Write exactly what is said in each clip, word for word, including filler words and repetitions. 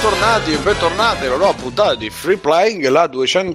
bentornati e bentornate alla nuova puntata di Free Playing, la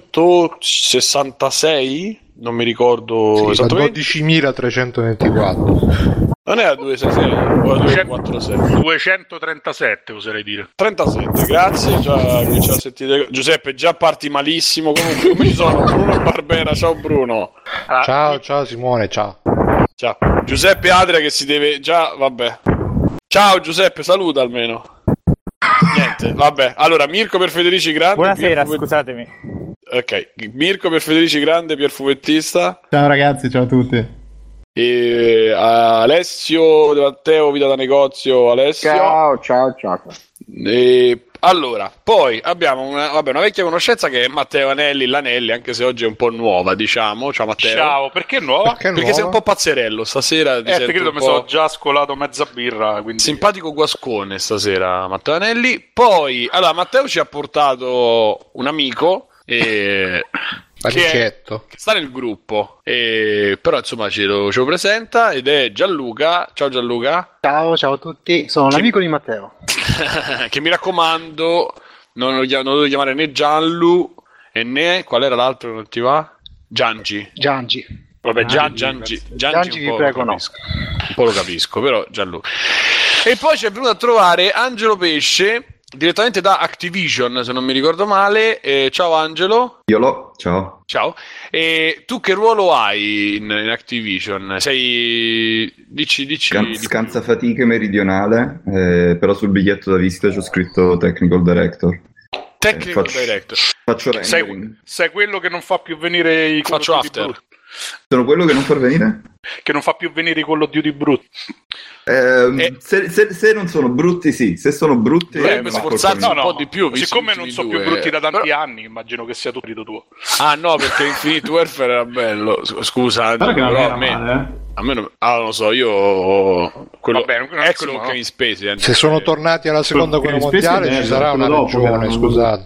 duecentosessantasei, non mi ricordo sì, esattamente. dodicimilatrecentoventiquattro. Non è la duecentosessantasei o la duecentoquarantasette? duecentotrentasette oserei dire. trentasette, grazie, già cominciamo a sentire. Giuseppe, già parti malissimo. Comunque, come ci sono? Bruno Barbera, ciao Bruno. Ah, ciao, ciao Simone, ciao. Ciao. Giuseppe Adria che si deve già, vabbè. Ciao Giuseppe, saluta almeno. Niente, vabbè. Allora, Mirko per Federici Grande. Buonasera, Pier... scusatemi. Ok, Mirko per Federici Grande, Pier Fumettista. Ciao ragazzi, ciao a tutti. E Alessio De Matteo, Vita da Negozio, Alessio. Ciao, ciao, ciao. E allora, poi abbiamo una, vabbè, una vecchia conoscenza che è Matteo Anelli, l'Anelli, anche se oggi è un po' nuova, diciamo. Ciao Matteo. Ciao, perché nuova? Perché, perché sei un po' pazzerello stasera. Eh, perché credo mi sono già scolato mezza birra, quindi... Simpatico guascone stasera, Matteo Anelli. Poi, allora, Matteo ci ha portato un amico e... Che, è, che sta nel gruppo, e, però insomma ce lo, ce lo presenta ed è Gianluca. Ciao Gianluca. Ciao, ciao a tutti, sono che, l'amico di Matteo. Che mi raccomando, non lo, non lo devo chiamare né Gianlu e né, qual era l'altro che non ti va? Giangi. Giangi. Vabbè, Giangi, Giangi, Giangi, Giangi vi prego no. Un po' lo capisco, però Gianluca. E poi ci è venuto a trovare Angelo Pesce, direttamente da Activision, se non mi ricordo male. Eh, ciao Angelo. Iolo, ciao. Ciao. E tu che ruolo hai in, in Activision? Sei... Dici, dici... Scan- scansafatiche meridionale, eh, però sul biglietto da visita c'ho scritto Technical Director. Technical eh, faccio, Director. Faccio rendering. Sei, sei quello che non fa più venire i Faccio after. Sono quello che non fa venire? Che non fa più venire i Call of Duty brutti. Eh, eh. se, se, se non sono brutti, sì. Se sono brutti, dovrebbe sforzarsi no, un no, po' di più. Siccome non sono più brutti da tanti però... anni, immagino che sia tutto tuo. Ah, no, perché Infinite Warfare era bello. Scusa, però, che non però era a me, male, a me non, ah, non lo so. Io quello Vabbè, non, non è quello no. che mi spesi. Se sono tornati alla seconda guerra mondiale, ci sarà una dopo, ragione. Scusate,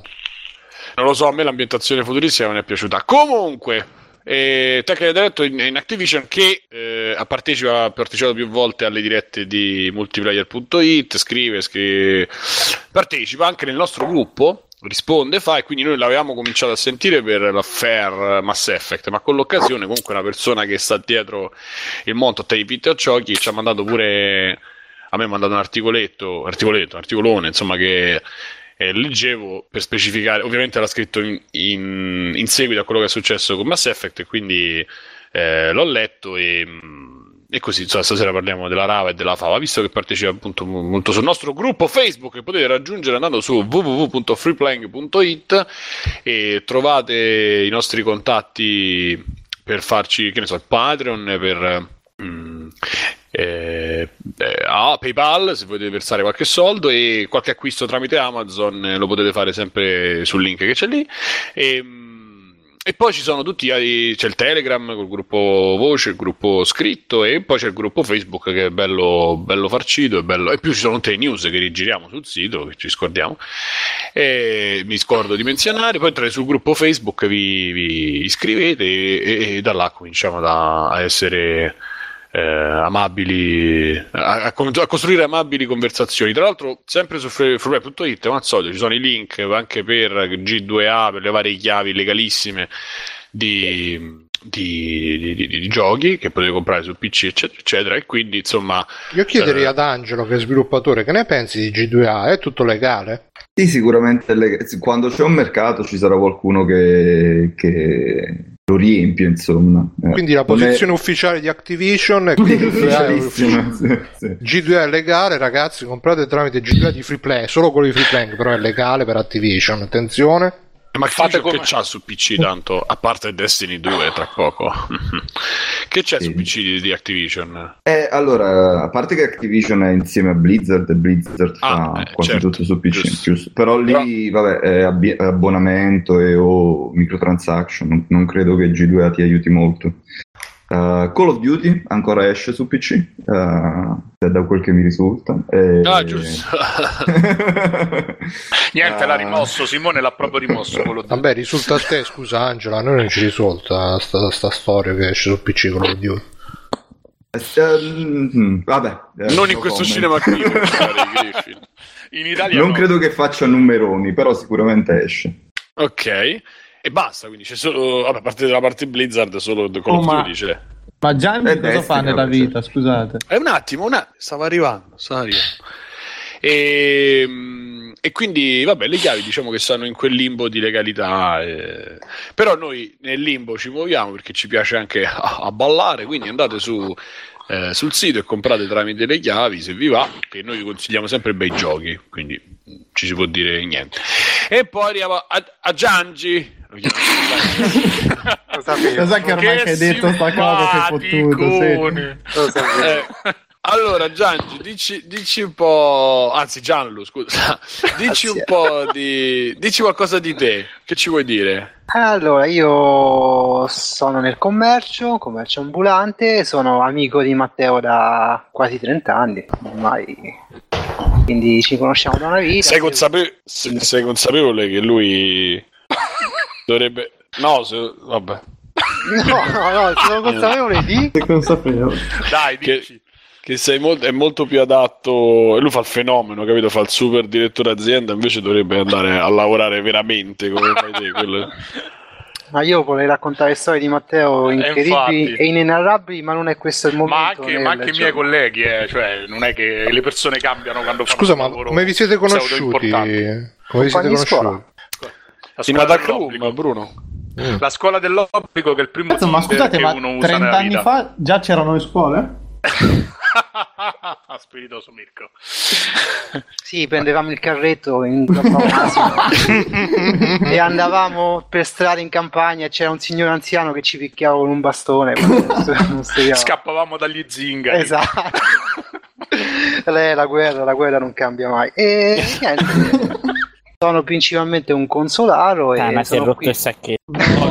non lo so. A me l'ambientazione futuristica non è piaciuta. Comunque. E Technical Director in, in Activision che eh, ha, partecipa, ha partecipato più volte alle dirette di multiplayer punto it, scrive, scrive, partecipa anche nel nostro gruppo, risponde, fa, e quindi noi l'avevamo cominciato a sentire per l'affair Mass Effect, ma con l'occasione comunque una persona che sta dietro il monto a te di videogiochi ci ha mandato pure, a me ha mandato un articoletto, articoletto, un articolone, insomma, che Eh, leggevo per specificare, ovviamente l'ha scritto in, in, in seguito a quello che è successo con Mass Effect, e quindi eh, l'ho letto e, e così, insomma, stasera parliamo della Rava e della Fava, visto che partecipa appunto molto sul nostro gruppo Facebook, che potete raggiungere andando su w w w punto freeplaying punto it e trovate i nostri contatti per farci, che ne so, il Patreon, per mm, Eh, eh, ah, PayPal se volete versare qualche soldo, e qualche acquisto tramite Amazon eh, lo potete fare sempre sul link che c'è lì, e, e poi ci sono tutti, c'è il Telegram col gruppo voce, il gruppo scritto, e poi c'è il gruppo Facebook che è bello, bello farcito e, bello, e più ci sono tutte le news che rigiriamo sul sito, che ci scordiamo, e mi scordo di menzionare. Poi entrate sul gruppo Facebook, vi, vi iscrivete e, e da là cominciamo da, a essere Eh, amabili, a, a, a costruire amabili conversazioni. Tra l'altro sempre su freeplay punto it, come al solito, ci sono i link anche per G due A, per le varie chiavi legalissime di, di, di, di, di giochi che potete comprare su P C, eccetera eccetera. E quindi insomma io chiederei eh, ad Angelo, che è sviluppatore, che ne pensi di G due A? È tutto legale? Sì, sicuramente leg- quando c'è un mercato ci sarà qualcuno che, che lo riempie, insomma. Eh, Quindi la posizione è... ufficiale di Activision è che G due A è, uffic- sì, sì. G due A è legale, ragazzi, comprate tramite G due A di Freeplay, solo quello di Freeplay, però è legale per Activision, attenzione. Ma fate come... che c'ha su P C tanto, a parte Destiny due tra poco. Che c'è sì. su P C di, di Activision? Eh, allora, a parte che Activision è insieme a Blizzard e Blizzard ah, fa eh, quasi certo. tutto su P C, giusto. Però lì però... vabbè, è abbi- abbonamento e o microtransaction, non, non credo che G due A ti aiuti molto. Uh, Call of Duty ancora esce su P C, uh, da quel che mi risulta. E... Ah, giusto. Niente, uh... l'ha rimosso, Simone l'ha proprio rimosso. Quello Vabbè, risulta a te, scusa Angela, a noi non ci risulta sta, sta storia che esce su P C Call of Duty. Uh, vabbè, eh, non in questo cinema qui. In Italia non no. credo che faccia numeroni, però sicuramente esce. Ok, e basta, quindi c'è solo, vabbè, a parte della parte Blizzard, solo Call Oh, of ma- Duty c'è. Ma Gianni Eh, cosa Destiny, fa nella vabbè, vita, sì. scusate? È un attimo, un attimo, stava arrivando, stava arrivando. E, e quindi, vabbè, le chiavi diciamo che stanno in quel limbo di legalità, eh. Però noi nel limbo ci muoviamo perché ci piace anche a, a ballare, quindi andate su, eh, sul sito e comprate tramite le chiavi se vi va, che noi vi consigliamo sempre bei giochi, quindi ci si può dire niente. E poi arriviamo a, a Giangi. Lo chiamiamo Lo sapevo. Lo sai che ormai che hai detto sta cosa sei fottuto, sì. Lo sapevo. Eh, allora Giangi, dici, dici un po', anzi Gianlu, scusa, dici un po' di, dici qualcosa di te, che ci vuoi dire? Allora, io sono nel commercio, commercio ambulante, sono amico di Matteo da quasi trenta anni, ormai, quindi ci conosciamo da una vita. Sei, consape- se- sei consapevole che lui dovrebbe, no, se- vabbè, No, no, no, sono consapevole di... Sei consapevole? Dai, che, dici. che sei molto, è molto più adatto, e lui fa il fenomeno, capito? Fa il super direttore azienda, invece dovrebbe andare a lavorare veramente come fai te, quello. Ma io vorrei raccontare storie di Matteo incredibili infatti. e inenarrabili, ma non è questo il momento. Ma anche, nel ma anche i miei gioco. colleghi, eh, cioè, non è che le persone cambiano quando fanno Scusa, un ma lavoro come vi siete conosciuti? pseudo-importante. Come vi siete Compagni di scuola. conosciuti? La In scuola Attack dell'obbligo. Room, Bruno. Mm. La scuola dell'obbligo, che è il primo Cazzo, ma Tinder scusate, che ma uno usa trenta nella anni vita. fa già c'erano le scuole? Spiritoso Mirko. Sì, prendevamo il carretto in e andavamo per strada in campagna e c'era un signore anziano che ci picchiava con un bastone. Non studiava. Scappavamo dagli zingari. Esatto. Lei, la guerra, la guerra non cambia mai. E niente. Sono principalmente un consolaro e Ah, ma si è sono rotto qui. il sacchetto.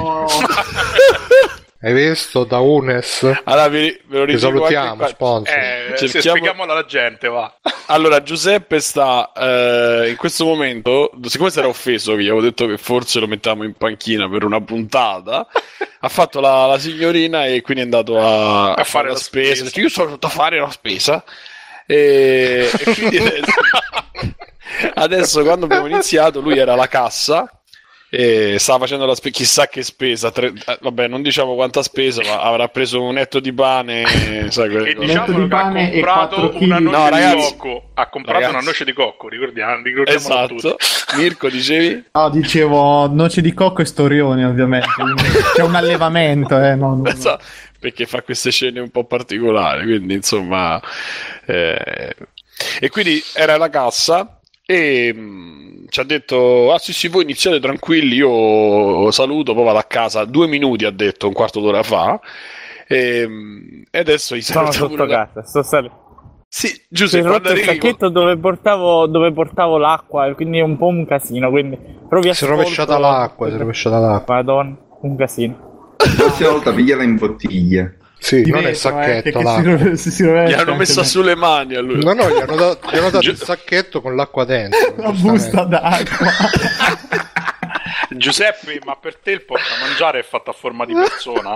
Hai visto da Unes? Allora vi, ve lo Ti ridico salutiamo, anche qua. sponsor. Eh, se Cerchiamo- spieghiamolo alla gente, va. Allora, Giuseppe sta eh, in questo momento, siccome si era offeso che gli avevo detto che forse lo mettiamo in panchina per una puntata, ha fatto la, la signorina e quindi è andato a, a fare la spesa. spesa. Ha detto, io sono andato a fare la spesa e, e quindi adesso, adesso quando abbiamo iniziato lui era alla cassa e stava facendo la spesa, chissà che spesa, tre, eh, vabbè non diciamo quanta spesa, ma avrà preso un etto di pane, sai, quelle E cose. Netto diciamo di che ha pane e comprato quattro una chili. noce No, di ragazzi. cocco. Ha comprato Ragazzi. una noce di cocco, ricordiamo, ricordiamolo Esatto. tutti. Mirko, dicevi? No, dicevo noce di cocco e storioni, ovviamente. Quindi c'è un allevamento, eh. No, no, no. Esatto, perché fa queste scene un po' particolari, quindi insomma eh, e quindi era alla cassa e mh, ci ha detto ah sì sì voi iniziate tranquilli, io saluto, poi vado a casa. Due minuti ha detto, un quarto d'ora fa, e, mh, e adesso gli Sono saluta sotto pure la- casa, sto sal- sì si è Giuseppe, quando rotto il arrivi sacchetto dove portavo, dove portavo l'acqua, quindi è un po' un casino, quindi proprio Si è rovesciata l'acqua, si è rovesciata l'acqua. Madonna, un casino. La prossima volta pigliala in bottiglia. Sì, Di non è il vetro, eh, sacchetto che si l'acqua. ro- si- si rovescia gli hanno anche messo me. sulle mani a lui. No, no, gli hanno dato, gli hanno dato Gi- il sacchetto con l'acqua dentro. Una giustamente. busta d'acqua. Giuseppe, ma per te il porta mangiare è fatto a forma di persona?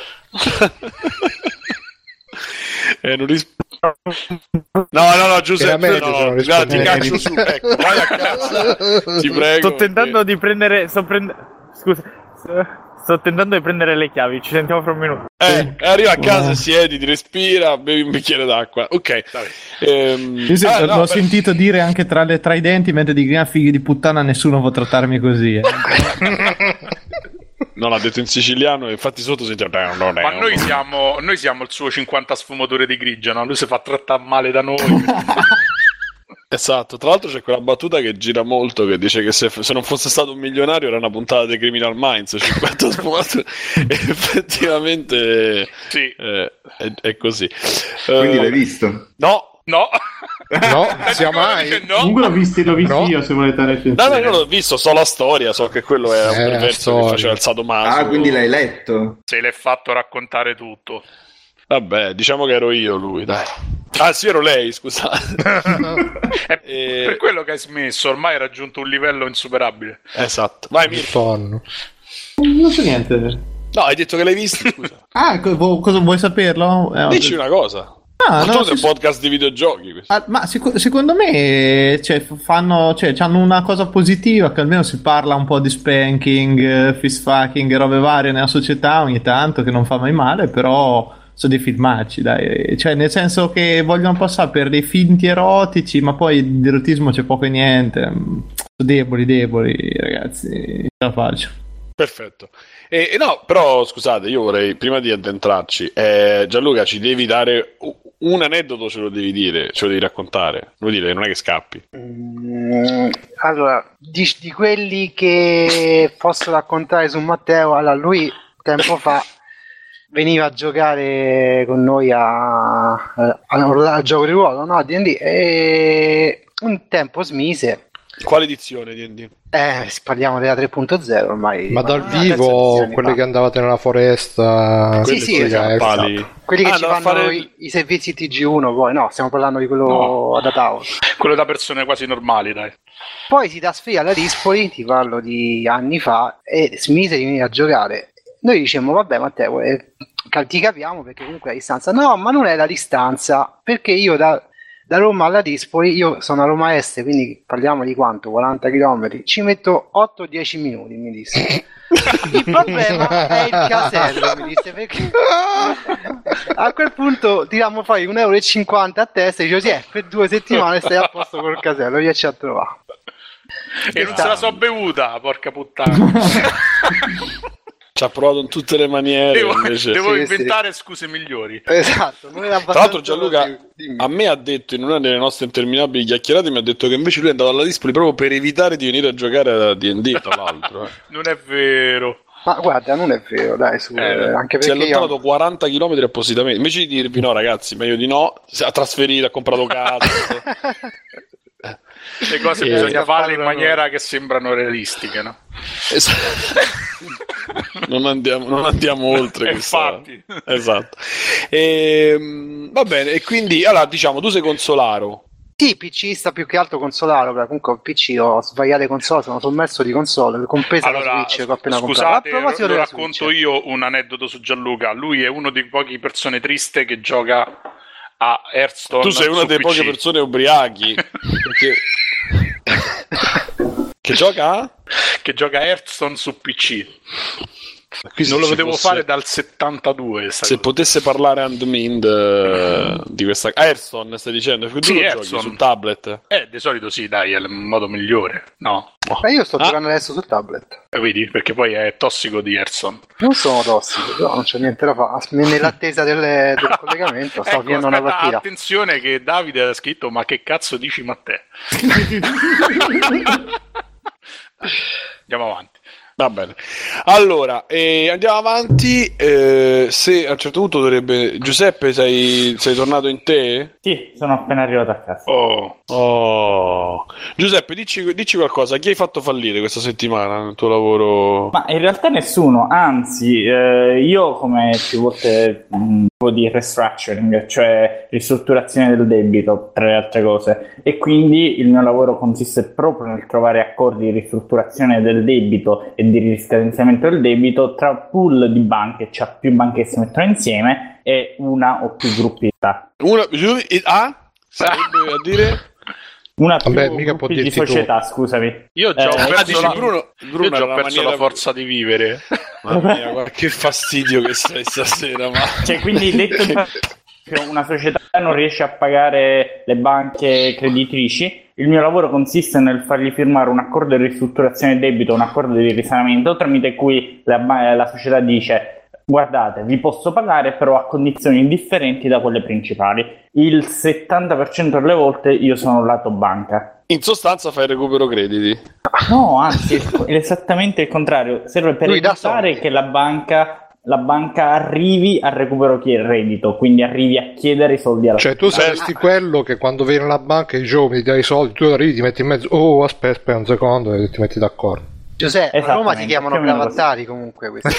Eh, non ris- no no no Giuseppe, Era meglio se non no, guarda, ti rispondevi. caccio su, ecco, vai a casa, ti prego. Sto tentando di prendere, sto prende- scusa, sto- sto tentando di prendere le chiavi, ci sentiamo fra un minuto. Eh, arriva a casa, siediti, respira, bevi un bicchiere d'acqua. Ok. Ehm, Io se- ah, no, l'ho per- sentito dire anche tra, le, tra i denti mentre di grida figli di puttana nessuno può trattarmi così. Eh. No, l'ha detto in siciliano, e infatti sotto sentiamo. "Beh, non è Ma un- noi siamo, noi siamo il suo cinquanta sfumature di grigia, no? Lui si fa trattare male da noi. Esatto, tra l'altro c'è quella battuta che gira molto che dice che se, se non fosse stato un milionario era una puntata di Criminal Minds, cinquanta sfumature. E effettivamente Sì. eh, è, è così. Quindi Eh, l'hai visto? No, No. No, sia Dicono mai. che no. Comunque l'ho visto, l'ho visto No. io se volete no, recensire. no, io l'ho visto, so la storia, so che quello era Eh, un la perverso storia. che faceva il sadomaso. Ah, quindi l'hai letto? Se l'è fatto raccontare tutto. Vabbè, diciamo che ero io lui, dai. Ah sì, ero lei, scusate. È Eh, per quello che hai smesso, ormai hai raggiunto un livello insuperabile. Esatto. Vai Il Mirko. sonno. Non so niente. No, hai detto che l'hai visto, scusa. Ah, co- cosa vuoi saperlo? Eh, Dici una cosa. Ah, Ma no, tu sei un sì, podcast di videogiochi. Questo. Ah, ma sic- secondo me cioè, fanno cioè, hanno una cosa positiva, che almeno si parla un po' di spanking, eh, fist fucking e robe varie nella società ogni tanto, che non fa mai male, però sono dei filmacci, dai, cioè nel senso che vogliono passare per dei finti erotici, ma poi di erotismo c'è poco e niente. Sono deboli, deboli, ragazzi, ce la faccio. Perfetto. E, e no, però scusate, io vorrei, prima di addentrarci, eh, Gianluca, ci devi dare un aneddoto, ce lo devi dire, ce lo devi raccontare. Vuol dire, non è che scappi. Mm, allora, di, di quelli che posso raccontare su Matteo, allora lui tempo fa veniva a giocare con noi a, a, a, a gioco di ruolo, no? A D and D, e un tempo smise. Quale edizione D and D? Eh, parliamo della tre punto zero ormai. Ma dal ah, vivo, quelli fa. Che andavate nella foresta, sì, sì, esatto. Quelli che ah, ci fanno fare... i, i servizi T G uno, poi no, stiamo parlando di quello no. da tavolo. Quello da persone quasi normali, dai. Poi si trasferì alla Dispoli, ti parlo di anni fa, e smise di venire a giocare. Noi dicemmo, vabbè Matteo, eh, ti capiamo perché comunque la distanza. No, ma non è la distanza, perché io da... da Roma alla Dispoli, io sono a Roma Est, quindi parliamo di quanto? quaranta chilometri, ci metto otto dieci minuti, mi disse. Il problema è il casello, mi disse, perché a quel punto tirammo fuori un euro e cinquanta a testa e dicevo, sì, eh, per due settimane stai a posto col casello, riesci a trovare. E non se la so bevuta, porca puttana. Ci ha provato in tutte le maniere. Devo, invece. devo sì, scuse sì. scuse migliori. Esatto. Non era Tra l'altro Gianluca a me ha detto in una delle nostre interminabili chiacchierate, mi ha detto che invece lui è andato alla Dispoli proprio per evitare di venire a giocare a D and D, tra l'altro. Eh. Non è vero. Ma guarda, non è vero, dai, su, eh, anche perché si è allontanato io... quaranta chilometri appositamente. Invece di dirvi no ragazzi, meglio di no, si è trasferito, ha comprato casa. Le cose eh, bisogna farle in maniera noi. Che sembrano realistiche, no? Esatto. non, andiamo, non andiamo oltre. Infatti. Esatto. E, va bene, e quindi allora diciamo tu sei consolaro. Sì, P C sta più che altro consolaro, perché comunque il P C ho svariate console, sono sommerso di console, compresa allora, la Switch che ho appena scusate, comprato. Lo racconto Switch. Io un aneddoto su Gianluca. Lui è uno dei pochi persone triste che gioca a Hearthstone. Tu sei una delle P C. poche persone ubriachi perché... che gioca? Che gioca Hearthstone su P C. Qui non lo potevo fosse... fare dal settantadue. Se cosa. Potesse parlare Andmind uh, di questa Hearthstone, stai dicendo? Perché tu sì, lo giochi su tablet? Eh, di solito sì, dai, è il modo migliore. No. Ma io sto ah. giocando adesso su tablet. Eh, vedi? Perché poi è tossico di Hearthstone. Non sono tossico, però non c'è niente da fare. Nell'attesa del, del collegamento sto ecco, finendo una partita. Attenzione che Davide ha scritto, ma che cazzo dici Matteo? Andiamo avanti. Va bene, allora eh, andiamo avanti. Eh, se a un certo punto dovrebbe Giuseppe, sei, sei tornato in te? Sì, sono appena arrivato a casa. Oh, oh. Giuseppe, dici, dici qualcosa. Chi hai fatto fallire questa settimana nel tuo lavoro? Ma in realtà nessuno, anzi, eh, io come più volte un po' di restructuring, cioè ristrutturazione del debito, tra le altre cose, e quindi il mio lavoro consiste proprio nel trovare accordi di ristrutturazione del debito e di riscadenziamento del debito tra pool di banche, cioè più banche che si mettono insieme, e una o più gruppi di società. Una ah? Sarebbe a dire? Una più Vabbè, mica può di società, tu. Scusami. Io già eh, ho perso, la... Bruno, Bruno io già ho perso la forza di vivere. Mamma mia, che fastidio che sei stasera. Ma... Cioè, quindi detto in una società non riesce a pagare le banche creditrici, il mio lavoro consiste nel fargli firmare un accordo di ristrutturazione del debito, un accordo di risanamento, tramite cui la, la società dice: guardate, vi posso pagare però a condizioni differenti da quelle principali. Il settanta per cento delle volte io sono lato banca. In sostanza fai recupero crediti? No, anzi, è esattamente il contrario. Serve per evitare che la banca... la banca arrivi al recupero reddito, quindi arrivi a chiedere i soldi alla cioè banca. Tu saresti ah. quello che quando viene la banca e dice: oh, mi dai i soldi, tu arrivi, ti metti in mezzo, oh aspetta, aspetta un secondo, e ti metti d'accordo. Giuseppe, a Roma si chiamano cravattari comunque questi.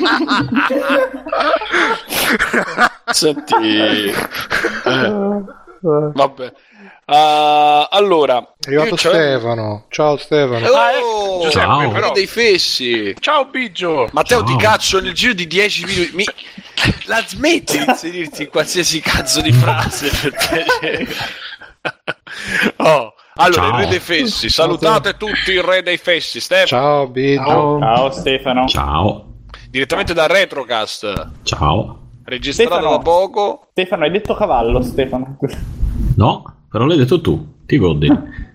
Senti, eh, Vabbè. Uh, allora, è arrivato Stefano. Ciao Stefano. Oh, Giuseppe, ciao. Però Dei fessi. Ciao Biggio. Matteo, Ciao. ti cazzo nel giro di dieci minuti. Mi... La smetti di inserirti in qualsiasi cazzo di frase per piacere. Oh, allora, Ciao. il re dei fessi. Salutate tutti il re dei fessi. Stefano. Ciao Biggio. Ciao, ciao Stefano. Ciao. Direttamente da Retrocast. Ciao. Registrato Stefano. da poco. Stefano, hai detto cavallo, Stefano. No, però l'hai detto tu. Ti godi.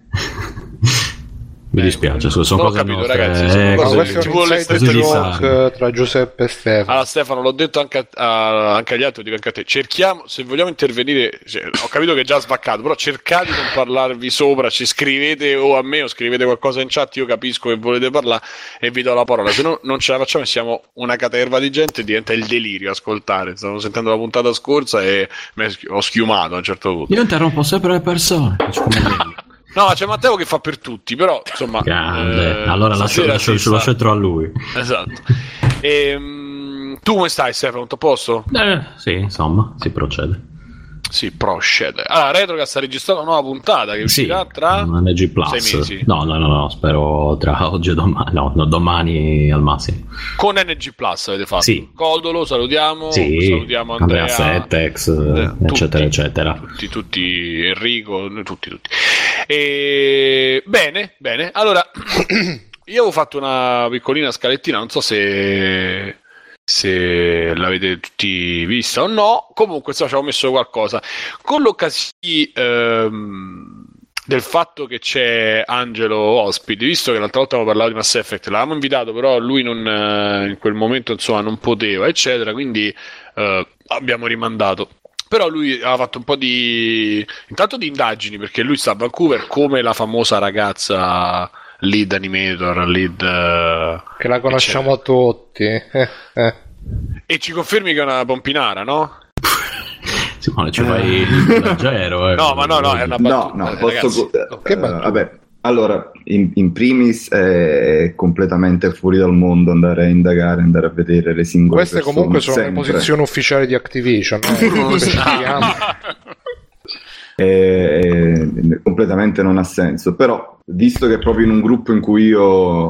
Mi Eh, dispiace, sono non ho cose capito, nostre. ragazzi, Eh, sono No, cose- questo è ci un vuole inside stare- joke tra Giuseppe e Stefano. Allora Stefano, l'ho detto anche, a, a- anche agli altri, dico anche a te, cerchiamo, se vogliamo intervenire, cioè, ho capito che è già svaccato, però cercate di non parlarvi sopra, ci scrivete o a me o scrivete qualcosa in chat, io capisco che volete parlare e vi do la parola, se no non ce la facciamo e siamo una caterva di gente, diventa il delirio ascoltare. Stavo sentendo la puntata scorsa e mi ho schiumato a un certo punto. Io interrompo sempre le persone. Faccio come meglio. No, c'è Matteo che fa per tutti, però insomma... Grande. eh, allora lascio, stasera lascio, si lo sta- centro a lui. Esatto. Ehm, tu come stai, Stefano? Tutto a posto? Eh, sì, insomma, si procede. Sì, procede. Allora, Retrocast sta registrando una nuova puntata che Sì, uscirà tra un N G Plus. sei mesi. No, no, no, no, spero tra oggi e domani. No, no, domani al massimo. Con N G Plus avete fatto. Sì. Codolo, salutiamo. Sì, Salutiamo Andrea, Andrea Settex, eh, eccetera, tutti, eccetera. Tutti, tutti, Enrico, noi tutti, tutti. E... Bene, bene. Allora, io avevo fatto una piccolina scalettina, non so se... se l'avete tutti vista o no, comunque so, ci avevo messo qualcosa con l'occasione ehm, del fatto che c'è Angelo ospite, visto che l'altra volta avevo parlato di Mass Effect, l'avevamo invitato però lui non, eh, in quel momento insomma non poteva eccetera, quindi eh, abbiamo rimandato. Però lui ha fatto un po' di intanto di indagini, perché lui sta a Vancouver come la famosa ragazza lead animator, lead eh, Che la conosciamo tutti. Eh, eh. e ci confermi che è una pompinara, no? Simone, ci fai il leggero. Eh. No, ma no, no, è una No, battuta. no, eh, posso... ragazzi. eh, Che eh, battuta? vabbè, allora, in, in primis è completamente fuori dal mondo andare a indagare, andare a vedere le singole Queste persone, comunque sono le sempre. posizioni ufficiali di Activision. Eh, specifichiamo. Eh, eh, completamente non ha senso, però visto che è proprio in un gruppo in cui io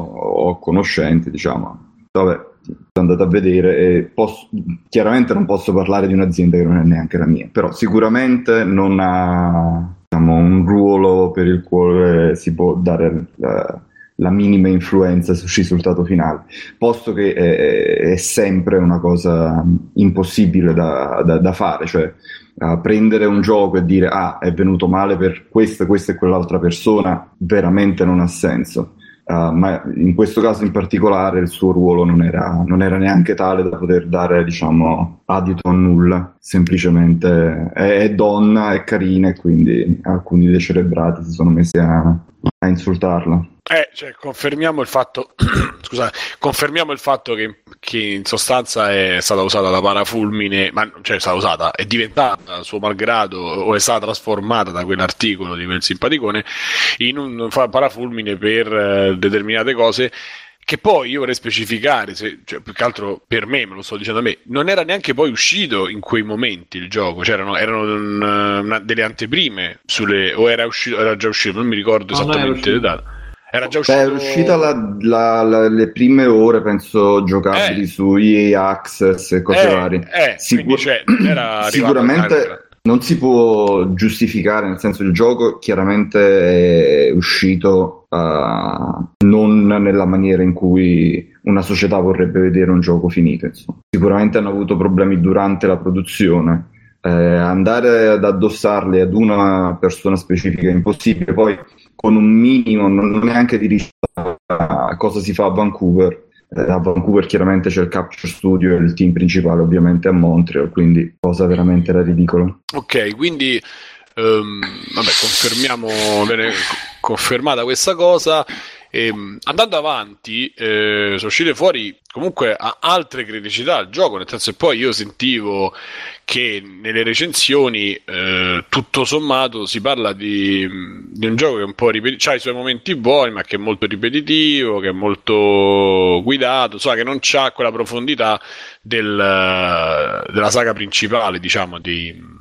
ho conoscenti, diciamo, vabbè, sono andato a vedere e posso, chiaramente non posso parlare di un'azienda che non è neanche la mia, però sicuramente non ha, diciamo, un ruolo per il quale si può dare la, la minima influenza sul risultato finale, posto che è, è sempre una cosa impossibile da, da, da fare, cioè uh, prendere un gioco e dire ah, è venuto male per questa, questa e quell'altra persona veramente non ha senso. Uh, ma in questo caso in particolare il suo ruolo non era, non era neanche tale da poter dare, diciamo, adito a nulla, semplicemente è, è donna, è carina e quindi alcuni decelebrati si sono messi a, a insultarla. Eh, cioè, confermiamo il fatto scusate, confermiamo il fatto che, che in sostanza è stata usata da parafulmine, ma cioè è stata usata, è diventata a suo malgrado o è stata trasformata da quell'articolo di quel simpaticone in un parafulmine per eh, determinate cose che poi io vorrei specificare, se, cioè, più che altro per me, me lo sto dicendo a me, non era neanche poi uscito in quei momenti il gioco, cioè erano, erano un, una, delle anteprime sulle, o era uscito, era già uscito, non mi ricordo No, esattamente le date. Era già uscito... Beh, è uscita la, la, la, le prime ore, penso, giocabili Eh. su E A Access e cose Eh, varie. eh, Sicur- quindi, cioè, era arrivato sicuramente anche- non si può giustificare, nel senso il gioco chiaramente è uscito uh, non nella maniera in cui una società vorrebbe vedere un gioco finito, insomma. Sicuramente hanno avuto problemi durante la produzione. Eh, andare ad addossarli ad una persona specifica è impossibile, poi con un minimo non neanche di ricerca a cosa si fa a Vancouver. Eh, a Vancouver chiaramente c'è il Capture Studio e il team principale ovviamente a Montreal, quindi cosa veramente da ridicolo. Ok, quindi ehm, vabbè, confermiamo, viene confermata questa cosa. E, andando avanti, eh, sono uscite fuori comunque a altre criticità al gioco, nel senso che poi io sentivo che nelle recensioni eh, tutto sommato si parla di, di un gioco che è un po' ripetitivo, ha i suoi momenti buoni ma che è molto ripetitivo, che è molto guidato, so, che non c'ha quella profondità del, della saga principale, diciamo, di,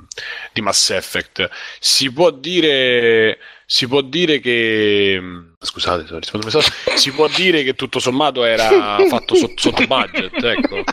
di Mass Effect. Si può dire si può dire che scusate, sto rispondendo a un si può dire che tutto sommato era fatto sotto, sotto budget, ecco.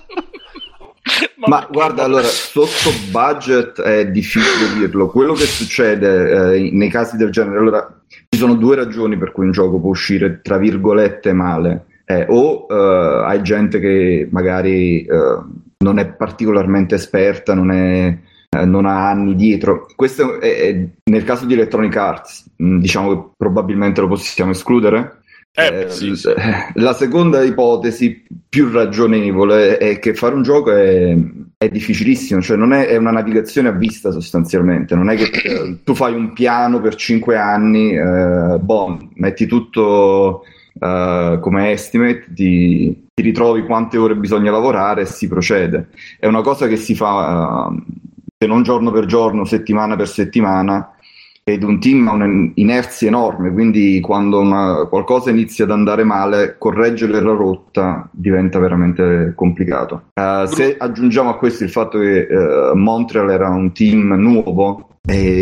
Ma, Ma guarda, allora, sotto budget è difficile dirlo. Quello che succede eh, nei casi del genere, allora, ci sono due ragioni per cui un gioco può uscire, tra virgolette, male. Eh, o eh, hai gente che magari eh, non è particolarmente esperta, non, è, eh, non ha anni dietro. Questo è, è nel caso di Electronic Arts, mh, diciamo che probabilmente lo possiamo escludere. Eh, eh, sì, sì. La seconda ipotesi più ragionevole è che fare un gioco è, è difficilissimo, cioè non è, è una navigazione a vista sostanzialmente, non è che eh, tu fai un piano per cinque anni, eh, boh, metti tutto eh, come estimate, ti, ti ritrovi quante ore bisogna lavorare e si procede. È una cosa che si fa eh, se non giorno per giorno, settimana per settimana, ed un team ha un'inerzia enorme, quindi quando una, qualcosa inizia ad andare male, correggere la rotta diventa veramente complicato. Uh, se aggiungiamo a questo il fatto che uh, Montreal era un team nuovo,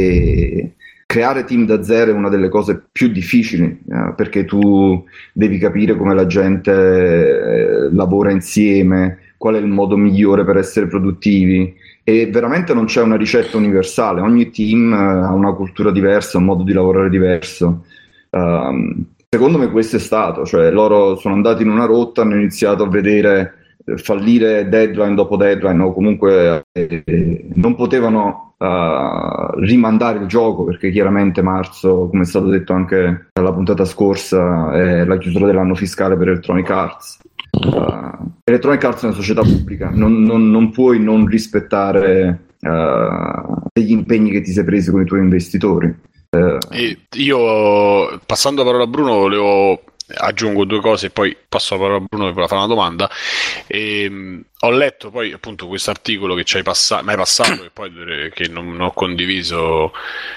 e creare team da zero è una delle cose più difficili, uh, perché tu devi capire come la gente uh, lavora insieme, qual è il modo migliore per essere produttivi. E veramente non c'è una ricetta universale, ogni team uh, ha una cultura diversa, un modo di lavorare diverso. Um, secondo me questo è stato, cioè loro sono andati in una rotta, hanno iniziato a vedere eh, fallire deadline dopo deadline, o comunque eh, non potevano uh, rimandare il gioco, perché chiaramente marzo, come è stato detto anche dalla puntata scorsa, è la chiusura dell'anno fiscale per Electronic Arts. Uh, Electronic Arts è una società pubblica, non, non, non puoi non rispettare uh, degli impegni che ti sei presi con i tuoi investitori. Uh, e io, passando la parola a Bruno, volevo aggiungo due cose e poi passo la parola a Bruno che voleva fare una domanda. E, um, ho letto poi appunto questo articolo che ci hai passato, mai passato e poi che non, non ho condiviso.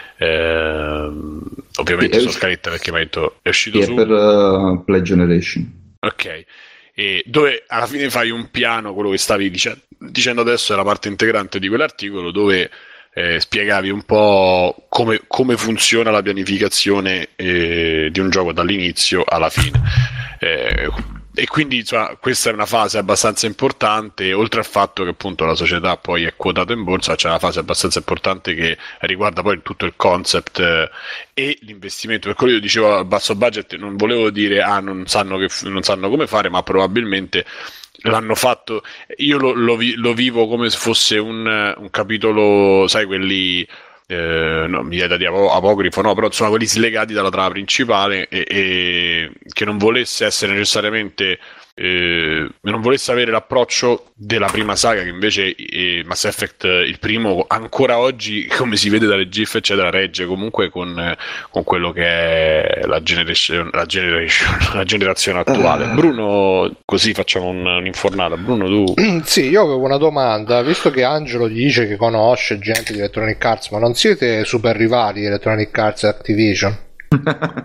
Eh, ovviamente sono scaletta perché mi ha detto è uscito su è per uh, Play Generation. Ok. E dove alla fine fai un piano, quello che stavi dice- dicendo adesso è la parte integrante di quell'articolo, dove eh, spiegavi un po' come, come funziona la pianificazione eh, di un gioco dall'inizio alla fine. Eh, e quindi insomma, questa è una fase abbastanza importante, oltre al fatto che appunto la società poi è quotata in borsa, c'è una fase abbastanza importante che riguarda poi tutto il concept eh, e l'investimento. Per quello io dicevo al basso budget, non volevo dire ah non sanno, che, non sanno come fare, ma probabilmente l'hanno fatto. Io lo, lo, vi, lo vivo come se fosse un, un capitolo, sai, quelli eh, no, mi viene da dire apocrifo, no, però insomma quelli slegati dalla trama principale e, e che non volesse essere necessariamente eh, non volesse avere l'approccio della prima saga, che invece eh, Mass Effect il primo ancora oggi, come si vede dalle GIF eccetera, regge comunque con, eh, con quello che è la generation, la, generation, la generazione attuale. Bruno, così facciamo un, un'infornata. Bruno, tu? Sì, io avevo una domanda, visto che Angelo gli dice che conosce gente di Electronic Arts, ma non siete super rivali di Electronic Arts e Activision? uh,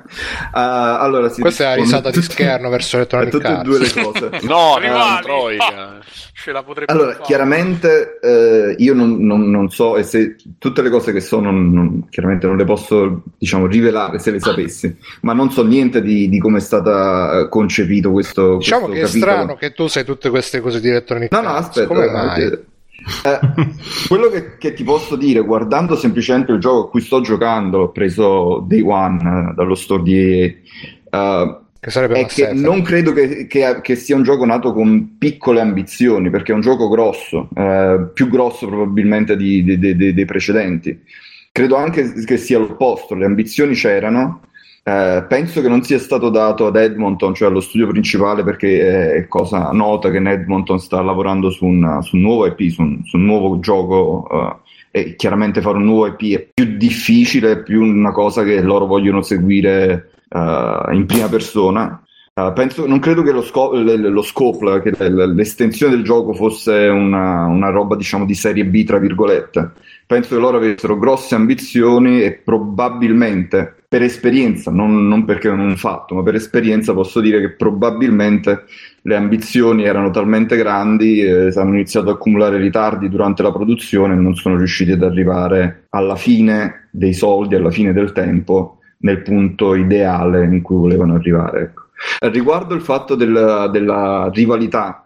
allora, si questa è la risata di scherno verso Electronic Arts. Tutte e due le cose. No, no, troica. Ce la allora, fare. chiaramente eh, io non, non, non so, e se tutte le cose che so non, non, chiaramente non le posso, diciamo, rivelare se le sapessi, ma non so niente di, di come è stata concepito questo, diciamo questo che capitolo. È strano che tu sai tutte queste cose di Electronic no, Arts. No, aspetta, come mai? Eh, Eh, quello che, che ti posso dire, guardando semplicemente il gioco a cui sto giocando, l'ho preso Day One uh, dallo store di E A, uh, che sarebbe è che non credo che, che, che sia un gioco nato con piccole ambizioni, perché è un gioco grosso, uh, più grosso probabilmente di, di, di, di, dei precedenti. Credo anche che sia l'opposto, le ambizioni c'erano. Eh, penso che non sia stato dato ad Edmonton, cioè allo studio principale, perché è cosa nota che Edmonton sta lavorando su un, su un nuovo I P, su un, su un nuovo gioco, uh, e chiaramente fare un nuovo I P è più difficile, è più una cosa che loro vogliono seguire uh, in prima persona. Uh, penso, non credo che lo, sco- lo scope, che l'estensione del gioco fosse una, una roba, diciamo, di serie B, tra virgolette. Penso che loro avessero grosse ambizioni e probabilmente, per esperienza, non, non perché non ho fatto, ma per esperienza posso dire che probabilmente le ambizioni erano talmente grandi, eh, hanno iniziato ad accumulare ritardi durante la produzione e non sono riusciti ad arrivare alla fine dei soldi, alla fine del tempo, nel punto ideale in cui volevano arrivare, ecco. Riguardo il fatto del, della rivalità,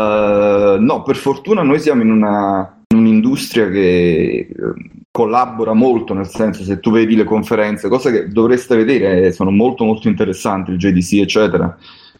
uh, no, per fortuna noi siamo in una in un'industria che collabora molto, nel senso, se tu vedi le conferenze, cose che dovreste vedere, sono molto molto interessanti, il J D C eccetera.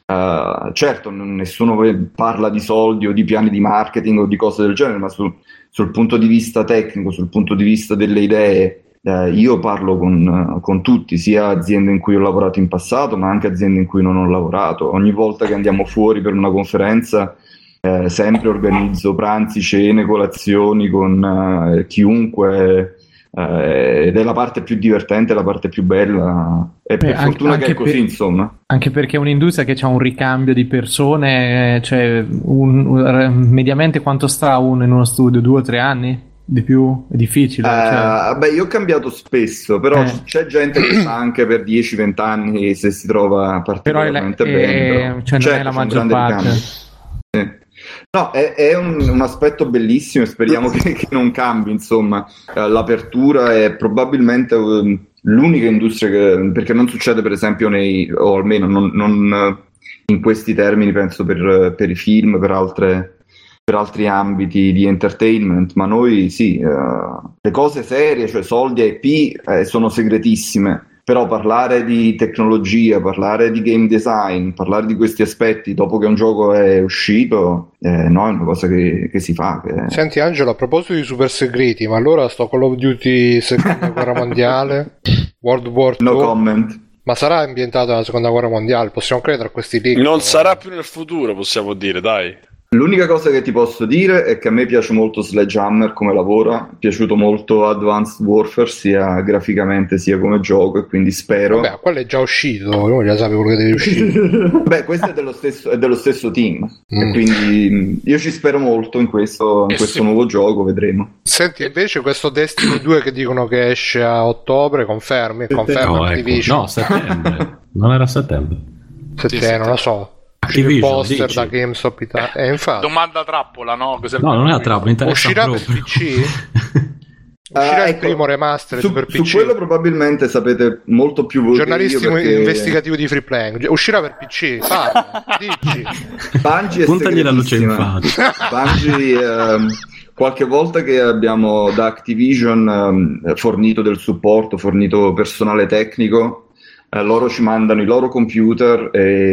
Uh, certo, nessuno parla di soldi o di piani di marketing o di cose del genere, ma sul, sul punto di vista tecnico, sul punto di vista delle idee, Uh, io parlo con, uh, con tutti, sia aziende in cui ho lavorato in passato, ma anche aziende in cui non ho lavorato. Ogni volta che andiamo fuori per una conferenza, uh, sempre organizzo pranzi, cene, colazioni con uh, chiunque, uh, ed è la parte più divertente, la parte più bella. E per Beh, fortuna anche, che è così, per, insomma. Anche perché è un'industria che ha un ricambio di persone, cioè un, un, mediamente quanto sta uno in uno studio? Due o tre anni? Di più? È difficile. Uh, cioè. Beh, io ho cambiato spesso, però eh. c'è gente che sta anche per dieci venti anni se si trova particolarmente però è, bene. È, però. cioè non certo, è la maggior parte. Sì. No, è, è un, un aspetto bellissimo e speriamo che, che non cambi, insomma. Uh, l'apertura è probabilmente uh, l'unica industria che, perché non succede per esempio nei, o almeno non, non uh, in questi termini, penso per, per i film, per altre per altri ambiti di entertainment, ma noi sì, uh, le cose serie, cioè soldi e I P, eh, sono segretissime, però parlare di tecnologia, parlare di game design, parlare di questi aspetti dopo che un gioco è uscito, eh, no, è una cosa che, che si fa. Che... Senti Angelo, a proposito di super segreti, ma allora sto Call of Duty seconda guerra mondiale, World War due? No comment. Ma sarà ambientato nella seconda guerra mondiale? Possiamo credere a questi leak? Non sarà più nel futuro, possiamo dire, dai. L'unica cosa che ti posso dire è che a me piace molto Sledgehammer come lavora, è piaciuto molto Advanced Warfare sia graficamente sia come gioco, e quindi spero... Vabbè, quello è già uscito, uno già sape quello che deve uscire. Beh, questo è dello stesso, è dello stesso team, mm. e quindi io ci spero molto in questo, in questo nuovo gioco, vedremo. Senti, invece questo Destiny due che dicono che esce a ottobre, confermi? Conferma no, Activision? Ecco. No, settembre. Non era settembre. Settembre, sì, non lo so. Il poster dici. da GameStop Italia. Eh, infatti. Domanda trappola, no? Cos'è no, non è la trappola, interessa uscirà proprio. per P C? Uscirà uh, il ecco, primo remaster su, per P C. Su quello probabilmente sapete molto più voi. Giornalistico perché... investigativo di Free Playing. Uscirà per P C. Parla, dici. Bungie è puntagli la luce in faccia. Bungie ehm, qualche volta che abbiamo da Activision ehm, fornito del supporto, fornito personale tecnico, eh, loro ci mandano i loro computer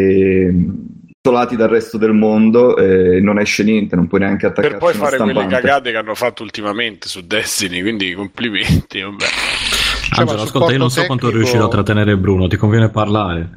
e isolati dal resto del mondo e non esce niente, non puoi neanche attaccare. Per poi fare quelle cagate che hanno fatto ultimamente su Destiny, quindi complimenti. Vabbè. Cioè, Angelo, ascolta, io non so tecnico... quanto riuscirò a trattenere Bruno, ti conviene parlare.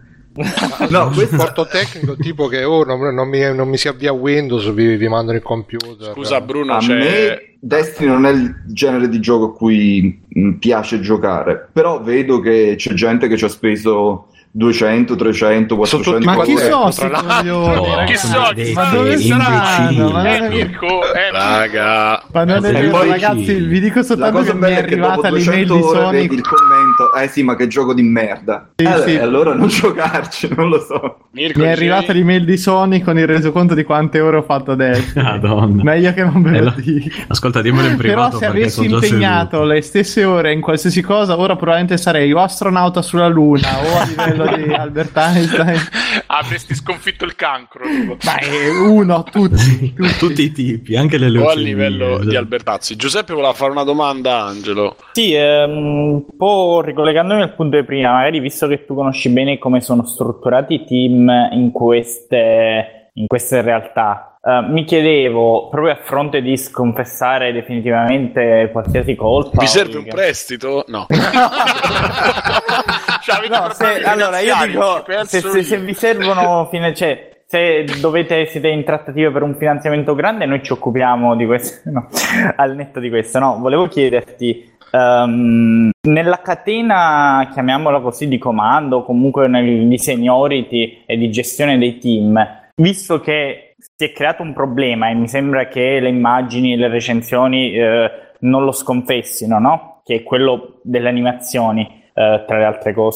No, questo supporto tecnico tipo che oh, non, non, mi, non mi si avvia Windows, vi, vi mandano il computer. Scusa Bruno, a c'è... me Destiny non è il genere di gioco a cui mi piace giocare, però vedo che c'è gente che ci ha speso duecento, trecento, quattrocento. Ma chi so, tra l'altro? Chi so, ma dove saranno? Ma è Mirko, è raga. Ma non è vero, ragazzi, vi dico soltanto che mi è arrivata l'email di Sony. Il commento, eh sì, ma che gioco di merda. Sì, eh, sì. Allora non giocarci, non lo so. Mirko, mi è arrivata l'email di Sony con il resoconto di quante ore ho fatto adesso. Madonna. Meglio che non ve lo la... dico. Ascolta, dimmelo in privato. Però se avessi impegnato le stesse ore in qualsiasi cosa, ora probabilmente sarei o astronauta sulla Luna o a livello di Albert Einstein. Avresti sconfitto il cancro. Tipo. Ma è uno, tutti, tutti. Tutti i tipi, anche le leucemie. O a livello di Albertazzi. Giuseppe voleva fare una domanda, Angelo. Sì, ehm, un po' ricollegandomi al punto di prima, magari visto che tu conosci bene come sono strutturati i team in queste, in queste realtà, uh, mi chiedevo, proprio a fronte di sconfessare definitivamente qualsiasi colpa... Vi serve un che... prestito? No. cioè, no se, allora io dico, se, se, se vi servono fine... Cioè, se dovete, siete in trattative per un finanziamento grande, noi ci occupiamo di questo, no, al netto di questo, no, volevo chiederti, um, nella catena, chiamiamola così, di comando, comunque nel, di seniority e di gestione dei team, visto che si è creato un problema e mi sembra che le immagini e le recensioni eh, non lo sconfessino, no? Che è quello delle animazioni, eh, tra le altre cose.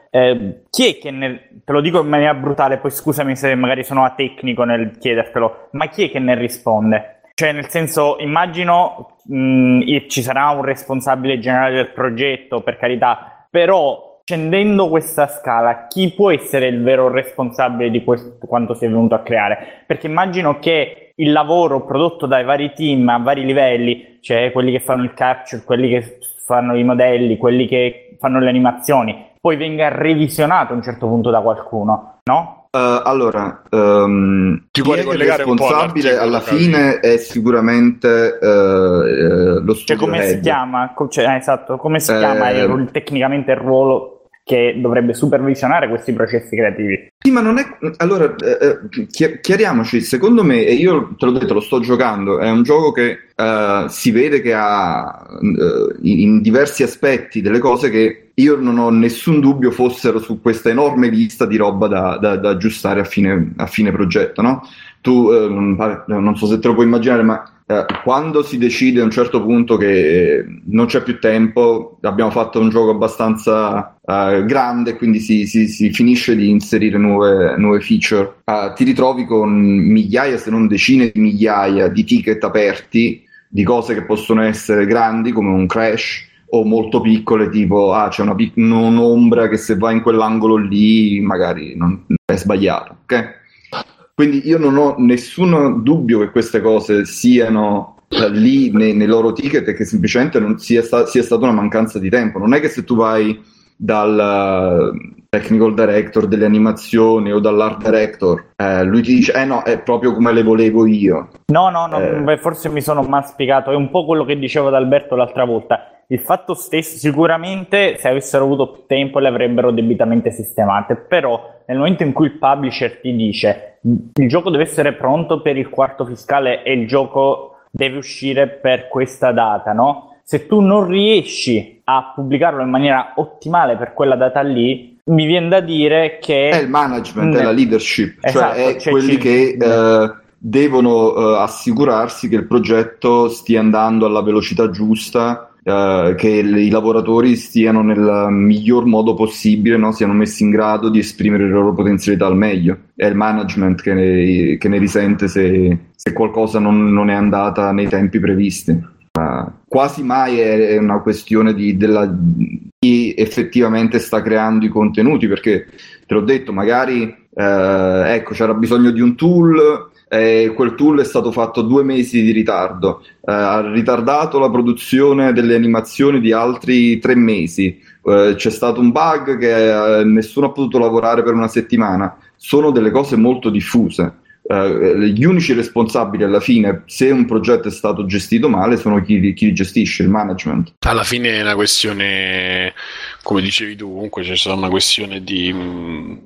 eh, chi è che ne, te lo dico in maniera brutale, poi scusami se magari sono atecnico nel chiedertelo, ma chi è che ne risponde? Cioè, nel senso, immagino mh, ci sarà un responsabile generale del progetto, per carità, però scendendo questa scala, chi può essere il vero responsabile di questo, quanto si è venuto a creare? Perché immagino che il lavoro prodotto dai vari team a vari livelli, cioè quelli che fanno il capture, quelli che fanno i modelli, quelli che fanno le animazioni, poi venga revisionato a un certo punto da qualcuno, no? Uh, allora, um, Ti chi è responsabile alla fine è sicuramente uh, uh, lo studio cioè, come head. si chiama? Cioè, esatto, come si eh, chiama il, tecnicamente il ruolo che dovrebbe supervisionare questi processi creativi? Sì, ma non è... Allora, eh, chi- chiariamoci, secondo me, e io te l'ho detto, lo sto giocando, è un gioco che eh, si vede che ha eh, in diversi aspetti delle cose che io non ho nessun dubbio fossero su questa enorme lista di roba da, da, da aggiustare a fine, a fine progetto, no? Tu, eh, non so se te lo puoi immaginare, ma eh, quando si decide a un certo punto che non c'è più tempo, abbiamo fatto un gioco abbastanza eh, grande, quindi si, si, si finisce di inserire nuove, nuove feature, eh, ti ritrovi con migliaia se non decine di migliaia di ticket aperti di cose che possono essere grandi come un crash o molto piccole, tipo ah c'è una pic- un'ombra che se va in quell'angolo lì magari non è sbagliato, ok? Quindi io non ho nessun dubbio che queste cose siano eh, lì nei, nei loro ticket e che semplicemente non sia, sta- sia stata una mancanza di tempo. Non è che se tu vai dal uh, technical director delle animazioni o dall'art director eh, lui ti dice eh no, è proprio come le volevo io. No, no, no, eh. beh, forse mi sono mal spiegato, è un po' quello che dicevo ad Alberto l'altra volta. Il fatto stesso, sicuramente se avessero avuto più tempo le avrebbero debitamente sistemate, però nel momento in cui il publisher ti dice il gioco deve essere pronto per il quarto fiscale e il gioco deve uscire per questa data, no? Se tu non riesci a pubblicarlo in maniera ottimale per quella data lì, mi viene da dire che... È il management, ne... è la leadership, esatto, cioè è cioè quelli ci... che eh, devono eh, assicurarsi che il progetto stia andando alla velocità giusta, Uh, che le, i lavoratori stiano nel miglior modo possibile, no? Siano messi in grado di esprimere le loro potenzialità al meglio. È il management che ne, che ne risente se, se qualcosa non, non è andata nei tempi previsti. Uh, quasi mai è, è una questione di della, chi effettivamente sta creando i contenuti, perché te l'ho detto, magari uh, ecco c'era bisogno di un tool e quel tool è stato fatto due mesi di ritardo, eh, ha ritardato la produzione delle animazioni di altri tre mesi, eh, c'è stato un bug che eh, nessuno ha potuto lavorare per una settimana. Sono delle cose molto diffuse. Uh, gli unici responsabili alla fine, se un progetto è stato gestito male, sono chi, chi li gestisce, il management. Alla fine è una questione, come dicevi tu, comunque c'è stata una questione di... Mh...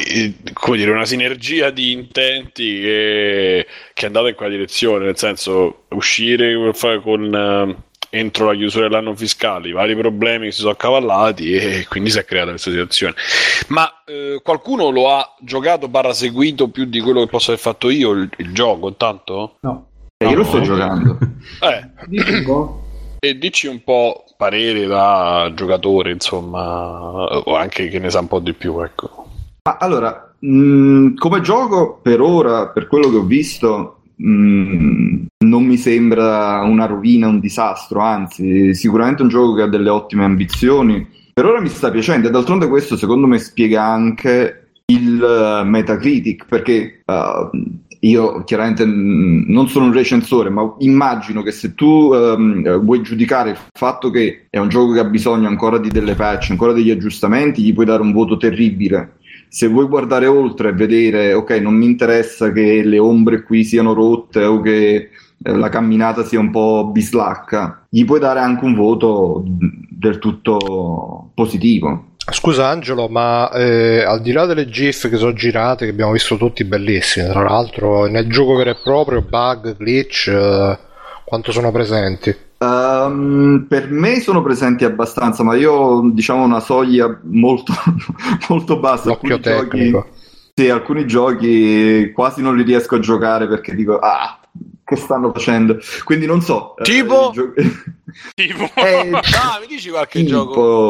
come dire, una sinergia di intenti che, che è andata in quella direzione, nel senso uscire con uh, entro la chiusura dell'anno fiscale, i vari problemi che si sono accavallati e quindi si è creata questa situazione. Ma uh, qualcuno lo ha giocato barra seguito più di quello che posso aver fatto io il, il gioco, intanto? No. E io no. lo sto giocando. Eh. Dici un po'. E dici un po' parere da giocatore, insomma, o anche che ne sa un po' di più, ecco. Allora, mh, come gioco per ora, per quello che ho visto, mh, non mi sembra una rovina, un disastro, anzi sicuramente un gioco che ha delle ottime ambizioni. Per ora mi sta piacendo e d'altronde questo secondo me spiega anche il uh, Metacritic, perché uh, io chiaramente mh, non sono un recensore, ma immagino che se tu um, vuoi giudicare il fatto che è un gioco che ha bisogno ancora di delle patch, ancora degli aggiustamenti, gli puoi dare un voto terribile. Se vuoi guardare oltre e vedere, ok, non mi interessa che le ombre qui siano rotte o che eh, la camminata sia un po' bislacca, gli puoi dare anche un voto del tutto positivo. Scusa Angelo, ma eh, al di là delle GIF che sono girate, che abbiamo visto tutti bellissime, tra l'altro nel gioco vero e proprio, bug, glitch, eh, quanto sono presenti? Um, per me sono presenti abbastanza, ma io ho, diciamo, una soglia molto, molto bassa. L'occhio alcuni tecnico. Giochi, sì, alcuni giochi quasi non li riesco a giocare perché dico, ah, che stanno facendo? Quindi non so. Tipo? Eh, gio- tipo? eh, ah, mi dici qualche tipo, gioco?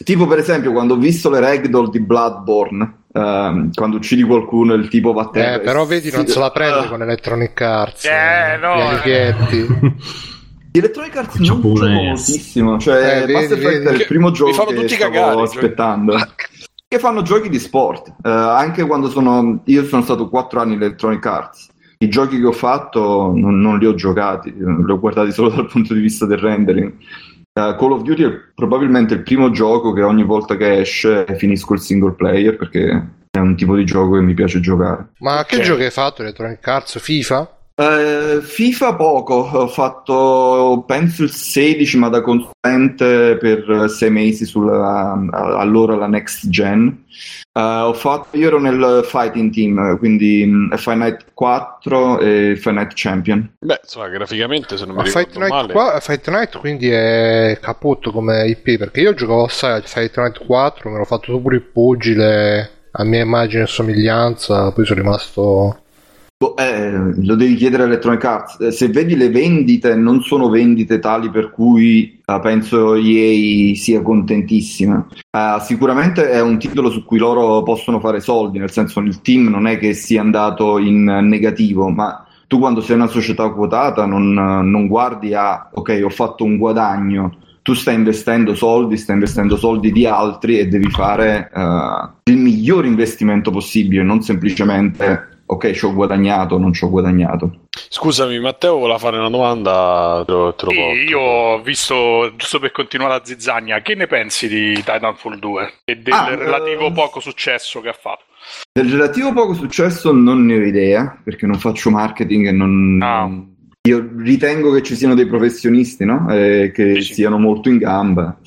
tipo per esempio quando ho visto le ragdoll di Bloodborne, uh, quando uccidi qualcuno il tipo va a terra. Eh, però vedi, non se la prende uh, con Electronic Arts. Eh, no. Gli amichetti. Electronic Arts non gioco moltissimo, cioè eh, Mass Effect è il primo gioco fanno che tutti stavo cagare, aspettando. Che fanno giochi di sport, uh, anche quando sono io sono stato quattro anni in Electronic Arts. I giochi che ho fatto non, non li ho giocati, li ho guardati solo dal punto di vista del rendering. Uh, Call of Duty è probabilmente il primo gioco che ogni volta che esce finisco il single player perché è un tipo di gioco che mi piace giocare. Ma che okay. giochi hai fatto Electronic Arts? FIFA? Uh, FIFA poco, ho fatto penso il sedici ma da consulente per sei mesi sulla allora la next gen. Uh, ho fatto, io ero nel fighting team, quindi Fight Night quattro e Fight Night Champion. Beh, insomma, graficamente se non mi ma ricordo Fight Night male qua, Fight Night quindi è capotto come I P, perché io giocavo assai a Fight Night quattro, me l'ho fatto pure il pugile a mia immagine e somiglianza, poi sono rimasto... Eh, lo devi chiedere a Electronic Arts. Se vedi le vendite non sono vendite tali per cui uh, penso E A sia contentissima. Uh, sicuramente è un titolo su cui loro possono fare soldi, nel senso il team non è che sia andato in negativo, ma tu quando sei una società quotata non, non guardi a ok ho fatto un guadagno, tu stai investendo soldi, stai investendo soldi di altri e devi fare uh, il miglior investimento possibile, non semplicemente ok, ci ho guadagnato, non ci ho guadagnato. Scusami, Matteo voleva fare una domanda, te lo, te lo sì, porto. Io ho visto, giusto per continuare la zizzagna, che ne pensi di Titanfall due e del ah, relativo uh... poco successo che ha fatto? Del relativo poco successo non ne ho idea, perché non faccio marketing e non... Ah. Io ritengo che ci siano dei professionisti, no? Eh, che sì. siano molto in gamba.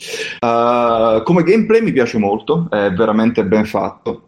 Uh, come gameplay mi piace molto, è veramente ben fatto.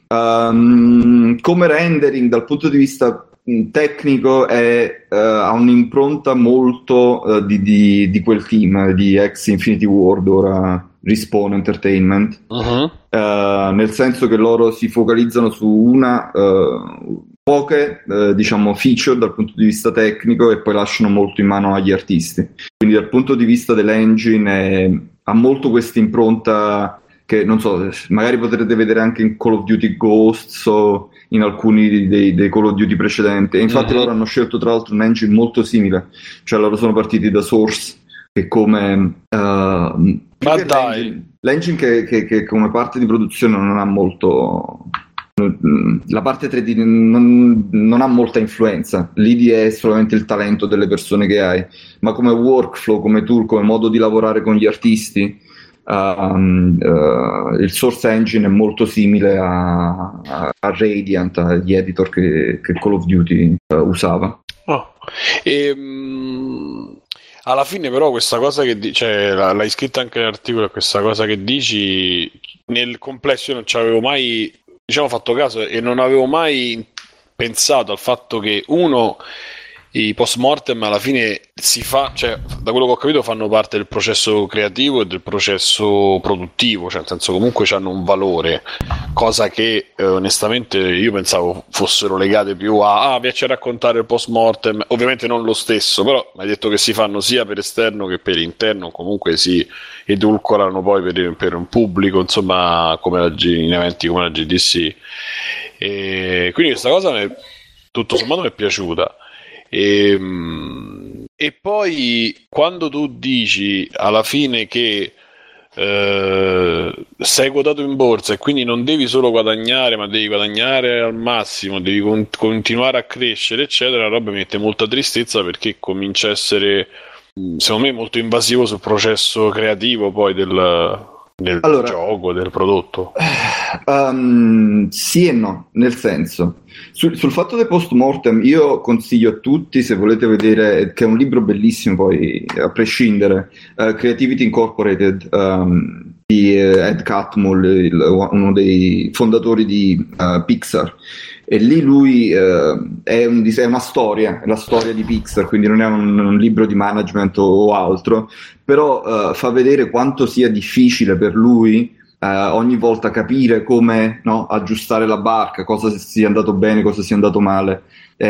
Um, come rendering dal punto di vista tecnico è, uh, ha un'impronta molto uh, di, di, di quel team di ex Infinity Ward, ora Respawn Entertainment, uh-huh. uh, nel senso che loro si focalizzano su una uh, poche uh, diciamo feature dal punto di vista tecnico e poi lasciano molto in mano agli artisti, quindi dal punto di vista dell'engine è, ha molto questa impronta che non so, magari potrete vedere anche in Call of Duty Ghosts o in alcuni dei, dei Call of Duty precedenti, e infatti mm-hmm. loro hanno scelto tra l'altro un engine molto simile, cioè loro sono partiti da Source che come uh, ma dai. l'engine, l'engine che, che, che come parte di produzione non ha molto, la parte tre D non, non ha molta influenza, l'I D è solamente il talento delle persone che hai, ma come workflow, come tool, come modo di lavorare con gli artisti Um, uh, il source engine è molto simile a, a, a Radiant, agli editor che, che Call of Duty uh, usava. Oh. E, um, alla fine però questa cosa che dici, cioè, l'hai scritta anche nell'articolo, questa cosa che dici nel complesso io non ci avevo mai diciamo fatto caso e non avevo mai pensato al fatto che uno i post mortem alla fine si fa, cioè da quello che ho capito fanno parte del processo creativo e del processo produttivo, cioè nel senso comunque hanno un valore, cosa che eh, onestamente io pensavo fossero legate più a ah piace raccontare il post mortem, ovviamente non lo stesso, però mi hai detto che si fanno sia per esterno che per interno, comunque si edulcorano poi per, per un pubblico, insomma, come la, in eventi come la G D C, e quindi questa cosa mi, tutto sommato mi è piaciuta. E, e poi quando tu dici alla fine che eh, sei quotato in borsa e quindi non devi solo guadagnare ma devi guadagnare al massimo, devi con- continuare a crescere eccetera, la roba mi mette molta tristezza perché comincia a essere secondo me molto invasivo sul processo creativo poi del, del allora, gioco, del prodotto. Um, sì e no, nel senso sul, sul fatto del post mortem io consiglio a tutti, se volete vedere, che è un libro bellissimo poi a prescindere, uh, Creativity Incorporated um, di uh, Ed Catmull, il, uno dei fondatori di uh, Pixar, e lì lui uh, è, un, è una storia, è la storia di Pixar, quindi non è un, un libro di management o, o altro, però uh, fa vedere quanto sia difficile per lui eh, ogni volta capire come, no, aggiustare la barca, cosa sia andato bene, cosa sia andato male. È,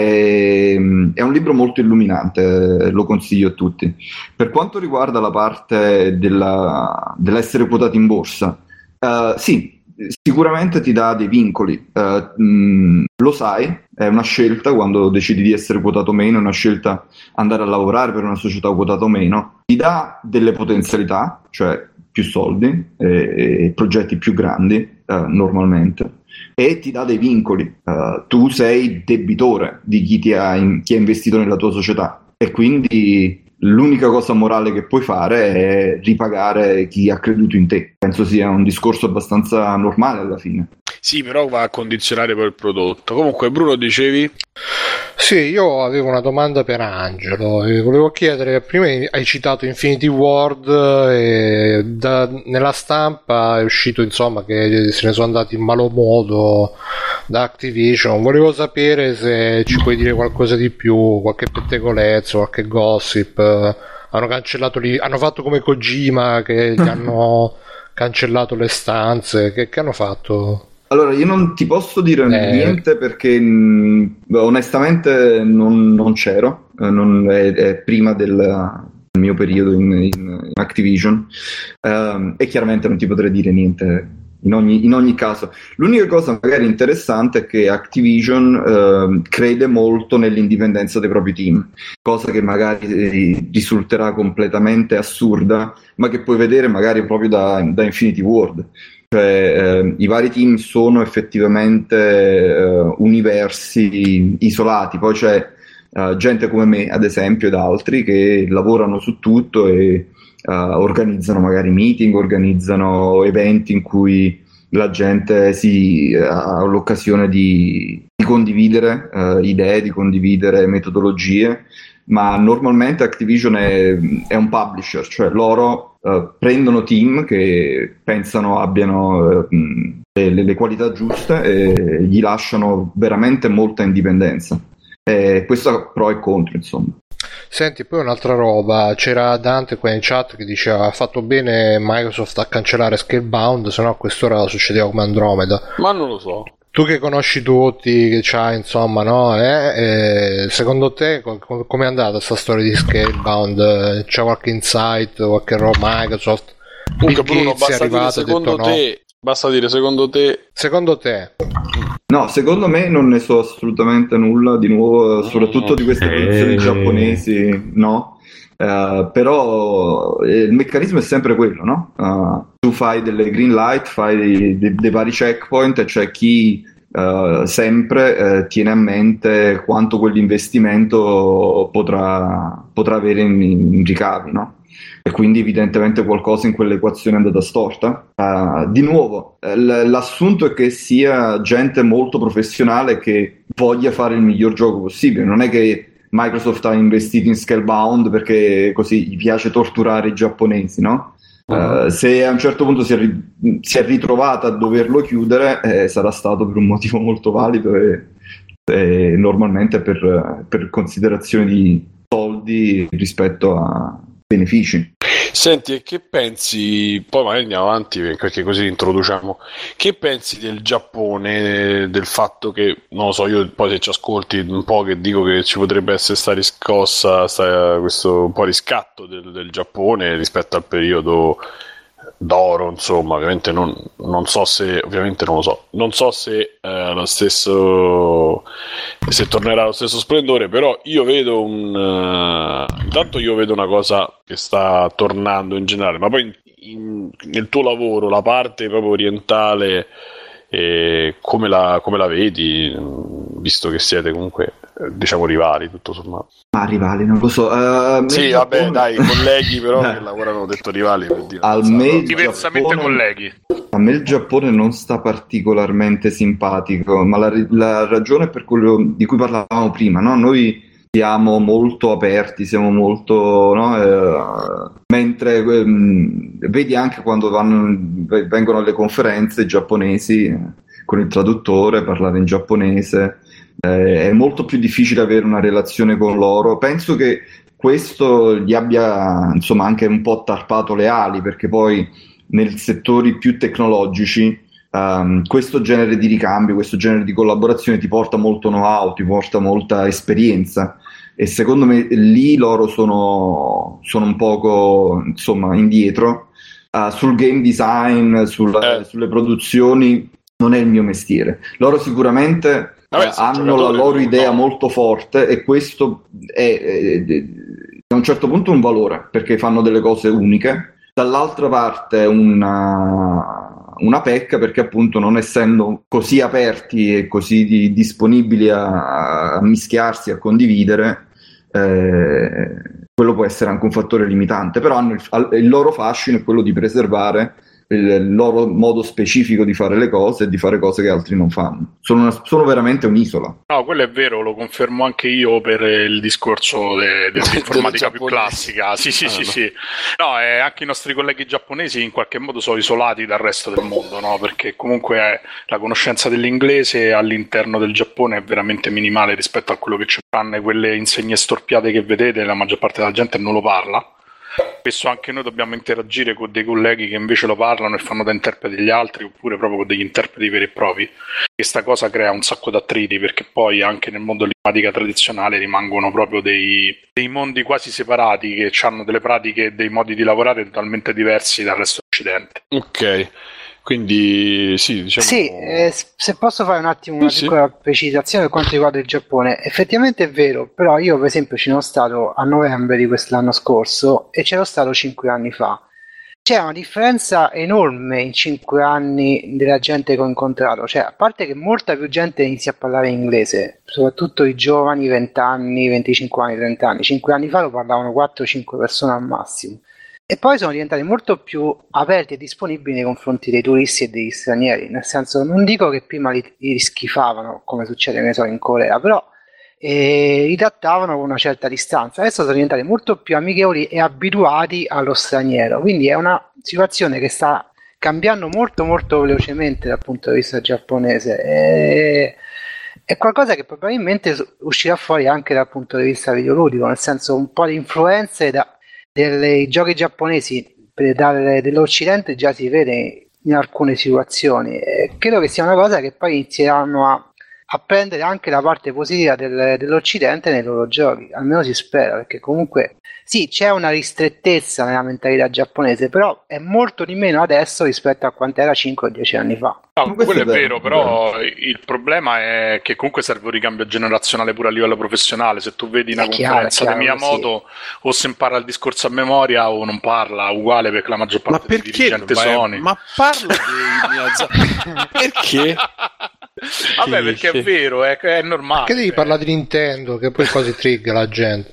è un libro molto illuminante, lo consiglio a tutti. Per quanto riguarda la parte della, dell'essere quotati in borsa, uh, sì, sicuramente ti dà dei vincoli, uh, mh, lo sai, è una scelta quando decidi di essere quotato o meno, è una scelta andare a lavorare per una società quotata o meno, ti dà delle potenzialità, cioè più soldi e, e progetti più grandi uh, normalmente, e ti dà dei vincoli. Uh, tu sei debitore di chi, ti ha in, chi ha investito nella tua società, e quindi l'unica cosa morale che puoi fare è ripagare chi ha creduto in te. Penso sia un discorso abbastanza normale alla fine. Sì, però va a condizionare poi il prodotto. Comunque, Bruno, dicevi? Sì, io avevo una domanda per Angelo e volevo chiedere, prima hai citato Infinity Ward e da, nella stampa è uscito insomma che se ne sono andati in malo modo da Activision. Volevo sapere se ci puoi dire qualcosa di più, qualche pettegolezzo, qualche gossip. Hanno cancellato lì, hanno fatto come Kojima che gli hanno cancellato le stanze, che, che hanno fatto? Allora, io non ti posso dire eh. niente perché mh, onestamente non, non c'ero, eh, non, è, è prima del, del mio periodo in, in, in Activision, um, e chiaramente non ti potrei dire niente in ogni, in ogni caso. L'unica cosa magari interessante è che Activision uh, crede molto nell'indipendenza dei propri team, cosa che magari risulterà completamente assurda, ma che puoi vedere magari proprio da, da Infinity Ward. Cioè, eh, i vari team sono effettivamente eh, universi isolati, poi c'è eh, gente come me, ad esempio, ed altri che lavorano su tutto e eh, organizzano magari meeting, organizzano eventi in cui la gente si eh, ha l'occasione di, di condividere eh, idee, di condividere metodologie, ma normalmente Activision è, è un publisher, cioè loro Uh, prendono team che pensano abbiano uh, le, le qualità giuste e gli lasciano veramente molta indipendenza. E questo ha pro e contro, insomma. Senti, poi un'altra roba, c'era Dante qua in chat che diceva ha fatto bene Microsoft a cancellare Scalebound, sennò a quest'ora succedeva come Andromeda. Ma non lo so. Tu che conosci tutti, che c'hai, insomma, no? Eh? Eh, secondo te com- com'è andata sta storia di Scalebound? C'è qualche insight, qualche roba Microsoft? Comunque Bruno, basta dire secondo te, no. Basta dire secondo te. Secondo te? No, secondo me non ne so assolutamente nulla, di nuovo, soprattutto di queste produzioni giapponesi, no? Uh, però eh, il meccanismo è sempre quello, no? Uh, tu fai delle green light, fai dei, dei, dei vari checkpoint e c'è chi uh, sempre uh, tiene a mente quanto quell'investimento potrà, potrà avere in, in ricavi, no? E quindi evidentemente qualcosa in quell'equazione è andata storta. Uh, di nuovo, l- l'assunto è che sia gente molto professionale che voglia fare il miglior gioco possibile, non è che Microsoft ha investito in Scalebound perché così gli piace torturare i giapponesi, no? Uh-huh. Uh, se a un certo punto si è, ri- si è ritrovata a doverlo chiudere, eh, sarà stato per un motivo molto valido e, e normalmente per, per considerazione di soldi rispetto a benefici. Senti, e che pensi, poi magari andiamo avanti perché così introduciamo, che pensi del Giappone, del fatto che, non lo so, io poi se ci ascolti un po' che dico che ci potrebbe essere sta riscossa, sta, questo un po' riscatto del, del Giappone rispetto al periodo d'oro, insomma, ovviamente non, non so se, ovviamente non lo so, non so se eh, lo stesso, se tornerà lo stesso splendore, però io vedo un, uh, intanto io vedo una cosa che sta tornando in generale, ma poi in, in, nel tuo lavoro, la parte proprio orientale, eh, come la, come la vedi, visto che siete comunque, diciamo, rivali, tutto sommato. Ah, rivali, non lo so. Uh, sì, vabbè, Giappone... dai, colleghi però che lavorano, ho detto rivali per dire. Al me diversamente Giappone... colleghi. A me il Giappone non sta particolarmente simpatico, ma la, la ragione per quello di cui parlavamo prima, no? Noi siamo molto aperti, siamo molto, no? Eh, mentre eh, vedi anche quando vanno, vengono alle conferenze i giapponesi eh, con il traduttore, parlare in giapponese. Eh, è molto più difficile avere una relazione con loro. Penso che questo gli abbia insomma anche un po' tarpato le ali, perché poi nei settori più tecnologici, um, questo genere di ricambio, questo genere di collaborazione ti porta molto know-how, ti porta molta esperienza, e secondo me lì loro sono, sono un poco, insomma, indietro. Uh, sul game design, sulla, eh. sulle produzioni non è il mio mestiere. Loro sicuramente Vabbè, uh, hanno la loro idea no. molto forte, e questo è, è, è da un certo punto un valore, perché fanno delle cose uniche. Dall'altra parte una, una pecca, perché appunto non essendo così aperti e così di, disponibili a, a mischiarsi, a condividere, eh, quello può essere anche un fattore limitante. Però hanno il, il loro fascino è quello di preservare il loro modo specifico di fare le cose e di fare cose che altri non fanno. Sono, una, sono veramente un'isola. No, quello è vero, lo confermo anche io per il discorso de, de, dell'informatica più classica. Sì, sì, ah, sì, no. sì. No, eh, anche i nostri colleghi giapponesi in qualche modo sono isolati dal resto del mondo, no? Perché comunque eh, la conoscenza dell'inglese all'interno del Giappone è veramente minimale rispetto a quello che c'è. Tranne quelle insegne storpiate che vedete, la maggior parte della gente non lo parla. Spesso anche noi dobbiamo interagire con dei colleghi che invece lo parlano e fanno da interpreti degli altri, oppure proprio con degli interpreti veri e propri. Questa cosa crea un sacco di attriti, perché poi anche nel mondo dell'informatica tradizionale rimangono proprio dei, dei mondi quasi separati, che hanno delle pratiche e dei modi di lavorare totalmente diversi dal resto dell'Occidente. Ok. Quindi sì, diciamo... Sì, eh, se posso fare un attimo una sì, piccola sì. precisazione per quanto riguarda il Giappone, effettivamente è vero, però io per esempio ci sono stato a novembre di quest'anno scorso e c'ero stato cinque anni fa. C'è una differenza enorme in cinque anni della gente che ho incontrato, cioè a parte che molta più gente inizia a parlare inglese, soprattutto i giovani, venti anni, venticinque anni, trenta anni, cinque anni fa lo parlavano quattro cinque persone al massimo. E poi sono diventati molto più aperti e disponibili nei confronti dei turisti e degli stranieri, nel senso, non dico che prima li, li schifavano come succede ne so, in Corea, però eh, li trattavano con una certa distanza. Adesso sono diventati molto più amichevoli e abituati allo straniero, quindi è una situazione che sta cambiando molto molto velocemente dal punto di vista giapponese. E... è qualcosa che probabilmente uscirà fuori anche dal punto di vista videoludico, nel senso un po' di influenze da dei giochi giapponesi dalle, dell'Occidente già si vede in alcune situazioni, e credo che sia una cosa che poi inizieranno a, a prendere anche la parte positiva del, dell'Occidente nei loro giochi, almeno si spera, perché comunque sì, c'è una ristrettezza nella mentalità giapponese, però è molto di meno adesso rispetto a quanto era cinque o dieci anni fa. No, quello è vero, però il problema è che comunque serve un ricambio generazionale pure a livello professionale. Se tu vedi una è conferenza chiaro, di Miyamoto, sì. o se impara il discorso a memoria o non parla, uguale per la maggior parte dei dirigenti Sony. Ma parla di Miyazaki. Perché? Vabbè, perché è vero, è, è normale. Che devi cioè. parlare di Nintendo, che poi quasi trigga la gente.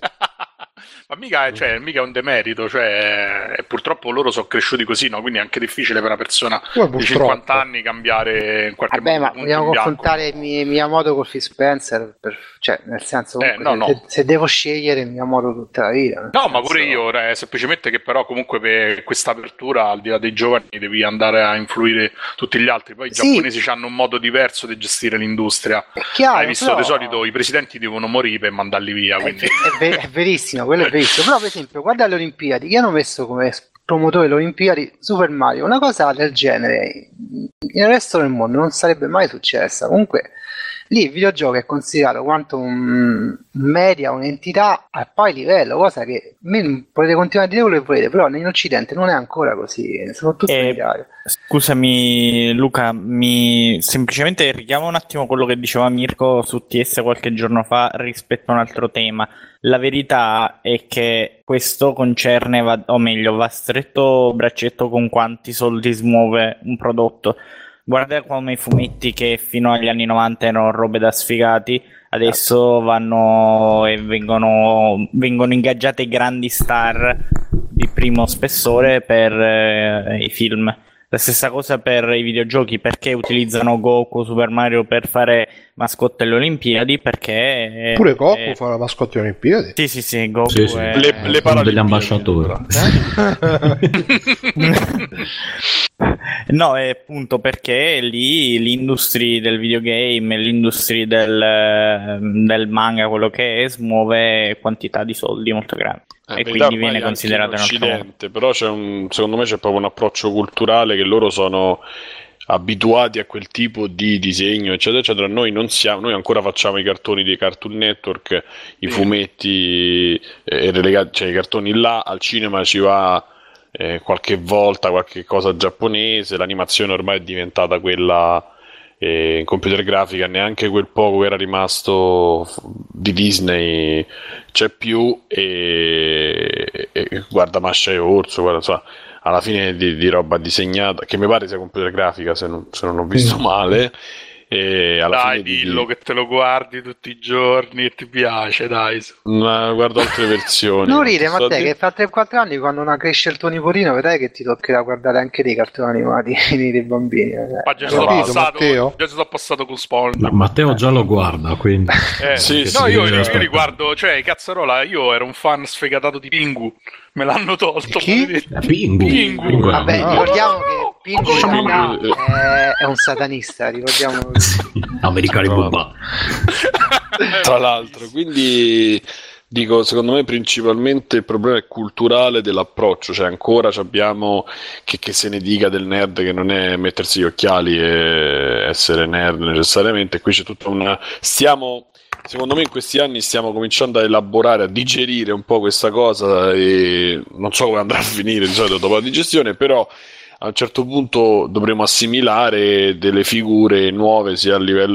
Ma mica è, cioè, mica è un demerito, cioè, e purtroppo loro sono cresciuti così, no? Quindi è anche difficile per una persona di cinquanta anni cambiare in qualche Vabbè, modo. Ma vogliamo confrontare Miyamoto con Phil Spencer, per, cioè, nel senso, eh, no, se, no. se devo scegliere Miyamoto tutta la vita. No, senso... ma pure io, è semplicemente che però comunque per questa apertura, al di là dei giovani, devi andare a influire tutti gli altri. Poi i sì. giapponesi hanno un modo diverso di gestire l'industria. È chiaro, Hai visto, però... di solito i presidenti devono morire per mandarli via. Quindi... È, è, ver- è verissimo, quello è verissimo. Però per esempio guarda le Olimpiadi, che hanno messo come promotore le Olimpiadi Super Mario, una cosa del genere nel resto del mondo non sarebbe mai successa. Comunque lì il videogioco è considerato quanto un media, un'entità a pari livello, cosa che potete continuare a dire quello che volete, però in Occidente non è ancora così, soprattutto eh, in Italia. Scusami Luca, mi semplicemente richiamo un attimo quello che diceva Mirko su T S qualche giorno fa rispetto a un altro tema. La verità è che questo concerne, va, o meglio, va stretto braccetto con quanti soldi smuove un prodotto. Guarda come i fumetti che fino agli anni novanta erano robe da sfigati, adesso vanno e vengono, vengono ingaggiate grandi star di primo spessore per eh, i film. La stessa cosa per i videogiochi, perché utilizzano Goku, Super Mario per fare mascotte alle Olimpiadi, perché... Pure Goku è... fa la mascotte alle Olimpiadi? Sì, sì, sì, Goku sì, sì. è... Le, le parole degli ambasciatori. No, è appunto perché lì l'industria del videogame, l'industria del, del manga, quello che è, smuove quantità di soldi molto grandi. e quindi viene considerato in Occidente, però c'è un, secondo me c'è proprio un approccio culturale che loro sono abituati a quel tipo di disegno, eccetera, eccetera. Noi non siamo, noi ancora facciamo i cartoni dei Cartoon Network, i fumetti, eh, relegati, cioè i cartoni là, al cinema ci va eh, qualche volta qualche cosa giapponese, l'animazione ormai è diventata quella eh, in computer grafica, neanche quel poco che era rimasto di Disney c'è più, e, e guarda Masha e Orso, guarda, insomma, alla fine di, di roba disegnata, che mi pare sia computer grafica se non, se non ho visto male, e alla dai, fine dillo di... che te lo guardi tutti i giorni e ti piace, dai. Ma guardo altre versioni. Non ride, so Matteo, di... che fra tre quattro anni, quando non cresce il tuo nipotino, vedrai che ti toccherà guardare anche dei cartoni animati dei bambini. Ma già sono passato, già sono passato con Spawn. No, Matteo già lo guarda, quindi eh, sì, no, sì, io, io, aspetta. io riguardo, cioè cazzarola, io ero un fan sfegatato di Pingu, me l'hanno tolto. Chi? Pingu. Pingu. Pingu è- Vabbè, Ah. ricordiamo che Pingu in realtà Pingu, è, è un satanista, ricordiamo. Americani Bubba. Tra l'altro, quindi dico, secondo me principalmente il problema è culturale dell'approccio, cioè ancora abbiamo che, che se ne dica del nerd che non è mettersi gli occhiali e essere nerd necessariamente, qui c'è tutta una... stiamo... Secondo me in questi anni stiamo cominciando a elaborare, a digerire un po' questa cosa, e non so come andrà a finire di solito dopo la digestione, però a un certo punto dovremo assimilare delle figure nuove sia a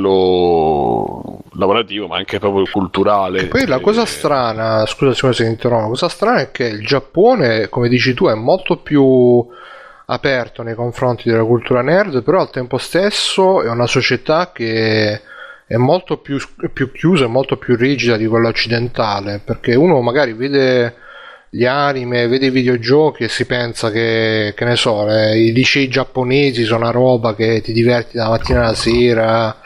livello lavorativo ma anche proprio culturale. E poi la cosa strana, scusa se ti interrompo, la cosa strana è che il Giappone, come dici tu, è molto più aperto nei confronti della cultura nerd, però al tempo stesso è una società che è molto più, più chiusa e molto più rigida di quella occidentale, perché uno magari vede gli anime, vede i videogiochi e si pensa che, che ne so, eh, i licei giapponesi sono una roba che ti diverti dalla mattina alla sera,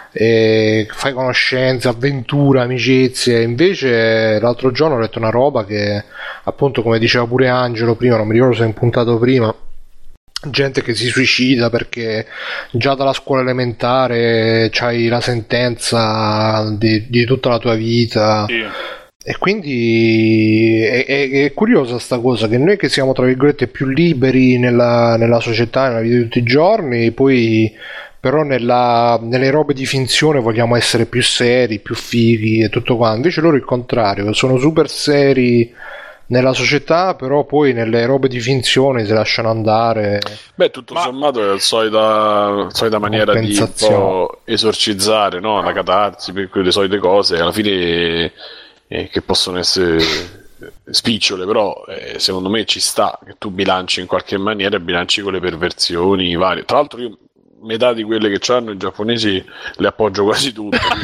e fai conoscenze, avventure, amicizie. Invece l'altro giorno ho letto una roba che, appunto, come diceva pure Angelo prima, non mi ricordo se è impuntato prima, gente che si suicida perché già dalla scuola elementare c'hai la sentenza di, di tutta la tua vita. Sì. E quindi è, è, è curiosa sta cosa, che noi che siamo tra virgolette più liberi nella, nella società, nella vita di tutti i giorni, poi però nella, nelle robe di finzione vogliamo essere più seri, più fighi e tutto qua. Invece loro il contrario, sono super seri nella società, però poi nelle robe di finzione si lasciano andare. Beh, tutto Ma... sommato è la solita, la solita maniera di un po' esorcizzare, no? La catarsi per quelle solite cose, alla fine eh, che possono essere spicciole, però eh, secondo me ci sta che tu bilanci in qualche maniera e bilanci con le perversioni varie. Tra l'altro io metà di quelle che hanno i giapponesi le appoggio quasi tutte, quindi...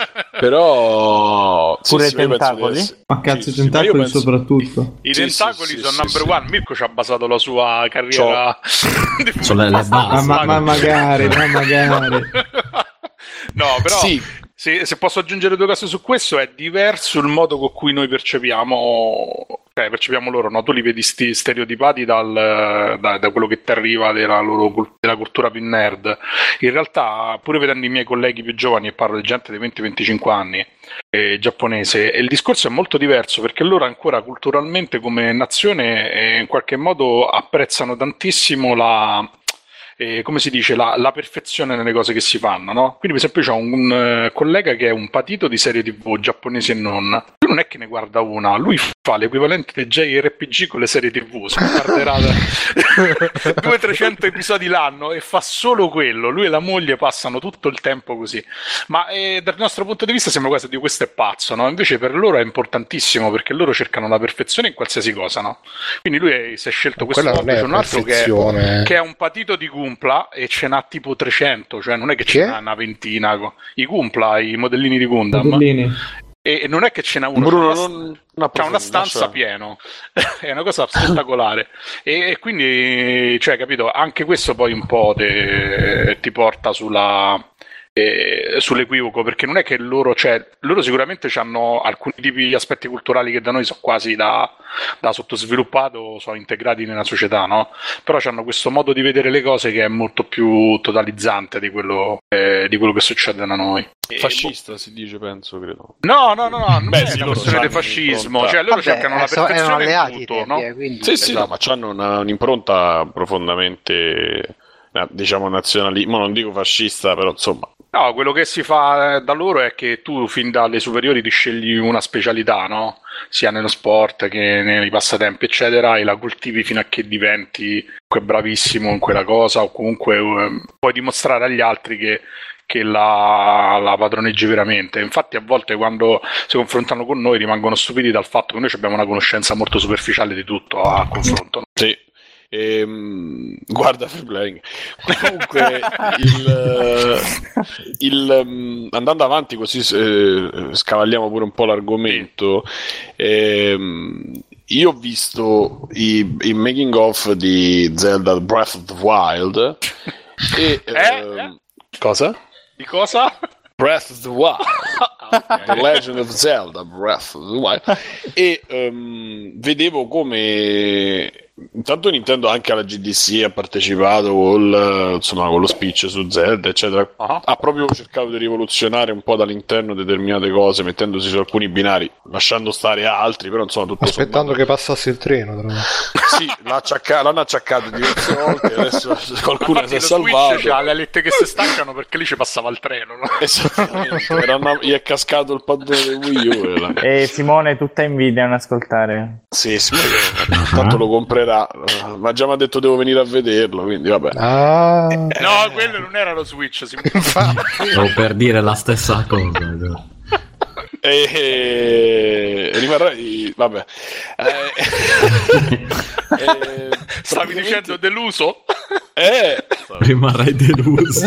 però pure sì, i tentacoli? essere... Ma cazzo, sì, i tentacoli sì, penso... soprattutto. I sì, tentacoli sì, sono sì, number sì, one. Mirko ci ha basato la sua carriera di Sono le, le Ma, basi. ma, ma magari, ma magari. No, però sì. se, se posso aggiungere due cose su questo, è diverso il modo con cui noi percepiamo, cioè percepiamo loro, no? Tu li vedi sti, stereotipati dal, da, da quello che ti arriva della loro della cultura più nerd. In realtà, pure vedendo i miei colleghi più giovani, e parlo di gente di venti venticinque anni, eh, giapponese, e il discorso è molto diverso, perché loro ancora culturalmente come nazione eh, in qualche modo apprezzano tantissimo la... Eh, come si dice, la, la perfezione nelle cose che si fanno, no? Quindi per esempio c'ho un, un uh, collega che è un patito di serie tv giapponesi e non, lui non è che ne guarda una, lui fa l'equivalente dei J R P G con le serie tv, si guarderà duecento trecento episodi l'anno e fa solo quello, lui e la moglie passano tutto il tempo così, ma eh, dal nostro punto di vista sembra quasi di questo è pazzo, no? Invece per loro è importantissimo, perché loro cercano la perfezione in qualsiasi cosa, no? Quindi lui è, si è scelto questo modo, c'è un altro che è, che è un patito di Gumpla e ce n'ha tipo trecento, cioè non è che, che? ce n'ha una ventina, i Gumpla, i modellini di Gundam, modellini. E non è che ce n'ha uno, Bruno, c'è una, non, non c'è una stanza pieno, è una cosa spettacolare. e, e quindi, cioè, capito, anche questo poi un po' te, ti porta sulla, eh, sull'equivoco, perché non è che loro, cioè, loro sicuramente hanno alcuni tipi di aspetti culturali che da noi sono quasi da, da sottosviluppato, sono integrati nella società, no? Però hanno questo modo di vedere le cose che è molto più totalizzante di quello, eh, di quello che succede da noi. Fascista boh. Si dice, penso, credo. No, no, no, no, non Beh, è sì, una questione di fascismo, cioè loro Vabbè, cercano la sono- erano perfezione alleati in tutto, i no? tempi, eh, quindi- Sì, sì, Esatto. no, ma hanno una, un'impronta profondamente, eh, diciamo, nazionalista, ma non dico fascista, però insomma. No, quello che si fa da loro è che tu fin dalle superiori ti scegli una specialità, no? Sia nello sport che nei passatempi, eccetera, e la coltivi fino a che diventi comunque bravissimo in quella cosa, o comunque eh, puoi dimostrare agli altri che, che la, la padroneggi veramente. Infatti a volte quando si confrontano con noi rimangono stupiti dal fatto che noi abbiamo una conoscenza molto superficiale di tutto a confronto. Sì. Ehm, guarda free playing. Comunque il, il, um, andando avanti così eh, scavagliamo pure un po' l'argomento. ehm, io ho visto i, i making of di Zelda Breath of the Wild e Eh? ehm, cosa? Di cosa? Breath of the Wild, The Legend of Zelda Breath of the Wild, e um, vedevo come intanto Nintendo anche alla G D C ha partecipato col, insomma, con lo speech su Zelda, eccetera. Uh-huh. Ha proprio cercato di rivoluzionare un po' dall'interno determinate cose, mettendosi su alcuni binari, lasciando stare altri, però insomma tutto aspettando sommato... che passasse il treno, tra sì, l'ha acciacca... l'hanno acciaccato diverse volte, adesso qualcuno Infatti si è salvato. C'ha le alette che si staccano perché lì ci passava il treno, no? Esattamente, era una... gli è cascato il paddone del Wii U e, la... e Simone tutta invidia a non ascoltare. Sì, Simone tanto lo comprerà, ma già mi ha detto devo venire a vederlo, quindi vabbè. Ah. Eh, no, quello non era lo Switch, Stavo per dire la stessa cosa. E, e, e rimarrai, vabbè. Eh, eh, stavi dicendo deluso? Eh, rimarrai deluso.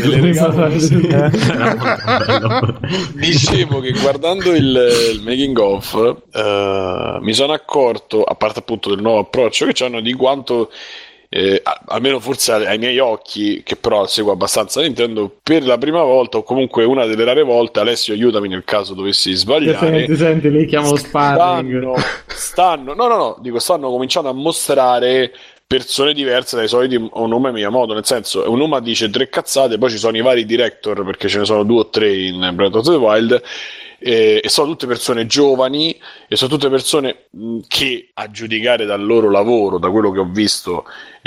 Dicevo che guardando il, il making of uh, mi sono accorto, a parte appunto del nuovo approccio che hanno, di quanto eh, almeno forse ai miei occhi, che però seguo abbastanza Nintendo, per la prima volta o comunque una delle rare volte, Alessio aiutami nel caso dovessi sbagliare, senti, senti, lì chiamo sparring, stanno, stanno no no no dico stanno cominciando a mostrare persone diverse dai soliti Onuma e Miyamoto, nel senso Onuma dice tre cazzate, poi ci sono i vari director, perché ce ne sono due o tre in Breath of the Wild, e, e sono tutte persone giovani e sono tutte persone mh, che, a giudicare dal loro lavoro, da quello che ho visto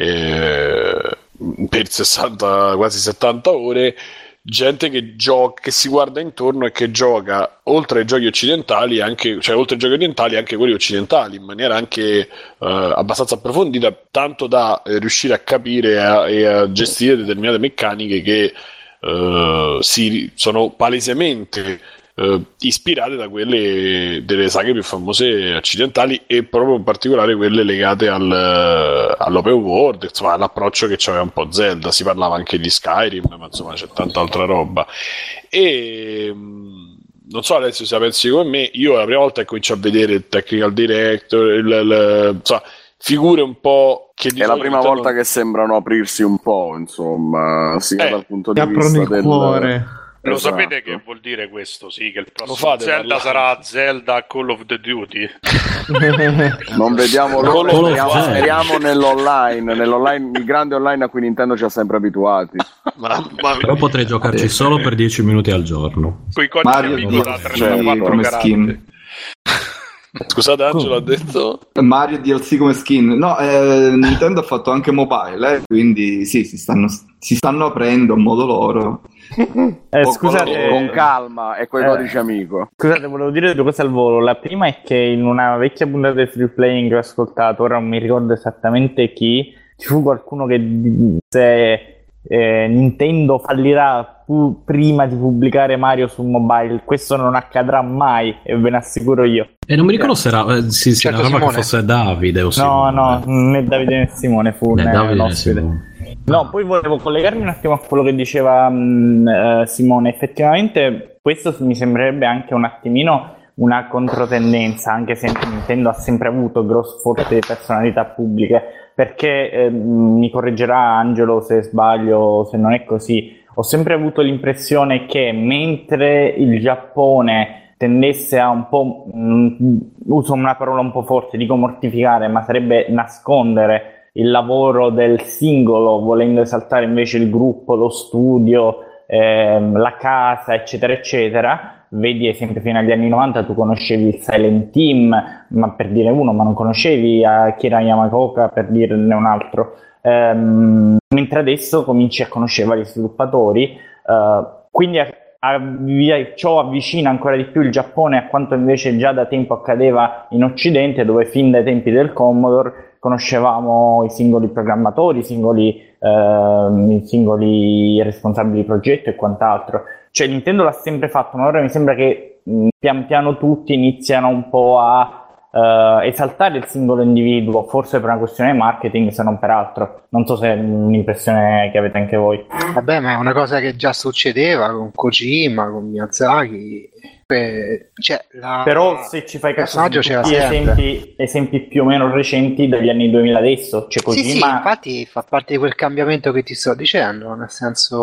eh, per sessanta quasi settanta ore, gente che gioca, che si guarda intorno e che gioca oltre ai giochi occidentali, anche, cioè oltre ai giochi orientali, anche quelli occidentali, in maniera anche eh, abbastanza approfondita, tanto da eh, riuscire a capire e a, e a gestire determinate meccaniche che eh, si, sono palesemente eh, ispirate da quelle delle saghe più famose occidentali, e proprio in particolare quelle legate al, all'open world, insomma all'approccio che c'aveva un po' Zelda. Si parlava anche di Skyrim, ma insomma c'è tanta altra roba. E non so Alessio se la pensi come me, io la prima volta che comincio a vedere il technical director, il, il, insomma, figure un po' che è la prima volta non... che sembrano aprirsi un po', insomma, sia eh, dal punto di vista del cuore. Lo esatto. Sapete che vuol dire questo? Sì, che il prossimo fate, Zelda parlare. sarà Zelda Call of the Duty. Non vediamo l'ora, Call of speriamo, Duty. speriamo nell'online, nell'online, il grande online a cui Nintendo ci ha sempre abituati. Mamma Però potrei giocarci solo per dieci minuti al giorno. Con i codici Mario amico di- da cioè, trentaquattro come caratteri. skin. Scusate, Angelo ha detto Mario D L C come skin. No, eh, Nintendo ha fatto anche mobile, eh, quindi sì, si stanno, si stanno aprendo a modo loro. Eh, Con- scusate, con calma e coi eh, codici amico. Scusate, volevo dire due cose al volo. La prima è che in una vecchia puntata del free playing che ho ascoltato, ora non mi ricordo esattamente chi, ci fu qualcuno che disse eh, Nintendo fallirà pu- prima di pubblicare Mario su mobile. Questo non accadrà mai, e ve ne assicuro io. E non mi ricordo se era, eh, sì, sì, Certo, narrava che Simone. fosse Davide o No, Simone. no, né Davide né Simone fu Né un Davide né ospite. Simone. No, poi volevo collegarmi un attimo a quello che diceva mh, eh, Simone. Effettivamente questo mi sembrerebbe anche un attimino una controtendenza, anche se Nintendo ha sempre avuto grosse forti personalità pubbliche, perché eh, mi correggerà Angelo se sbaglio, se non è così. ho sempre avuto l'impressione che mentre il Giappone tendesse a un po', mh, uso una parola un po' forte, dico mortificare, ma sarebbe nascondere il lavoro del singolo, volendo esaltare invece il gruppo, lo studio, ehm, la casa, eccetera, eccetera. Vedi, esempio, fino agli anni novanta tu conoscevi il Silent Team, ma per dire uno, ma non conoscevi Akira Yamaoka, per dirne un altro. Ehm, mentre adesso cominci a conoscere vari sviluppatori, eh, quindi a, a, ciò avvicina ancora di più il Giappone a quanto invece già da tempo accadeva in Occidente, dove fin dai tempi del Commodore conoscevamo i singoli programmatori, i singoli, eh, i singoli responsabili di progetto e quant'altro. Cioè Nintendo l'ha sempre fatto, ma ora mi sembra che mh, pian piano tutti iniziano un po' a uh, esaltare il singolo individuo, forse per una questione di marketing, se non per altro. Non so se è un'impressione che avete anche voi. Vabbè, ma è una cosa che già succedeva con Kojima, con Miyazaki. Cioè, la... Però se ci fai caso tutti esempi, esempi più o meno recenti degli anni duemila adesso, cioè Kojima... Sì, sì, infatti fa parte di quel cambiamento che ti sto dicendo, nel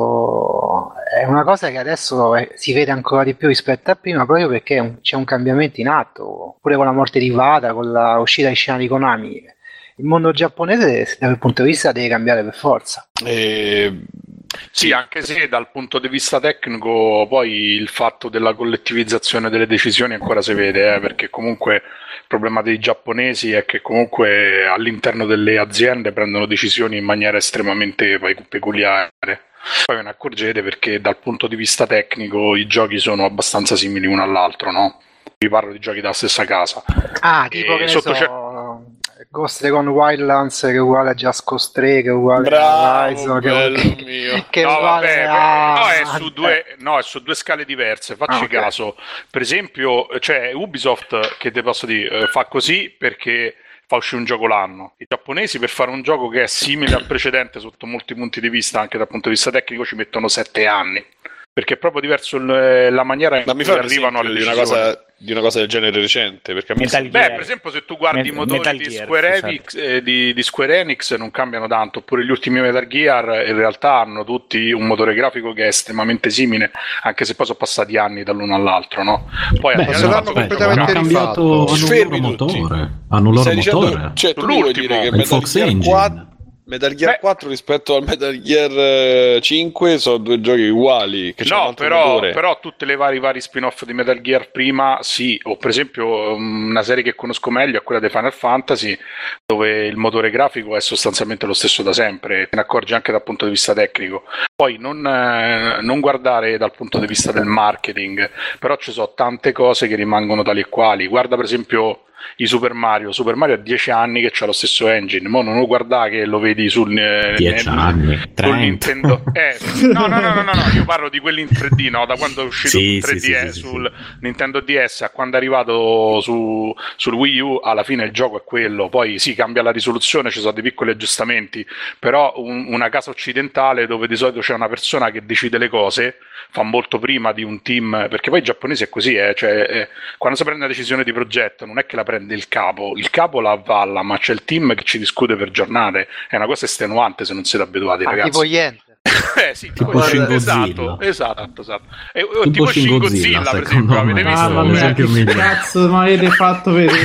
senso è una cosa che adesso è, si vede ancora di più rispetto a prima, proprio perché un, c'è un cambiamento in atto, pure con la morte di Wada, con la uscita in scena di Konami. Il mondo giapponese dal punto di vista deve cambiare per forza. E... Sì, anche se dal punto di vista tecnico poi il fatto della collettivizzazione delle decisioni ancora si vede, eh, perché comunque il problema dei giapponesi è che comunque all'interno delle aziende prendono decisioni in maniera estremamente peculiare. Poi ve ne accorgete perché dal punto di vista tecnico i giochi sono abbastanza simili uno all'altro, no? Vi parlo di giochi della stessa casa. Ah, tipo e che sotto so... c'è... Ghost Recon Wildlands che è uguale a Just Cause tre, che è uguale a Horizon, che, che, che no, è uguale vabbè, a... no, è su due, no, è su due scale diverse. Facci ah, okay. caso, per esempio, cioè Ubisoft, che te posso dire, fa così perché fa uscire un gioco l'anno. I giapponesi per fare un gioco che è simile al precedente sotto molti punti di vista, anche dal punto di vista tecnico, ci mettono sette anni. Perché è proprio diverso il, la maniera in Ma cui arrivano alle di una cosa di una cosa del genere recente, perché a me Beh, per esempio, se tu guardi Met- i motori di Square, Enix, eh, di, di Square Enix non cambiano tanto, oppure gli ultimi Metal Gear in realtà hanno tutti un motore grafico che è estremamente simile, anche se poi sono passati anni dall'uno all'altro, no? Poi Beh, se l'hanno completamente rifatto, hanno un loro motore, hanno un loro motore. Cioè, tu vuoi dire che il Fox Engine Metal Gear Beh. quattro rispetto al Metal Gear cinque sono due giochi uguali che no però, però tutte le vari, vari spin-off di Metal Gear prima sì, o per esempio una serie che conosco meglio è quella di Final Fantasy, dove il motore grafico è sostanzialmente lo stesso da sempre, te ne accorgi anche dal punto di vista tecnico. Poi non, eh, non guardare dal punto di vista del marketing, però ci sono tante cose che rimangono tali e quali. Guarda per esempio i Super Mario, Super Mario ha dieci anni che c'ha lo stesso engine, mo non lo guarda che lo vedi sul, dieci anni, sul Nintendo eh, no, no no no no no io parlo di quelli in tre D, no, da quando è uscito sì, tre D sì, eh, sì, sul sì. Nintendo D S a quando è arrivato su, sul Wii U, alla fine il gioco è quello. Poi si sì, cambia la risoluzione, ci sono dei piccoli aggiustamenti, però un, una casa occidentale dove di solito c'è una persona che decide le cose fa molto prima di un team, perché poi i giapponesi è così, eh, cioè, eh, quando si prende una decisione di progetto non è che la prende il capo, il capo la avvalla, ma c'è il team che ci discute per giornate, è una cosa estenuante se non siete abituati, ah, ragazzi. Tipo niente. eh sì, tipo, tipo Shin esatto, esatto, esatto. E, tipo, tipo Shin Shin Godzilla, Godzilla per esempio, avete visto? Ah, vabbè, che cazzo mi avete fatto vedere?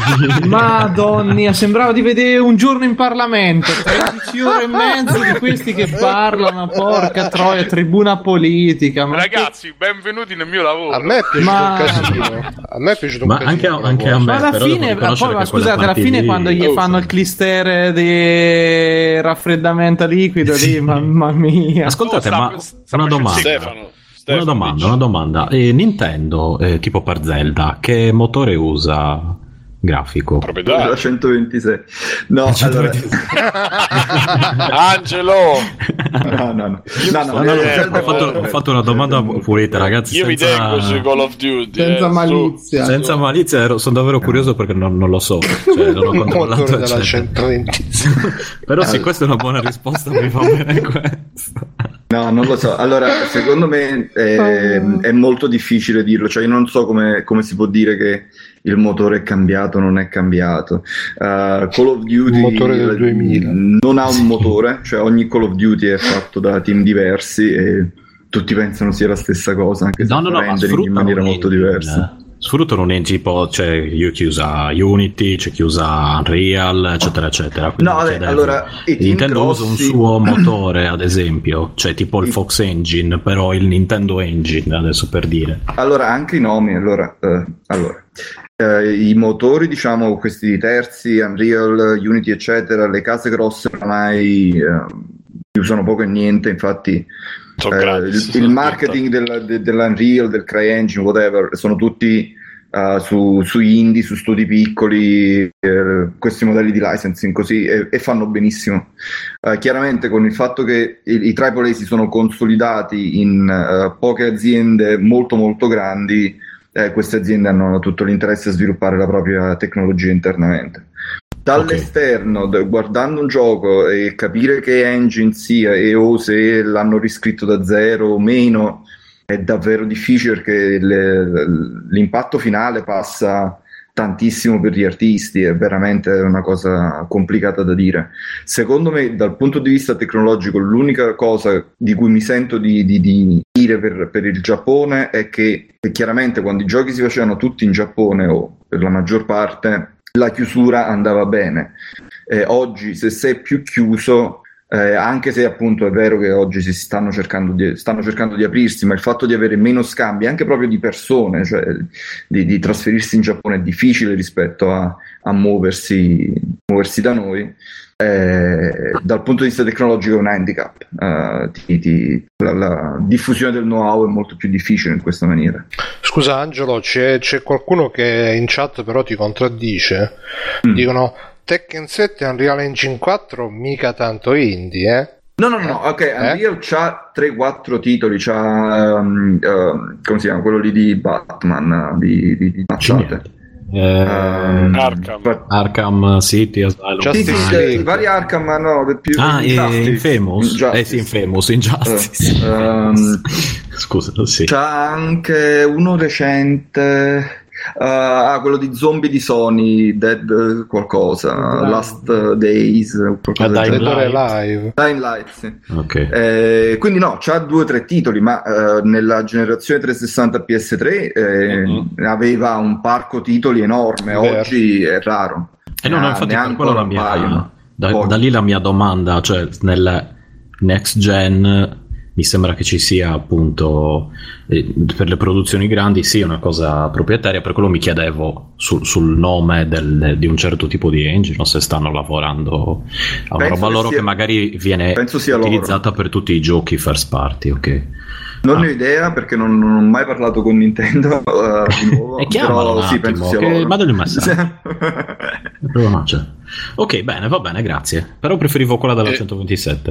Madonna, sembrava di vedere Un giorno in Parlamento, tredici ore e mezzo di questi che parlano, porca troia, tribuna politica. Ma ragazzi, che... benvenuti nel mio lavoro. A me è piaciuto ma... un casino. A me è piaciuto un ma casino. Anche, anche a me, ma alla però fine, poi, ma scusate, alla fine lì... quando gli oh, fanno il clister di raffreddamento liquido lì, mamma mia. Ascoltate, oh, sta, ma sta una domanda. Stefano, Stefano, una domanda, una domanda. Eh, Nintendo, eh, tipo per Zelda, che motore usa grafico? La centoventisei. No, centoventisei. Allora... Angelo. No, no, no. no, no, no, no eh, ho, fatto, ho fatto una domanda pulita, ragazzi. Io senza... mi tengo su Call of Duty. Senza eh, malizia. Su. Senza malizia, ero, sono davvero curioso perché non, non lo so. Cioè, non ho controllato. Il motore della centoventisei. Però se questa è una buona risposta, mi va bene questo. No, non lo so. Allora, secondo me è, è molto difficile dirlo. Cioè, io non so come, come si può dire che il motore è cambiato, non è cambiato. Uh, Call of Duty il motore del duemila non ha un motore, cioè ogni Call of Duty è fatto da team diversi e tutti pensano sia la stessa cosa, anche se no, no, no, rendering in maniera molto diversa. Sfruttano un engine tipo, c'è cioè, chi usa Unity, c'è chi usa Unreal, eccetera, eccetera. No, vabbè, allora Nintendo grossi... usa un suo motore, ad esempio, cioè tipo il Fox Engine, però il Nintendo Engine, adesso per dire. Allora, anche i nomi, allora, eh, allora. Eh, i motori, diciamo, questi terzi, Unreal, Unity, eccetera, le case grosse ormai eh, usano poco e niente, infatti. Eh, il, il marketing del, de, dell'Unreal, del CryEngine, whatever, sono tutti uh, su, su indie, su studi piccoli, eh, questi modelli di licensing così, e, e fanno benissimo. Uh, chiaramente con il fatto che i, i tripla A si sono consolidati in uh, poche aziende molto molto grandi, eh, queste aziende hanno tutto l'interesse a sviluppare la propria tecnologia internamente. Dall'esterno, okay. Guardando un gioco e capire che engine sia e o se l'hanno riscritto da zero o meno è davvero difficile, perché le, l'impatto finale passa tantissimo per gli artisti, è veramente una cosa complicata da dire. Secondo me, dal punto di vista tecnologico, l'unica cosa di cui mi sento di, di, di dire per, per il Giappone è che, che chiaramente quando i giochi si facevano tutti in Giappone, o per la maggior parte, la chiusura andava bene. Eh, oggi, se sei più chiuso, eh, anche se appunto è vero che oggi si stanno cercando di, stanno cercando di aprirsi, ma il fatto di avere meno scambi anche proprio di persone, cioè di, di trasferirsi in Giappone è difficile rispetto a, a muoversi, muoversi da noi. Eh, dal punto di vista tecnologico è un handicap. Uh, ti, ti, la, la diffusione del know-how è molto più difficile in questa maniera. Scusa Angelo, c'è, c'è qualcuno che in chat però ti contraddice. Mm. Dicono Tekken sette e Unreal Engine quattro mica tanto indie, eh? No, no, no, ok, Unreal eh? c'ha tre quattro titoli, c'ha um, uh, come si chiama, quello lì di Batman, di, di, di mazzate. Eh, um, Arkham. Arkham City, Asylum. Sì, sì, sì, vari Arkham, ma no, più ah, Injustice. Infamous. Injustice. Eh sì, Infamous, Injustice. Uh, um, Scusa, sì. C'ha anche uno recente, uh, ah, quello di zombie di Sony, Dead qualcosa, Live. Last Days, qualcosa ah, del genere. Live. Dying Light, sì. Okay. Eh, quindi no, c'ha due o tre titoli, ma uh, nella generazione trecentosessanta P S tre eh, uh-huh. aveva un parco titoli enorme. Vero. Oggi è raro. E no, no, infatti per quello la mia, da, da lì la mia domanda, cioè nel next gen mi sembra che ci sia appunto eh, per le produzioni grandi sì una cosa proprietaria, per quello mi chiedevo su, sul nome del, di un certo tipo di engine, o se stanno lavorando a una roba loro sia, che magari viene utilizzata loro per tutti i giochi first party, ok? Non ah. ne ho idea, perché non, non ho mai parlato con Nintendo uh, di nuovo. E chiamalo un sì, attimo, che vado il messaggio. Ok, bene, va bene, grazie. Però preferivo quella della eh. centoventisette.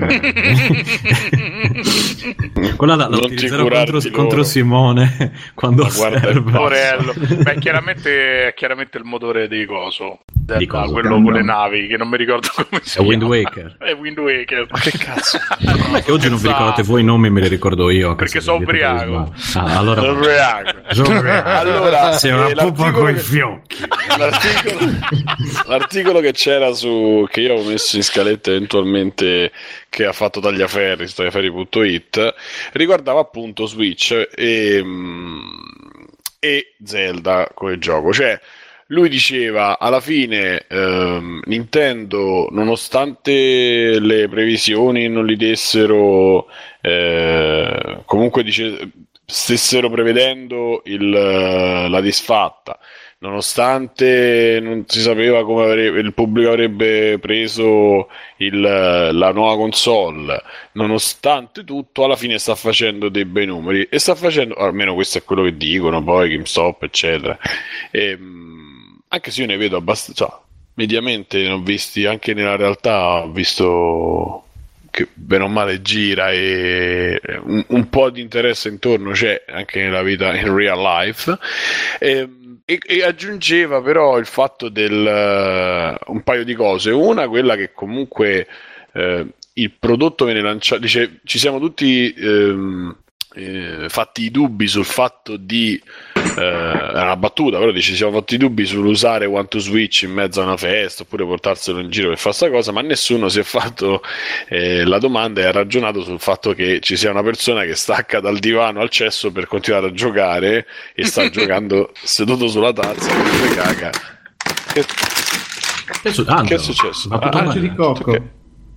Quella da, da utilizzerò contro, contro Simone quando serve. Morello. Beh, chiaramente, chiaramente il motore di coso. Di cosa? Quello con le navi, che non mi ricordo come si chiama. È Wind Waker. È Wind Waker. Ma che cazzo? Com'è che oggi non vi ricordate voi i nomi, me li ricordo io? Perché sono ubriaco. Ah, allora sono ubriaco. Sono ubriaco. Allora, sei una eh, pupa con i fiocchi. L'articolo, l'articolo che c'era su, che io avevo messo in scaletta eventualmente, che ha fatto Tagliaferri su tagliaferri punto it, riguardava appunto Switch e, e Zelda come gioco. Cioè, lui diceva alla fine ehm, Nintendo, nonostante le previsioni non li dessero, eh, comunque dice, stessero prevedendo il, la disfatta, nonostante non si sapeva come avrebbe, il pubblico avrebbe preso il, la nuova console, nonostante tutto alla fine sta facendo dei bei numeri, e sta facendo, almeno questo è quello che dicono poi GameStop eccetera, e, anche se io ne vedo abbastanza, cioè, mediamente ne ho visti, anche nella realtà ho visto che bene o male gira, e un, un po' di interesse intorno c'è anche nella vita in real life, e, e, e aggiungeva però il fatto del uh, un paio di cose. Una, quella che comunque uh, il prodotto viene lanciato, dice, ci siamo tutti um, eh, fatti i dubbi sul fatto di eh, è una battuta, però dice ci siamo fatti i dubbi sull'usare One to Switch in mezzo a una festa oppure portarselo in giro per fare sta cosa, ma nessuno si è fatto eh, la domanda e ha ragionato sul fatto che ci sia una persona che stacca dal divano al cesso per continuare a giocare e sta giocando seduto sulla tazza e caga. Che, che, su- ah, che è successo? Ah, ah, di cocco. Okay.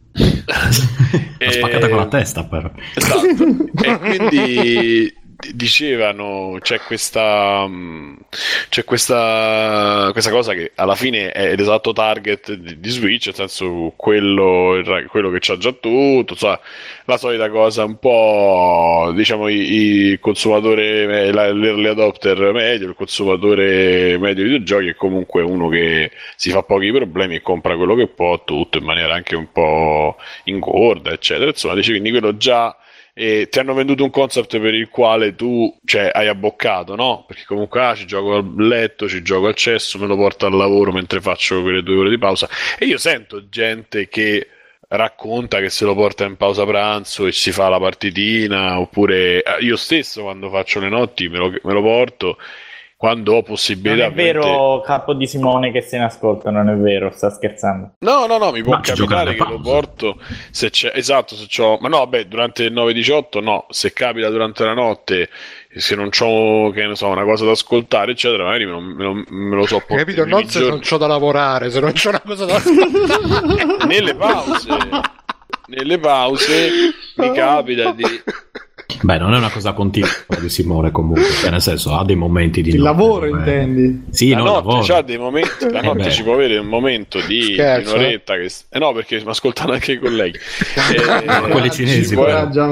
L'ha spaccata con la testa, però. Esatto. E quindi dicevano c'è questa c'è questa questa cosa che alla fine è l'esatto target di, di Switch, nel senso quello, quello che c'ha già tutto, cioè, la solita cosa un po', diciamo, il consumatore, l'early adopter medio, il consumatore medio di videogiochi è comunque uno che si fa pochi problemi e compra quello che può, tutto in maniera anche un po' ingorda, eccetera. Insomma, dice, quindi quello già. E ti hanno venduto un concept per il quale tu, cioè, hai abboccato, no? Perché comunque ah, ci gioco al letto, ci gioco al cesso, me lo porto al lavoro mentre faccio quelle due ore di pausa. E io sento gente che racconta che se lo porta in pausa pranzo e si fa la partitina, oppure io stesso quando faccio le notti me lo, me lo porto. Quando ho possibilità. Non è vero, ovviamente... capo di Simone, che se ne ascolta, non è vero, sta scherzando. No, no, no, mi può capitare che lo porto se c'è, esatto, se c'ho, ma no, vabbè, durante il nove diciotto no, se capita durante la notte, se non c'ho, che ne so, una cosa da ascoltare, eccetera, magari me lo, me lo, me lo so portare. Capito? Non se non c'ho da lavorare, se non c'ho una cosa da ascoltare. Nelle pause, nelle pause mi capita di... Beh, non è una cosa continua di Simone, comunque, cioè, nel senso, ha dei momenti di il notte, lavoro, dove... intendi? Sì, la no, notte lavoro. c'ha dei momenti, la notte eh ci può avere un momento di, di un'oretta che... eh no, perché mi ascoltano anche i colleghi eh, quelli cinesi, ci può,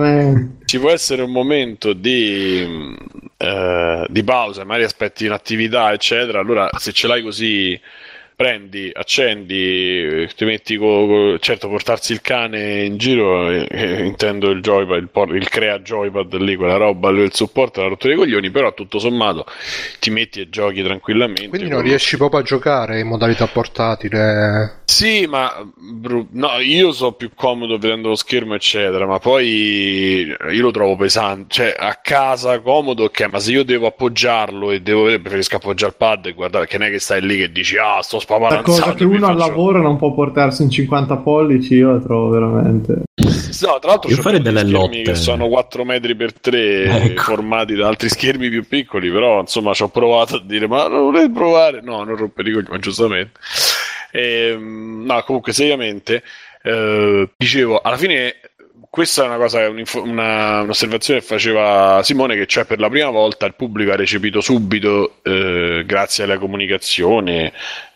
ci può essere un momento di eh, di pausa, magari aspetti un'attività, eccetera. Allora se ce l'hai così, prendi, accendi, ti metti co, co, certo, portarsi il cane in giro, eh, eh, intendo il joypad, il, por- il crea joypad lì, quella roba, il supporto, la rottura dei coglioni, però tutto sommato ti metti e giochi tranquillamente. Quindi non riesci proprio a giocare in modalità portatile? Sì, ma no, io so più comodo vedendo lo schermo, eccetera, ma poi io lo trovo pesante, cioè a casa comodo, ok, ma se io devo appoggiarlo e devo vedere, preferisco appoggiare il pad e guardare, che non è che stai lì che dici ah sto la cosa che uno al lavoro non può portarsi in cinquanta pollici, io la trovo veramente. No, tra l'altro io fare delle schermi lotte che sono quattro metri per tre, ecco, formati da altri schermi più piccoli, però insomma ci ho provato a dire ma non volete provare? No, non rompere i coglioni, ma giustamente. E, no, comunque seriamente eh, dicevo, alla fine questa è una cosa, una, un'osservazione che faceva Simone, che cioè per la prima volta il pubblico ha recepito subito, eh, grazie alla comunicazione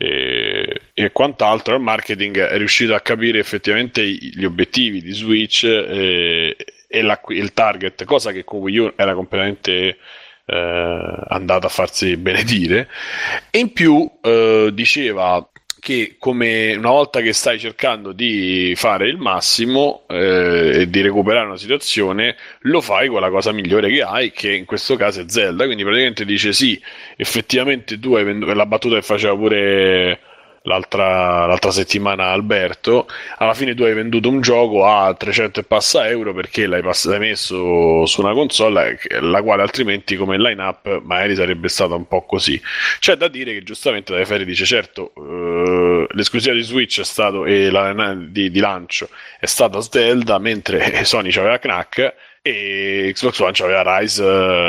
e, e quant'altro, il marketing è riuscito a capire effettivamente gli obiettivi di Switch e, e la, il target, cosa che con Wii U era completamente eh, andata a farsi benedire. E in più eh, diceva che come una volta che stai cercando di fare il massimo eh, e di recuperare una situazione, lo fai con la cosa migliore che hai, che in questo caso è Zelda. Quindi praticamente dice sì, effettivamente tu hai venduto, la battuta che faceva pure l'altra, l'altra settimana Alberto, alla fine tu hai venduto un gioco a trecento e passa euro perché l'hai, pass- l'hai messo su una console la quale altrimenti come line up magari sarebbe stata un po' così. C'è da dire che giustamente Dai Ferri dice certo, eh, l'esclusiva di Switch è stato e la di, di lancio è stata Zelda, mentre Sony c'aveva Knack e Xbox One c'aveva Rise,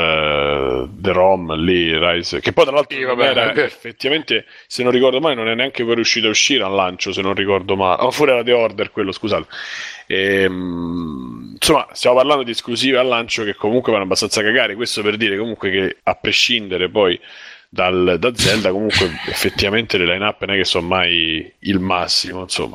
uh, The ROM lì, Rise, che poi tra l'altro sì, vabbè, era, effettivamente, se non ricordo male, non è neanche poi riuscito a uscire al lancio, se non ricordo male, oppure era The Order quello, scusate. E, insomma, stiamo parlando di esclusive al lancio che comunque vanno abbastanza a cagare. Questo per dire comunque che a prescindere poi dal, da Zelda, comunque effettivamente le line up non è che sono mai il massimo, insomma.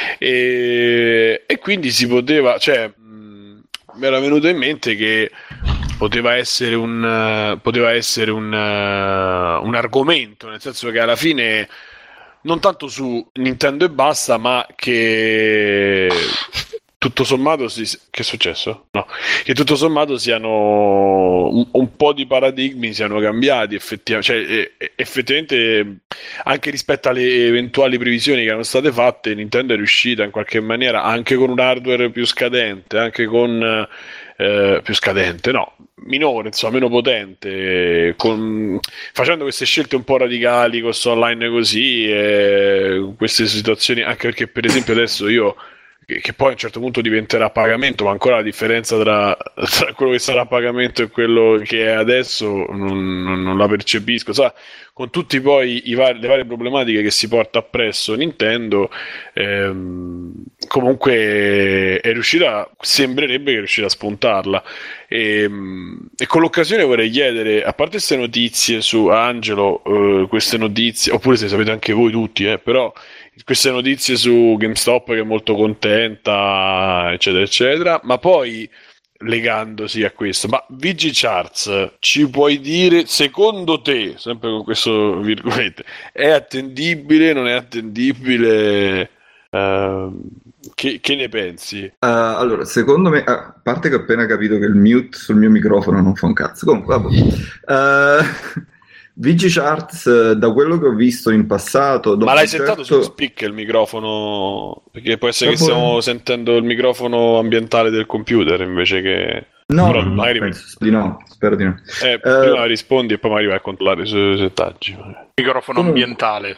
E, e quindi si poteva, cioè mi era venuto in mente che poteva essere un uh, poteva essere un, uh, un argomento, nel senso che alla fine non tanto su Nintendo e basta, ma che tutto sommato si... che è successo? No, che tutto sommato siano un, un po' di paradigmi siano cambiati effettivamente, cioè, eh, effettivamente anche rispetto alle eventuali previsioni che erano state fatte, Nintendo è riuscita in qualche maniera, anche con un hardware più scadente, anche con eh, più scadente, no, minore, insomma, meno potente, con, facendo queste scelte un po' radicali con online così, e queste situazioni, anche perché per esempio adesso io, che, che poi a un certo punto diventerà a pagamento, ma ancora la differenza tra, tra quello che sarà a pagamento e quello che è adesso non, non, non la percepisco, sa, con tutti poi i vari, le varie problematiche che si porta appresso Nintendo, ehm, comunque è riuscita, sembrerebbe che è riuscita a spuntarla. E, e con l'occasione vorrei chiedere, a parte queste notizie su Angelo, eh, queste notizie, oppure se sapete anche voi tutti, eh, però queste notizie su GameStop che è molto contenta, eccetera, eccetera, ma poi legandosi a questo, ma V G Charts, ci puoi dire, secondo te, sempre con questo virgolette, è attendibile, non è attendibile? Uh, che, che ne pensi? Uh, allora, secondo me, a parte che ho appena capito che il mute sul mio microfono non fa un cazzo, comunque vabbè. Uh, V G Charts, da quello che ho visto in passato, ma l'hai settato certo... su speaker il microfono? Perché può essere Dopo... che stiamo sentendo il microfono ambientale del computer invece che no, però, no, magari... penso di no, spero di no. Eh, uh... prima rispondi e poi magari vai a controllare i suoi settaggi. Microfono Comunque... ambientale.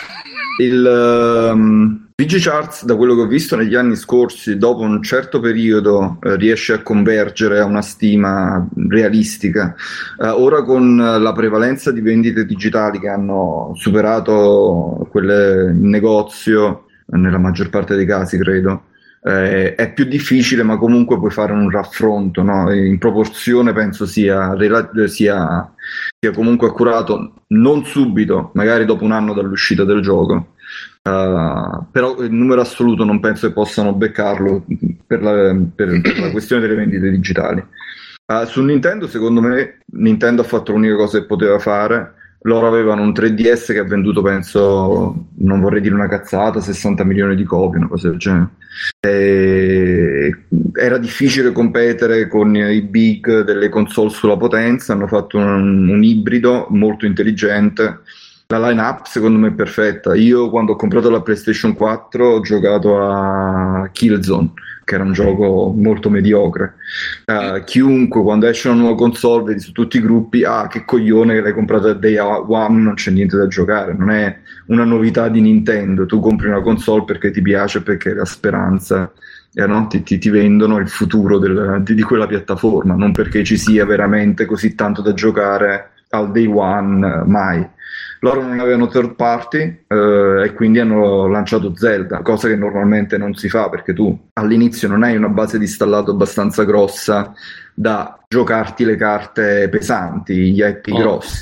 Il um, V G Charts, da quello che ho visto negli anni scorsi, dopo un certo periodo eh, riesce a convergere a una stima realistica. Uh, ora con la prevalenza di vendite digitali che hanno superato quelle in negozio, nella maggior parte dei casi credo, eh, è più difficile, ma comunque puoi fare un raffronto, no? In proporzione penso sia, sia, sia comunque accurato, non subito, magari dopo un anno dall'uscita del gioco, uh, però il numero assoluto non penso che possano beccarlo per la, per, per la questione delle vendite digitali. Uh, su Nintendo, secondo me, Nintendo ha fatto l'unica cosa che poteva fare. Loro avevano un tre D S che ha venduto, penso, non vorrei dire una cazzata, sessanta milioni di copie, una cosa del genere. E era difficile competere con i big delle console sulla potenza, hanno fatto un, un ibrido molto intelligente. La line-up secondo me è perfetta. Io quando ho comprato la PlayStation quattro ho giocato a Killzone, che era un gioco molto mediocre. Uh, chiunque quando esce una nuova console vedi su tutti i gruppi, ah che coglione che l'hai comprato a Day One, non c'è niente da giocare, non è una novità di Nintendo, tu compri una console perché ti piace, perché è la speranza, eh, no? ti, ti, ti vendono il futuro del, di, di quella piattaforma, non perché ci sia veramente così tanto da giocare al Day One, mai. Loro non avevano third party eh, e quindi hanno lanciato Zelda, cosa che normalmente non si fa perché tu all'inizio non hai una base di installato abbastanza grossa da giocarti le carte pesanti, gli I P oh. grossi.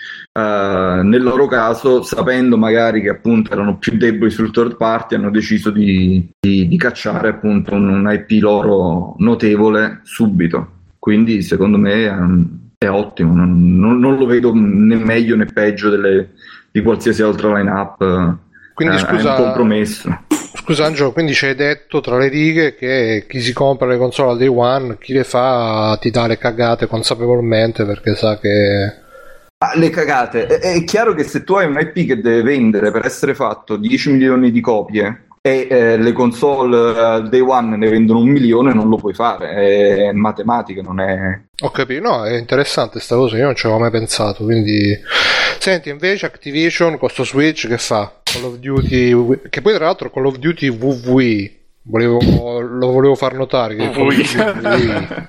Uh, nel loro caso, sapendo magari che appunto erano più deboli sul third party, hanno deciso di, di, di cacciare appunto un, un I P loro notevole subito. Quindi secondo me um, è ottimo, non, non, non lo vedo né meglio né peggio delle, di qualsiasi altra line-up. Quindi eh, scusa, è un compromesso. Scusa Angelo, quindi ci hai detto tra le righe che chi si compra le console al day one, chi le fa ti dà le cagate consapevolmente perché sa che... Ah, le cagate, è, è chiaro che se tu hai un I P che deve vendere per essere fatto dieci milioni di copie e eh, le console al uh, day one ne vendono un milione, non lo puoi fare, è matematica, non è... Ho capito, no, è interessante sta cosa, io non ci avevo mai pensato, quindi... Senti, invece Activision con sto Switch che fa? Call of Duty, che poi tra l'altro Call of Duty W W E, volevo, lo volevo far notare che Call of Duty W W E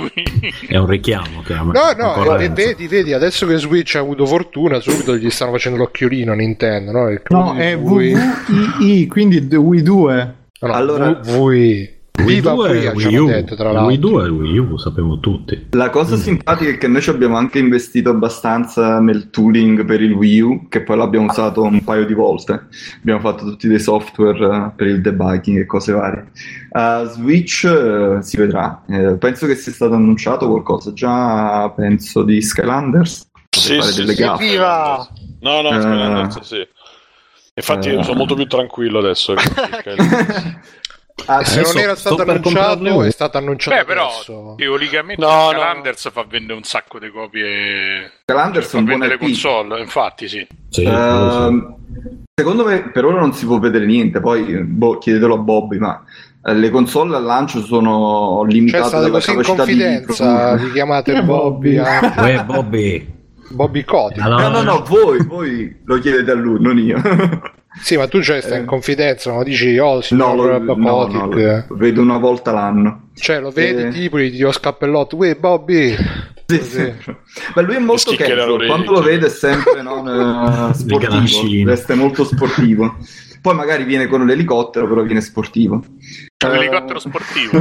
è un richiamo, no no e vedi vedi adesso che Switch ha avuto fortuna subito gli stanno facendo l'occhiolino a Nintendo, no? No, è W W E, quindi Wii due. No, no, allora W W E Viva Wii U, Wii U, detto, tra l'altro. Wii due e Wii U lo sappiamo tutti. La cosa mm. simpatica è che noi ci abbiamo anche investito abbastanza nel tooling per il Wii U, che poi l'abbiamo usato un paio di volte. Abbiamo fatto tutti dei software uh, per il debugging e cose varie. Uh, Switch uh, si vedrà. Uh, penso che sia stato annunciato qualcosa già, penso di Skylanders. Sì, fare sì, delle sì, viva! No, no, uh, Skylanders, sì. Infatti uh, sono molto più tranquillo adesso. Ah, se non era stato annunciato, è stato annunciato. Beh, però adesso. teoricamente no, Calanders no. fa vendere un sacco di copie. Calanders fa vendere console, infatti, sì. sì uh, secondo me per ora non si può vedere niente. Poi boh, chiedetelo a Bobby, ma le console al lancio sono limitate cioè, dalla così capacità in confidenza, di vi chiamate Bobby. Uè, eh, Bobby. Bobby Kotick. No, no, no, voi, voi lo chiedete a lui, non io. Sì, ma tu cioè stai in confidenza, non dici oh signor no, lo, no, no, lo vedo una volta l'anno. Cioè lo vedi eh... tipo gli dico scappellotto, uè Bobby. Sì, sì. Ma lui è molto casual, quando lo vede è sempre non uh, sportivo, resta molto sportivo. Poi magari viene con l'elicottero, però viene sportivo. C'è un elicottero sportivo.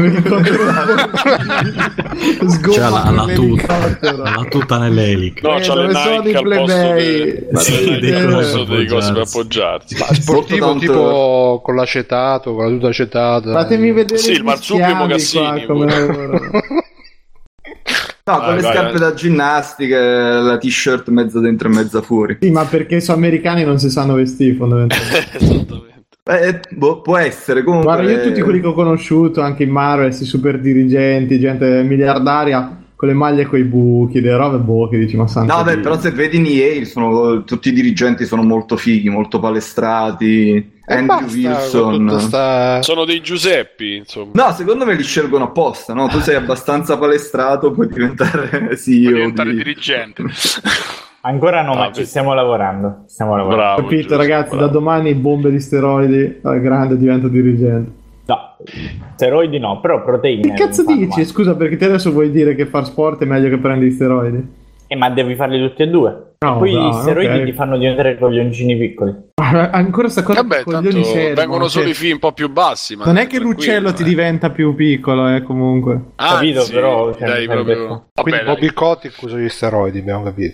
C'è la, la, tuta, la tuta nell'elica. No, eh, c'ha le Nike al posto dei, sì, dei cosi per appoggiarsi. Ma sportivo tanto... tipo con l'acetato, con la tuta acetata. Fatemi vedere sì, il marsupio Mocassini. No, con vai, le vai, scarpe vai. da ginnastica, la t-shirt mezza dentro e mezza fuori. Sì, ma perché su americani non si sanno vestire fondamentalmente. Esattamente. Eh, boh, può essere comunque. Guarda, io tutti quelli che ho conosciuto, anche in Marvel, questi super dirigenti, gente miliardaria, con le maglie coi buchi, le robe boh, che dici ma santo. No, beh, però se vedi in E A sono, tutti i dirigenti sono molto fighi, molto palestrati. E Andrew basta, Wilson sta... sono dei Giuseppi, insomma. No, secondo me li scelgono apposta, no? Tu sei abbastanza palestrato, puoi diventare C E O, puoi diventare di... dirigente. Ancora no, ah, ma ci stiamo lavorando. Stiamo lavorando. Bravo, Capito, giusto, ragazzi, bravo. da domani bombe di steroidi, al grande diventa dirigente. No, steroidi no, però proteine. Che cazzo dici? Male. Scusa, perché te adesso vuoi dire che far sport è meglio che prendi steroidi? Eh, ma devi farli tutti e due. No, Poi no, i steroidi okay. ti fanno diventare coglioncini piccoli. Ancora sta cosa. Vabbè, tanto servono, vengono cioè... solo i fili un po' più bassi. Ma non è che l'uccello ti eh. diventa più piccolo, eh, comunque. Ah, capito, sì, però. Cioè, dai, proprio... Quindi Vabbè, Bobby Kotick usa gli steroidi, abbiamo capito.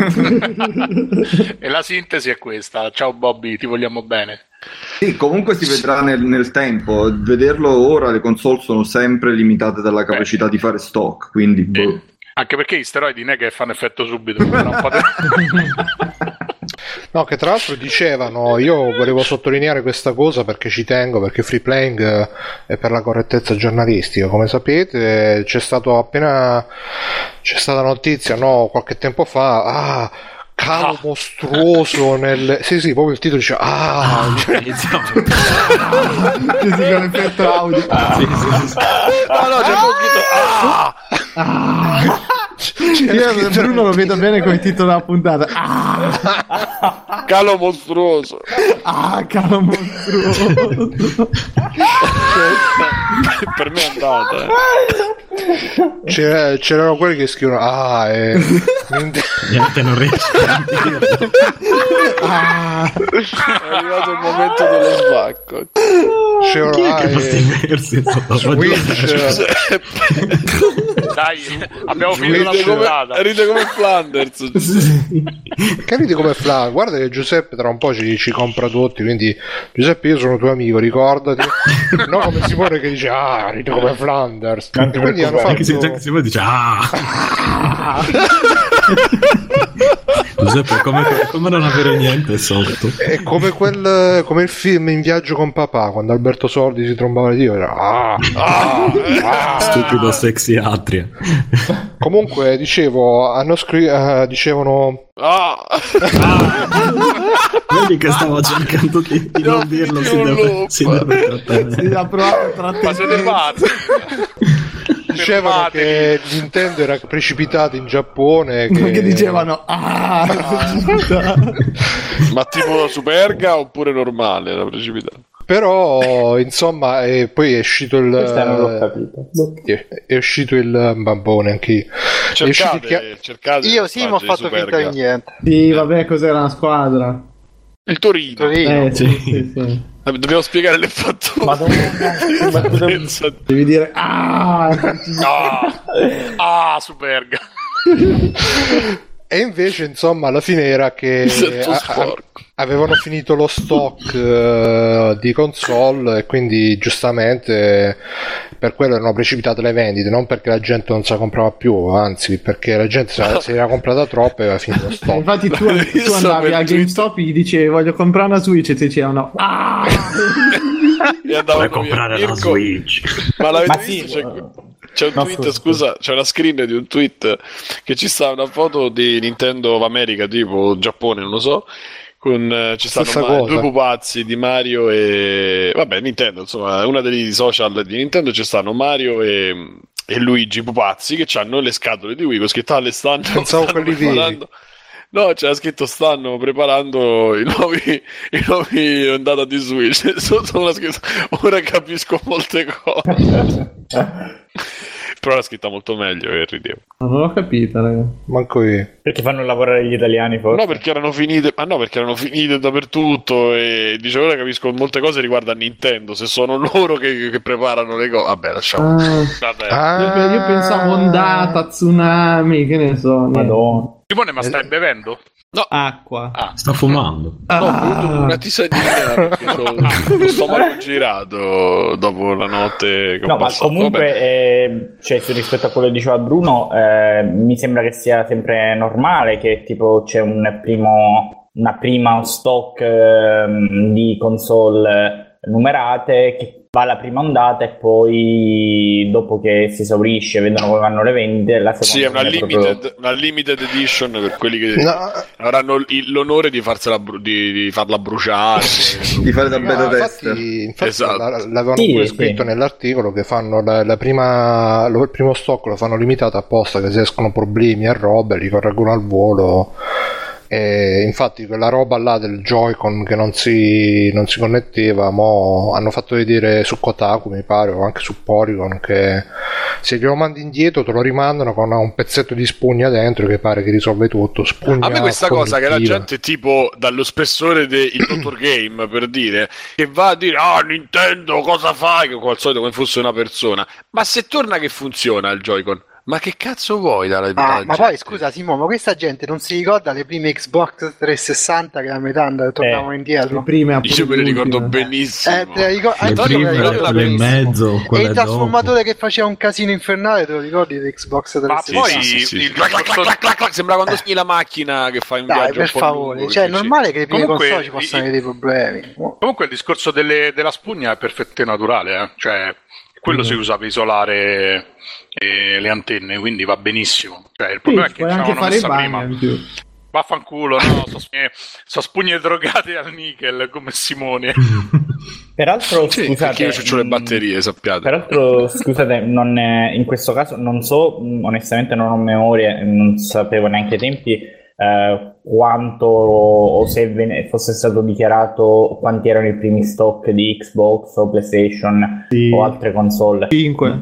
E la sintesi è questa. Ciao Bobby, ti vogliamo bene. Sì, comunque si vedrà nel, nel tempo. Vederlo ora, le console sono sempre limitate dalla capacità Beh. di fare stock, quindi sì. boh. Anche perché gli steroidi non è che fanno effetto subito. Un po' de... No, che tra l'altro dicevano, io volevo sottolineare questa cosa perché ci tengo, perché Free Playing è per la correttezza giornalistica, come sapete c'è stato appena c'è stata notizia, no, qualche tempo fa, ah, calo ah. mostruoso nel... sì sì, proprio il titolo dice ah, ah cioè... così con l'effetto audio ah, sì, sì, sì. no no c'è pochino ah. Ah. Cioè, io Bruno lo vedo bene come titolo della puntata. Ah. Calo mostruoso. Ah, calo mostruoso. Per me è andata. Eh. C'era, c'erano quelli che scrivono ah e niente non riesce ah. È arrivato il momento dello sbacco. C'erano chi è ah, che fa sti versi dai, abbiamo finito la puntata. Ride come Flanders. Che ride come Flanders? Guarda che Giuseppe tra un po' ci, ci compra tutti, quindi Giuseppe io sono tuo amico, ricordati. No, come Simone che dice ah ride come Flanders. Anche quindi hanno fatto... Anche Simone dice ah. Giuseppe, come, come non avere niente sotto? È come quel come il film In viaggio con papà, quando Alberto Sordi si trombava di Dio era ah, ah, ah. Stupido sexy atria. Comunque dicevo hanno scritto uh, dicevano ah. ah. Vedi che stavo cercando di, di non dirlo, si deve, si deve trattenere. Si deve provare a trattenere. Ma siete pazzi? Dicevano che Nintendo era precipitato in Giappone che, che dicevano ah, ah. Ma tipo Superga oppure normale era precipitato? Però insomma e poi è uscito il questa non l'ho capito. È, è uscito il bambone anche cercate, chia... cercate io sì ma ho fatto finta di niente. Sì vabbè, cos'era una squadra? Il Torino, Torino. Eh, sì, sì, sì. Dobbiamo spiegare le fatture. Ma devi, devi dire ah, ah, ah Superga. E invece insomma alla fine era che a- a- avevano finito lo stock uh, di console e quindi giustamente per quello erano precipitate le vendite, non perché la gente non se la comprava più, anzi perché la gente se, la, se era comprata troppo e aveva finito lo stock. Infatti tu, tu andavi a GameStop e gli dicevi voglio comprare una Switch e ti dicevano ah. e andavano Vuoi comprare via. la Mirko, Switch? ma l'avete Ma visto? sì, C'è, no, c'è un no, tweet, scusa, scusa, c'è una screen di un tweet che ci sta una foto di Nintendo of America, tipo Giappone, non lo so, con eh, ci stanno Stessa ma- cosa. due pupazzi di Mario e vabbè, Nintendo, insomma, una dei social di Nintendo ci stanno Mario e, e Luigi pupazzi che hanno le scatole di Wii con scritto "Ah, le stanno, Pensavo stanno quelli veri. preparando". No, c'era scritto stanno preparando i nuovi, i nuovi ondata di Switch. Sotto una scritto, ora capisco molte cose. Però l'ha scritta molto meglio e ridevo. Non l'ho capita, raga. Manco io. perché fanno lavorare gli italiani forse? No, perché erano finite, ma no, perché erano finite dappertutto e dicevo ora capisco molte cose riguardo a Nintendo, se sono loro che, che preparano le cose. Vabbè, lasciamo. Ah. Vabbè. Ah, Io, io pensavo ondata, tsunavi, che ne so. niente. Madonna. Simone, ma stai bevendo? Acqua. Ah. Sta fumando. No, ho Ah. bevuto una tisanina perché ho lo stomaco girato dopo la notte che ho No, ma passato. comunque, Vabbè. eh, cioè, su- rispetto a quello che diceva Bruno, eh, mi sembra che sia sempre normale che tipo c'è un primo, una prima stock ehm, di console numerate che va alla prima ondata e poi dopo che si esaurisce, vedono come vanno le vendite, la seconda Sì, è una viene proprio- limited, una limited edition per quelli che no, avranno il- l'onore di, farsela, bru- di, di farla bruciare. Di fare da no, beta tester. infatti, infatti Esatto. la- l'avevano Sì, pure sì. scritto nell'articolo che fanno la, la prima, lo- il primo stock lo fanno limitato apposta, che se escono problemi e robe li correggono al volo. E infatti quella roba là del Joy-Con che non si, non si connetteva, mo hanno fatto vedere su Kotaku mi pare o anche su Polygon che se glielo mandi indietro te lo rimandano con un pezzetto di spugna dentro che pare che risolve tutto. Spugna A me questa cosa che la cognitiva. gente tipo dallo spessore del Dottor Game per dire che va a dire ah Nintendo cosa fai, che come al solito come fosse una persona, ma se torna che funziona il Joy-Con, ma che cazzo vuoi dalla, Ah, dalla ma gente? poi scusa Simone, ma questa gente non si ricorda le prime Xbox trecentosessanta che a metà and- tornavano Le indietro? prime a Io me le ricordo ultime. benissimo. Eh, te la ricor- Le anche io me la prime, ricordo quelle in benissimo. mezzo, E quelle il trasformatore dopo. che faceva un casino infernale, te lo ricordi di Xbox Ma trecentosessanta? poi Sì, sì, sì. il Clac, clac, clac, clac, clac, clac, sembra quando stigli la macchina che fai un Dai, viaggio per un po' favore, lungo, cioè è che dici- normale che le prime Comunque, console ci possano i- avere dei problemi. Comunque il discorso delle- della spugna è perfetto e naturale, eh? Cioè quello si usa per isolare eh, le antenne, quindi va benissimo. Cioè, il Sì, problema è che puoi anche c'avevano fare i messa bagni prima. in più. Vaffanculo, no, so spugne, so spugne drogate al nickel come Simone. Peraltro, Sì, scusate, perché io ho le mh, batterie, sappiate. Peraltro, scusate, non è- in questo caso non so, mh, onestamente non ho memoria, non sapevo neanche i tempi, eh, quanto o se ve ne fosse stato dichiarato quanti erano i primi stock di Xbox o PlayStation Sì. o altre console. cinque.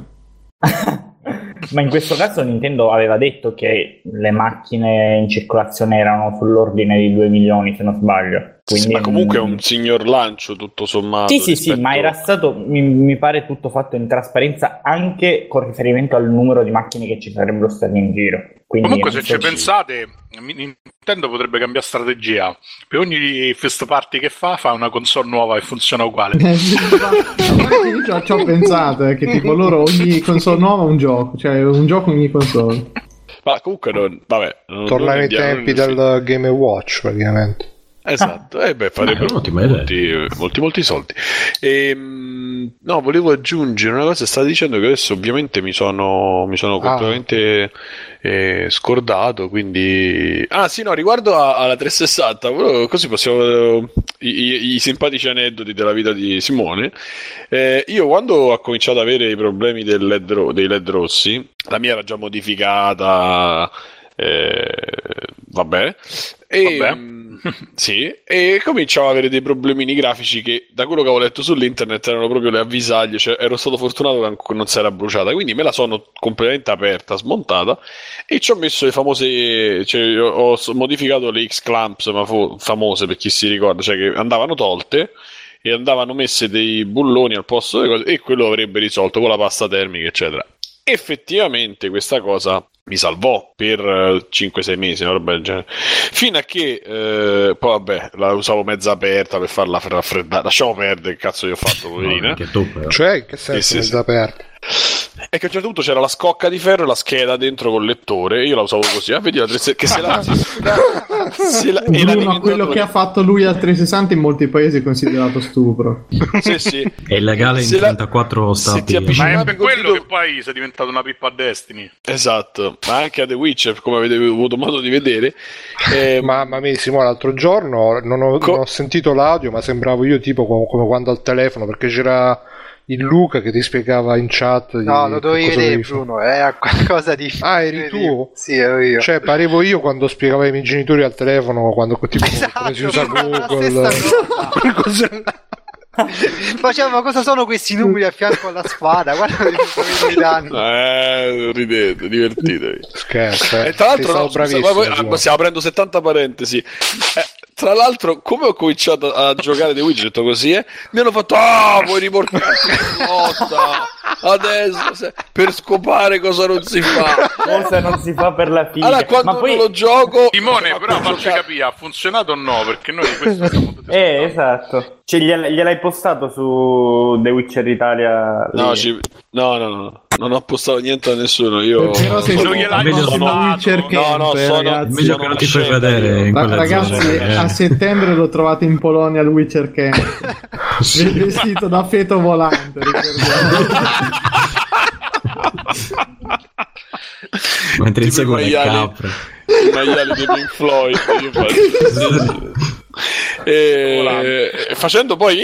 Ma in questo caso Nintendo aveva detto che le macchine in circolazione erano sull'ordine di due milioni, se non sbaglio. Quindi, ma comunque è mh, un signor lancio tutto sommato. Sì, sì, sì, rispetto- ma era stato, mi, mi pare tutto fatto in trasparenza anche con riferimento al numero di macchine che ci sarebbero state in giro. Quindi Comunque non se so ci pensate, Nintendo potrebbe cambiare strategia. Per ogni first party che fa, fa una console nuova e funziona uguale. Eh, sì, ma- ma io ci ho- ci ho pensato, eh, che tipo loro ogni console nuova ha un gioco, cioè un gioco ogni console. Ma comunque, non, vabbè, non, Torna non ai andiamo- tempi non- del Game and Watch praticamente. Esatto, eh beh, Eh, farebbero è un'ottima idea. molti, molti, molti soldi. Ehm, no, volevo aggiungere una cosa. Stavo dicendo che adesso ovviamente mi sono, mi sono Ah. completamente eh, scordato. Quindi, ah, sì, no, riguardo a- alla trecentosessanta, volevo- così possiamo i, i- i simpatici aneddoti della vita di Simone. Eh, io quando ho cominciato ad avere i problemi del LED ro- dei LED rossi, la mia era già modificata. Eh, vabbè, e, Vabbè. mh, sì, e cominciavo ad avere dei problemini grafici che da quello che avevo letto sull'internet erano proprio le avvisaglie, cioè ero stato fortunato che non- non si era bruciata, quindi me la sono completamente aperta, smontata e ci ho messo le famose, cioè ho, ho s- modificato le X-clamps ma fo- famose per chi si ricorda, cioè che andavano tolte e andavano messe dei bulloni al posto delle cose e quello avrebbe risolto con la pasta termica eccetera. Effettivamente questa cosa mi salvò per cinque sei mesi, una roba del genere. Fino a che eh, poi vabbè, la usavo mezza aperta per farla raffreddare. Lasciamo perdere, che cazzo io ho fatto, No, poverina. anche tu, però. Cioè, in che senso sì, mezza sì. aperta? è che a un certo punto c'era la scocca di ferro e la scheda dentro col lettore, e io la usavo così, ah, vedi la trecentosessanta che se la, se la e Bruno, quello che ha fatto lui al trecentosessanta in molti paesi è considerato stupro. Sì, sì. È illegale in Se la- trentaquattro stati. Ma è per quello che poi sei diventato una pippa a Destiny. Esatto, ma anche a The Witcher, come avete avuto modo di vedere. Eh, Mamma mia, Simone, l'altro giorno non ho, Co- non ho sentito l'audio, ma sembravo io tipo come, come quando al telefono, perché c'era il Luca che ti spiegava in chat. No, di- lo dovevi che cosa vedere, devi fare. Bruno, è qualcosa di... Ah, eri tu? Sì, ero io. Cioè, parevo io quando spiegavo ai miei genitori al telefono, quando tipo, Esatto, come si usa la Google. stessa cosa. Cos'è? Faceva, cosa sono questi numeri a fianco alla spada? Guarda che mi danno. Eh, ridete, divertitevi. Scherzo, eh. E tra l'altro, Sei no, stato scusa, bravissimo, poi- Simone. ah, stiamo aprendo settanta parentesi. Eh, tra l'altro, come ho cominciato a giocare The Witcher, ho detto così, eh, mi hanno fatto, ah, vuoi riportare la lotta adesso se- per scopare cosa non si fa. Cosa non si fa per la fine. Allora, quando Ma poi... non lo gioco, Simone, ho però fatto facci giocare- capire, ha funzionato o no? Perché noi di questo siamo tutti Eh, esatto. Cioè, gliel- gliel'hai postato su The Witcher Italia? No, lì? ci- no, no, no, non ho postato niente a nessuno. Io Però sei Non su gliel'hai meglio su postato. Witcher No, no, Camp, sono- ragazzi. Meglio sono che non una ti fai scema, vedere io. in Ra- quelle Ragazzi, zone. eh. a settembre lo trovate in Polonia al Witcher Camp. Vestito da feto volante, ricordiamo. Mentre Tipo insegue i le maiali- capre. i maiali di Pink Floyd, io faccio. E, e facendo poi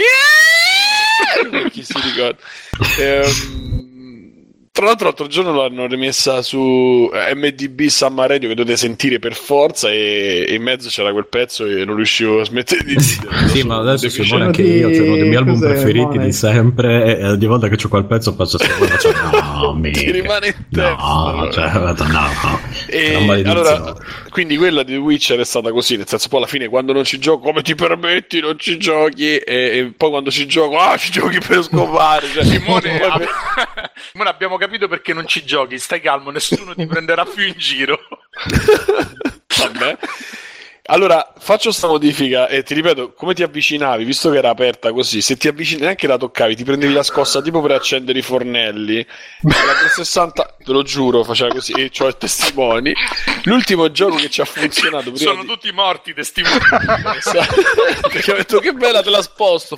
chi si ricorda. Ehm, tra l'altro l'altro giorno l'hanno rimessa su M D B Summer Radio, che dovete sentire per forza, e, e in mezzo c'era quel pezzo e non riuscivo a smettere di ridere. Sì, ma adesso Defici- Simone, anche di- io c'è uno dei miei album cos'è, preferiti Monet? di sempre, e ogni volta che c'ho quel pezzo faccio sempre faccio, no, ti mica. rimane in testa. No, cioè, vado, no, no. E È una maledizione. allora, quindi quella di The Witcher è stata così, nel senso, poi alla fine quando non ci gioco, come ti permetti, non ci giochi, e, e poi quando ci gioco, ah, ci giochi per scopare. Cioè, Simone, poi- ab- Simone, abbiamo capito perché non ci giochi, stai calmo, nessuno ti prenderà più in giro. Vabbè. Allora, faccio sta modifica e ti ripeto, come ti avvicinavi, visto che era aperta così, se ti avvicini neanche la toccavi, ti prendevi la scossa tipo per accendere i fornelli. La trecentosessanta, te lo giuro, faceva così, e c'ho i testimoni. L'ultimo gioco che ci ha funzionato prima Sono di... tutti morti i testimoni. perché ho detto che bella, te la sposto.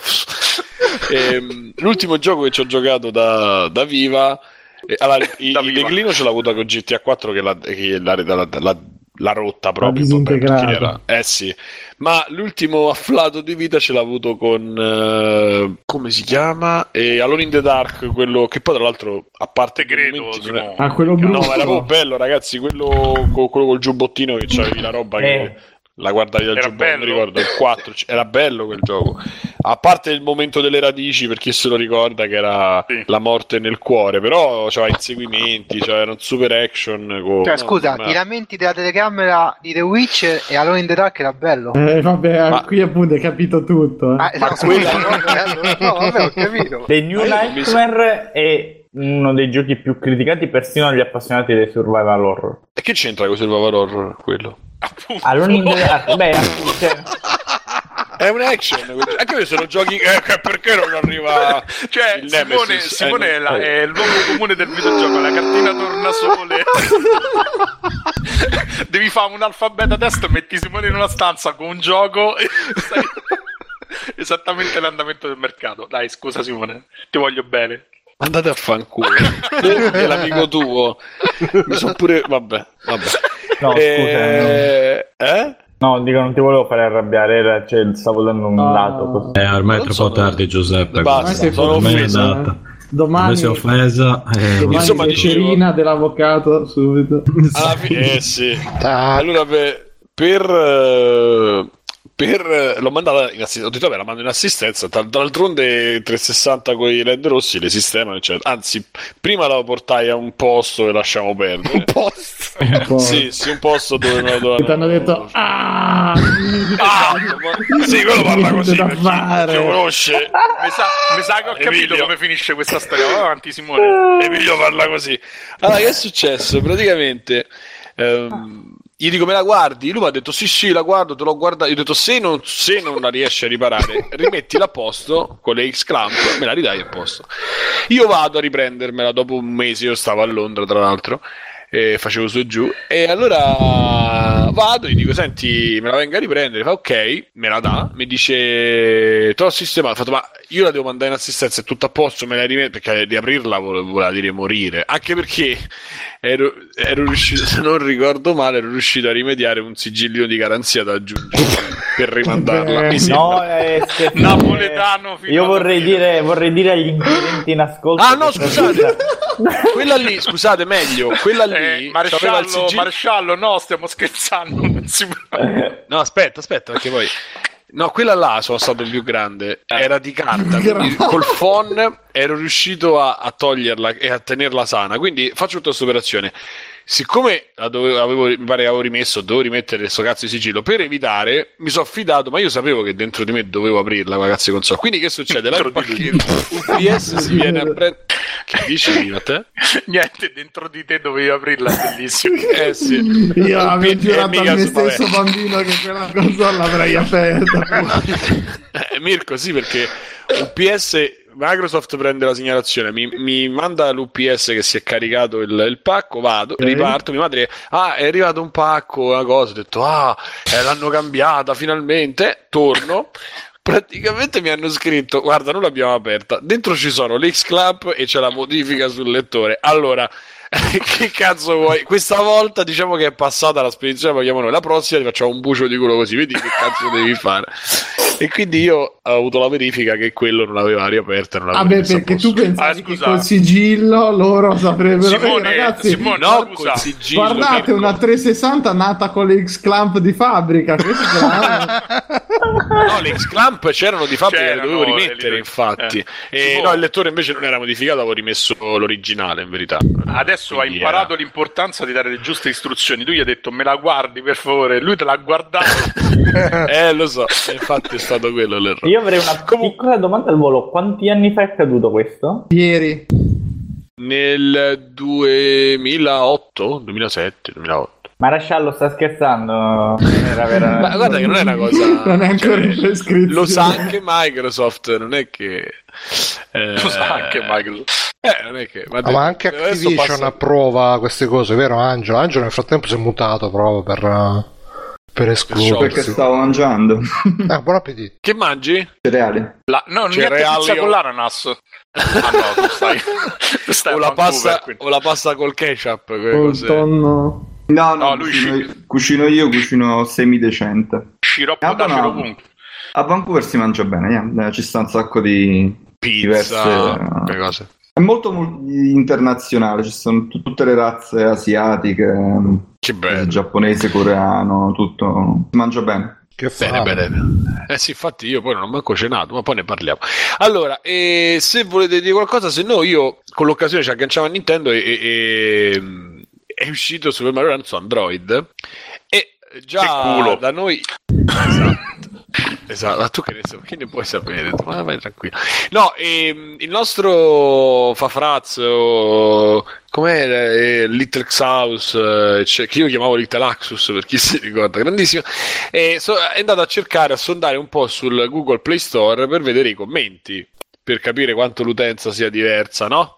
Ehm, l'ultimo gioco che ci ho giocato da, da Viva, eh, allora, il, Da il Viva. declino ce l'ho avuto con G T A quattro che l'ha, che l'ha, l'ha, l'ha, l'ha rotta proprio. L'ha disintegrata. perché era- eh sì, ma l'ultimo afflato di vita ce l'ha avuto con eh, come si chiama? E Alone in the Dark, quello che poi tra l'altro a parte Te credo, momenti non è- Simone. Ah, quello no, brutto. ma era proprio bello, ragazzi, quello, co- quello col giubbottino che c'avevi la roba che Eh. la guardavi dal Era giubbotto, non bello? ricordo, il quattro, c- era bello quel gioco. A parte il momento delle radici, per chi se lo ricorda, che era Sì. la morte nel cuore, però c'aveva inseguimenti, c'era un super action. Con... Cioè, scusa, ma- i lamenti della telecamera di The Witcher e Alone in the Dark era bello. Eh, vabbè, Ma- qui appunto hai capito tutto. eh. Ah, no, quella- no, no, vabbè, ho capito. The New Ma io non mi Nightmare è uno dei giochi più criticati persino agli appassionati dei survival horror. E che c'entra con il survival horror quello? Appunto. Alone in the Dark, beh, cioè, È un action, quel- anche se lo giochi, eh, perché non arriva Cioè, il Simone, Nemesis? Simone Eh, è, la- eh. è il luogo comune del videogioco, la cartina tornasole. Devi fare un alfabeto testo, metti Simone in una stanza con un gioco e sai esattamente l'andamento del mercato. Dai, scusa Simone, ti voglio bene. Andate a fanculo. È l'amico tuo. Mi sono pure. Vabbè, vabbè. no, scusa, Eh, eh? no, dico, non ti volevo fare arrabbiare, era, cioè, stavo dando un Ah. dato così. Eh, ormai è Non troppo so, tardi, Giuseppe. basta, Ormai sei sono Ormai è offeso. andata. eh. Domani, Ormai si è offesa. eh, domani Insomma, c'è dicevo- Cerina dell'avvocato subito. Alla fine, eh sì. Ah, Allora, per. per eh, per- l'ho mandata in assistenza, ho detto vabbè la mando in assistenza, Tal- d'altronde trecentosessanta con i led rossi le sistemano, eccetera. Anzi, prima la portai a un posto e lasciamo perdere. un posto. Un po'. Sì, sì, un posto dove me lo dovevano- Che ti hanno detto ah, Ah, ma- sì, quello parla così da per chi fare. ci conosce. Mi sa, mi sa che ho capito Emilio. come finisce questa storia. Vai avanti Simone. Emilio parla così. Allora, che è successo? Praticamente ehm, gli dico me la guardi? Lui mi ha detto sì sì la guardo, te l'ho guardata. Io ho detto se non, se non la riesci a riparare rimettila a posto con le X-Clamp, me la ridai a posto. Io vado a riprendermela dopo un mese, io stavo a Londra tra l'altro e facevo su e giù, e allora vado e gli dico senti me la venga a riprendere, fa ok, me la dà, mi dice te l'ho sistemato, ho fatto ma io la devo mandare in assistenza, è tutto a posto, me la rimetto, perché riaprirla voleva dire morire, anche perché ero, ero riuscito, se non ricordo male, ero riuscito a rimediare un sigillino di garanzia da aggiungere per rimandarla. Mi no, è napoletano. Io vorrei dire, vorrei dire agli inquirenti in ascolto. Ah no, scusate, quella lì, scusate, meglio, quella lì. Eh, maresciallo, maresciallo, no, stiamo scherzando. Non si... No, aspetta, aspetta, perché poi. No, quella là sono stato il più grande, era di carta, quindi col phon ero riuscito a, a toglierla e a tenerla sana, quindi faccio tutta questa operazione. Siccome la dovevo, avevo, mi pare che avevo rimesso, dovevo rimettere questo cazzo di sigillo, per evitare mi sono affidato, ma io sapevo che dentro di me dovevo aprirla quella cazzo di console, quindi che succede? La U P S si viene a prendere. Che dici a te? Niente, dentro di te dovevi aprirla, bellissimo. Eh sì. Io avevo giurato a me stesso bambino che quella console l'avrei aperta. eh, Mirko, sì, perché U P S Microsoft prende la segnalazione, mi, mi manda l'U P S che si è caricato il, il pacco, vado, okay. riparto, mia madre, ah è arrivato un pacco, una cosa, ho detto ah eh, l'hanno cambiata finalmente, torno, praticamente mi hanno scritto guarda non l'abbiamo aperta, dentro ci sono l'X-Clamp e c'è la modifica sul lettore, allora che cazzo vuoi? Questa volta diciamo che è passata la spedizione, vogliamo noi, la prossima ti facciamo un bucio di culo così, vedi che cazzo devi fare. E quindi io ho avuto la verifica che quello non aveva riaperta, non vabbè, perché tu pensavi ah, che col sigillo loro saprebbero Simone, eh, ragazzi Simone, no, col sigillo, guardate Mirko. Una trecentosessanta nata con le X-Clamp di fabbrica. No, le X-Clamp c'erano di fabbrica, c'erano, le dovevo rimettere, infatti. Eh. E no, il lettore invece non era modificato, avevo rimesso l'originale in verità. Adesso hai imparato era... l'importanza di dare le giuste istruzioni. Tu gli hai detto me la guardi per favore, lui te l'ha guardato. Eh, lo so, infatti è stato quello l'errore. Io avrei una Comun- piccola domanda al volo. Quanti anni fa è accaduto questo? Ieri. Nel duemilaotto, duemilasette, duemilaotto. Marasciallo sta scherzando. Era vera... Ma guarda che non è una cosa. Non è ancora in cioè, prescrizione. Lo sa anche Microsoft, non è che. Eh, lo sa anche Microsoft. Eh, non è che. Ma, ah, ma anche Activision passa... approva queste cose, vero Angelo? Angelo nel frattempo si è mutato proprio per. Per escludere perché stavo mangiando. Ah, buon appetito. Che mangi? Cereali. La... No, niente pizza con l'ananas. Ah no, tu stai, tu stai o, la pasta, o la pasta col ketchup. Oh, tonno. No, no, no lui cucino, sci... cucino io, cucino semidecente. Sciroppo d'acero ovunque. A Vancouver si mangia bene, yeah. Ci sta un sacco di pizza, diverse cose. È molto internazionale, ci sono t- tutte le razze asiatiche, che bello. Giapponese, coreano, tutto. Si mangia bene. Che bene, bene, bene. Eh sì, infatti io poi non ho manco cenato, ma poi ne parliamo. Allora, eh, se volete dire qualcosa, se no io con l'occasione ci agganciamo a Nintendo e, e, e è uscito Super Mario Run su Android e già da noi esatto. Esatto, ma tu che ne, so, che ne puoi sapere? Ma vai tranquillo. No, ehm, il nostro Fafrazzo, com'era? Eh, Little Xaus, eh, cioè, che io chiamavo Little Axus per chi si ricorda, grandissimo, eh, so, è andato a cercare, a sondare un po' sul Google Play Store per vedere i commenti, per capire quanto l'utenza sia diversa, no?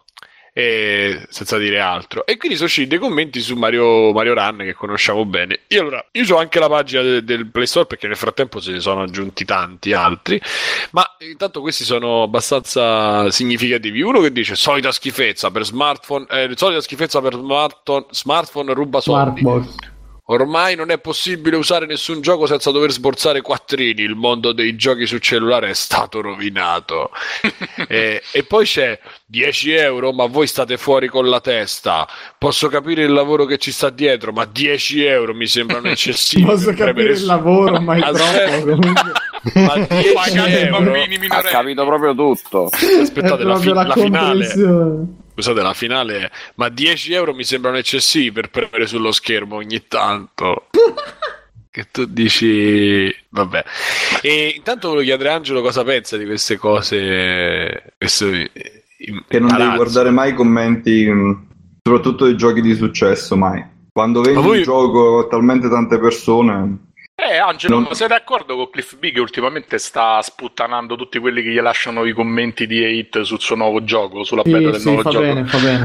E senza dire altro, e quindi sono usciti dei commenti su Mario, Mario Run che conosciamo bene. Io allora io ho anche la pagina de, del Play Store perché nel frattempo se ne sono aggiunti tanti altri, ma intanto questi sono abbastanza significativi. Uno che dice solita schifezza per smartphone, eh, solita schifezza per smartphone, smartphone ruba soldi. Smartbox. Ormai non è possibile usare nessun gioco senza dover sborsare quattrini, il mondo dei giochi su cellulare è stato rovinato. e, e poi c'è dieci euro, ma voi state fuori con la testa. Posso capire il lavoro che ci sta dietro, ma dieci euro mi sembrano eccessivi. Posso capire il lavoro, ma è troppo. Ma dieci euro ha capito proprio tutto. Aspettate la, fi- la, la finale. Scusate, la finale, ma dieci euro mi sembrano eccessivi per premere sullo schermo ogni tanto. Che tu dici, vabbè. E intanto volevo chiedere a Angelo cosa pensa di queste cose. Questo, che non devi guardare mai i commenti, soprattutto dei giochi di successo, mai. Quando vendi voi... un gioco a talmente tante persone... Eh, Angelo, non... sei d'accordo con Cliff B che ultimamente sta sputtanando tutti quelli che gli lasciano i commenti di hate sul suo nuovo gioco, sulla sì, beta del sì, nuovo fa gioco? Bene, fa bene.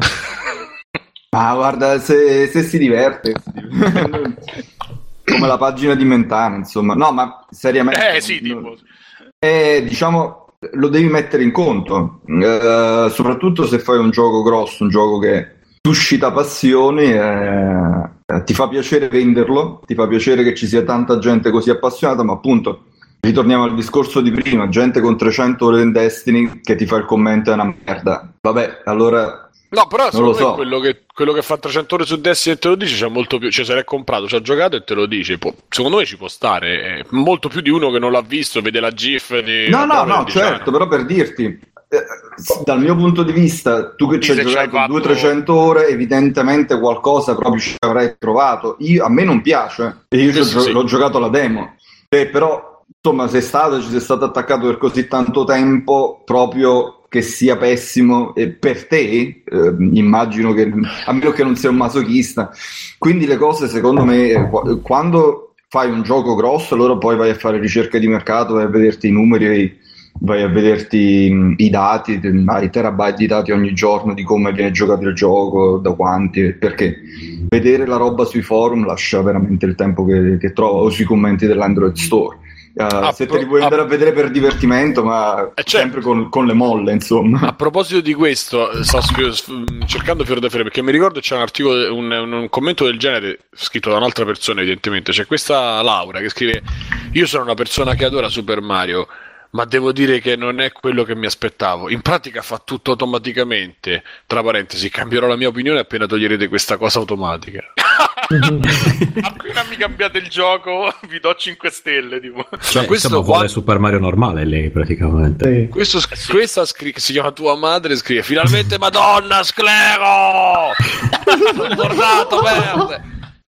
Ma guarda, se, se si diverte, come la pagina di Mentana, insomma. No, ma seriamente... Eh, sì, tipo... Eh, diciamo, lo devi mettere in conto, eh, soprattutto se fai un gioco grosso, un gioco che suscita passioni, eh, ti fa piacere venderlo, ti fa piacere che ci sia tanta gente così appassionata, ma appunto ritorniamo al discorso di prima, gente con trecento ore in Destiny che ti fa il commento è una merda. Vabbè, allora no, però non lo so. quello che quello che fa trecento ore su Destiny e te lo dice c'è molto più, cioè se l'è comprato, ci ha giocato e te lo dice, può, secondo me ci può stare, è molto più di uno che non l'ha visto, vede la gif di no no no certo, però per dirti eh, dal mio punto di vista, tu che ci hai giocato duecento trecento ore, evidentemente qualcosa proprio ci avrai trovato. Io, a me non piace e io sì, sì. l'ho giocato la demo, eh, però insomma sei stato ci sei stato attaccato per così tanto tempo, proprio che sia pessimo eh, per te, eh, immagino che, a meno che non sia un masochista. Quindi le cose, secondo me, eh, quando fai un gioco grosso, allora poi vai a fare ricerche di mercato, vai a vederti i numeri, vai a vederti mh, i dati, hai terabyte di dati ogni giorno di come viene giocato il gioco, da quanti, perché vedere la roba sui forum lascia veramente il tempo che, che trova, o sui commenti dell'Android Store. Uh, ah, se te li vuoi ah, andare a vedere per divertimento, ma eh, sempre certo. con, con le molle, insomma. A proposito di questo, sto sc- cercando fiore da fiore, perché mi ricordo c'è un articolo, un, un commento del genere scritto da un'altra persona, evidentemente. C'è questa Laura che scrive: io sono una persona che adora Super Mario, ma devo dire che non è quello che mi aspettavo. In pratica fa tutto automaticamente. Tra parentesi, cambierò la mia opinione appena toglierete questa cosa automatica. Appena mi cambiate il gioco vi do cinque stelle tipo. Cioè, questo insomma, vuole quando... Super Mario normale lei praticamente sì. Questo, sì. Questa scri- si chiama Tua Madre, scrive finalmente Madonna Sclero sono tornato verde.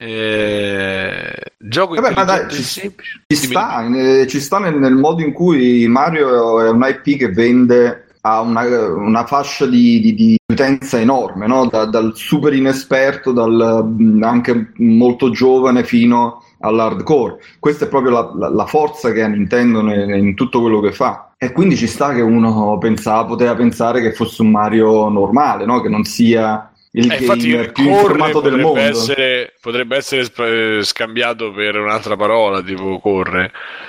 Eh... gioco Vabbè, ma dai, ci, semplice ci sta, eh, ci sta nel, nel modo in cui Mario è un I P che vende ha una, una fascia di, di, di utenza enorme, no? Da, dal super inesperto, dal anche molto giovane fino all'hardcore. Questa è proprio la, la, la forza che ha Nintendo in, in tutto quello che fa, e quindi ci sta che uno pensava, poteva pensare che fosse un Mario normale, no? Che non sia il eh, gamer più informato del mondo. Essere, potrebbe essere sp- scambiato per un'altra parola, tipo corre.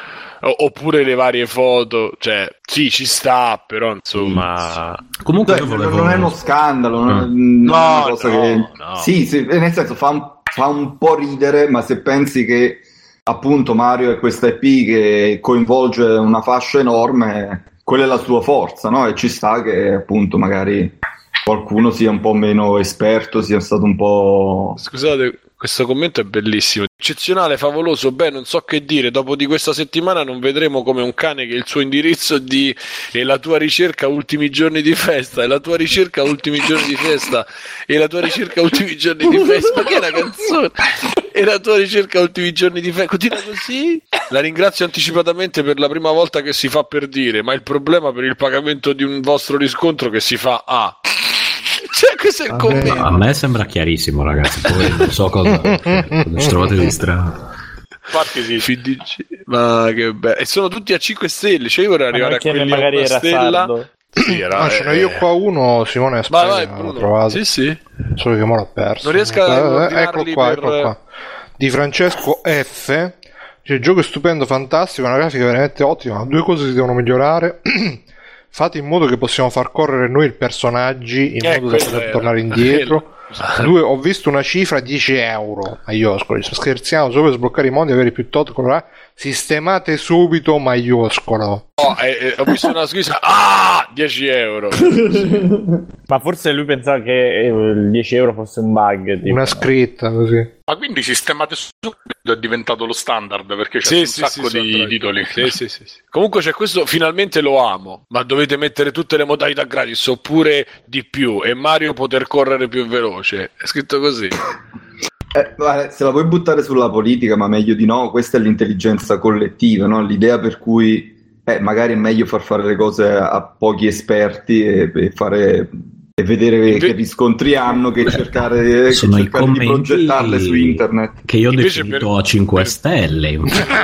Oppure le varie foto, cioè sì, ci sta, però insomma comunque Beh, volevo... non è uno scandalo, non è, non no, è una cosa no, che no. Sì, sì, nel senso fa un, fa un po' ridere, ma se pensi che appunto Mario è questa I P che coinvolge una fascia enorme, quella è la sua forza, no? E ci sta che appunto magari qualcuno sia un po' meno esperto, sia stato un po'... Scusate, questo commento è bellissimo. Eccezionale, favoloso, beh, non so che dire. Dopo di questa settimana non vedremo come un cane che il suo indirizzo di e la tua ricerca ultimi giorni di festa, e la tua ricerca ultimi giorni di festa, e la tua ricerca ultimi giorni di festa. Ma che è una canzone? E la tua ricerca ultimi giorni di festa. Continua così. La ringrazio anticipatamente per la prima volta che si fa per dire, ma il problema per il pagamento di un vostro riscontro che si fa a... Ah. Cioè, questo è il commento. A me sembra chiarissimo, ragazzi. Poi non so cosa, cosa ci trovate di strano. Infatti sì, F D G, ma che bello. E sono tutti a cinque stelle. Cioè io vorrei arrivare a quelli a una stella. Sì, era, no, ce n'ho io qua uno, Simone Vai, vai, Bruno. Sì, sì. Solo che mo l'ho perso. Non riesco a eh, eccolo qua, per... eccolo qua. Di Francesco F. Cioè, il gioco è stupendo, fantastico, una grafica veramente ottima. Due cose si devono migliorare. Fate in modo che possiamo far correre noi i personaggi in eh, modo da poter era. tornare indietro. Due, ho visto una cifra dieci euro maiuscoli. Scherziamo, solo per sbloccare i mondi e avere più tot colorati. Sistemate subito maiuscolo. Oh, eh, eh, ho visto una scritta. Ah, dieci euro. Ma forse lui pensava che il dieci euro fosse un bug. Tipo. Una scritta così. Ma quindi sistemate subito è diventato lo standard, perché c'è sì, un sì, sacco sì, di sì, titoli. Sì, sì, sì, sì. Comunque c'è questo, finalmente lo amo, ma dovete mettere tutte le modalità gratis oppure di più e Mario poter correre più veloce. È scritto così. Eh, guarda, se la vuoi buttare sulla politica, ma meglio di no, questa è l'intelligenza collettiva, no? L'idea per cui eh, magari è meglio far fare le cose a, a pochi esperti e, e fare e vedere Inve- che riscontri hanno che cercare, sono che i cercare di progettarle su internet che io ho Invece definito per... a cinque per... stelle.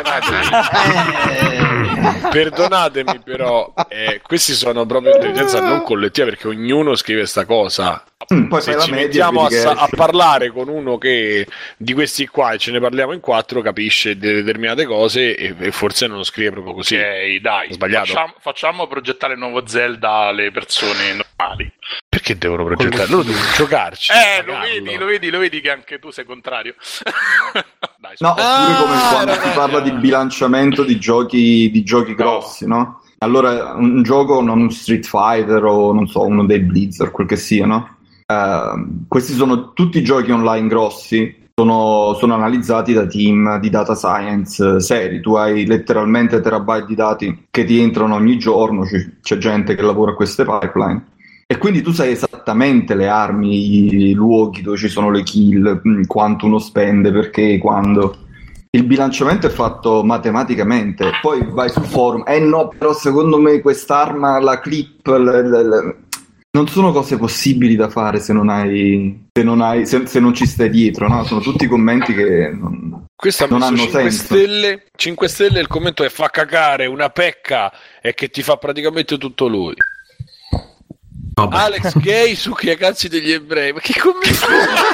Perdonatemi però eh, questi sono proprio intelligenza non collettiva, perché ognuno scrive sta cosa. Mm, poi se la ci media mettiamo a, che... a parlare con uno che di questi qua e ce ne parliamo in quattro, capisce determinate cose e, e forse non lo scrive proprio così. Ok, dai, sbagliato. Facciamo, facciamo progettare il nuovo Zelda alle persone normali. Perché devono progettare? Loro devono giocarci. Eh, lo vedi, lo vedi, lo vedi che anche tu sei contrario. Dai, no, oppure ah, come quando si parla di bilanciamento di giochi, di giochi grossi, no? no? Allora, un gioco, non un Street Fighter o non so, uno dei Blizzard, quel che sia, no? Uh, questi sono tutti i giochi online grossi, sono, sono analizzati da team di data science seri. Tu hai letteralmente terabyte di dati che ti entrano ogni giorno, c'è, c'è gente che lavora a queste pipeline e quindi tu sai esattamente le armi, i luoghi dove ci sono le kill, quanto uno spende, perché, quando. Il bilanciamento è fatto matematicamente. Poi vai sul forum, eh no, però secondo me quest'arma, la clip, le, le, le... non sono cose possibili da fare se non hai, se non, hai, se, se non ci stai dietro, no? Sono tutti commenti che non, Questo non hanno cinque senso. Stelle, cinque stelle, il commento è fa cagare, una pecca e che ti fa praticamente tutto lui. Vabbè. Alex Gay su che cazzi degli ebrei, ma che commento?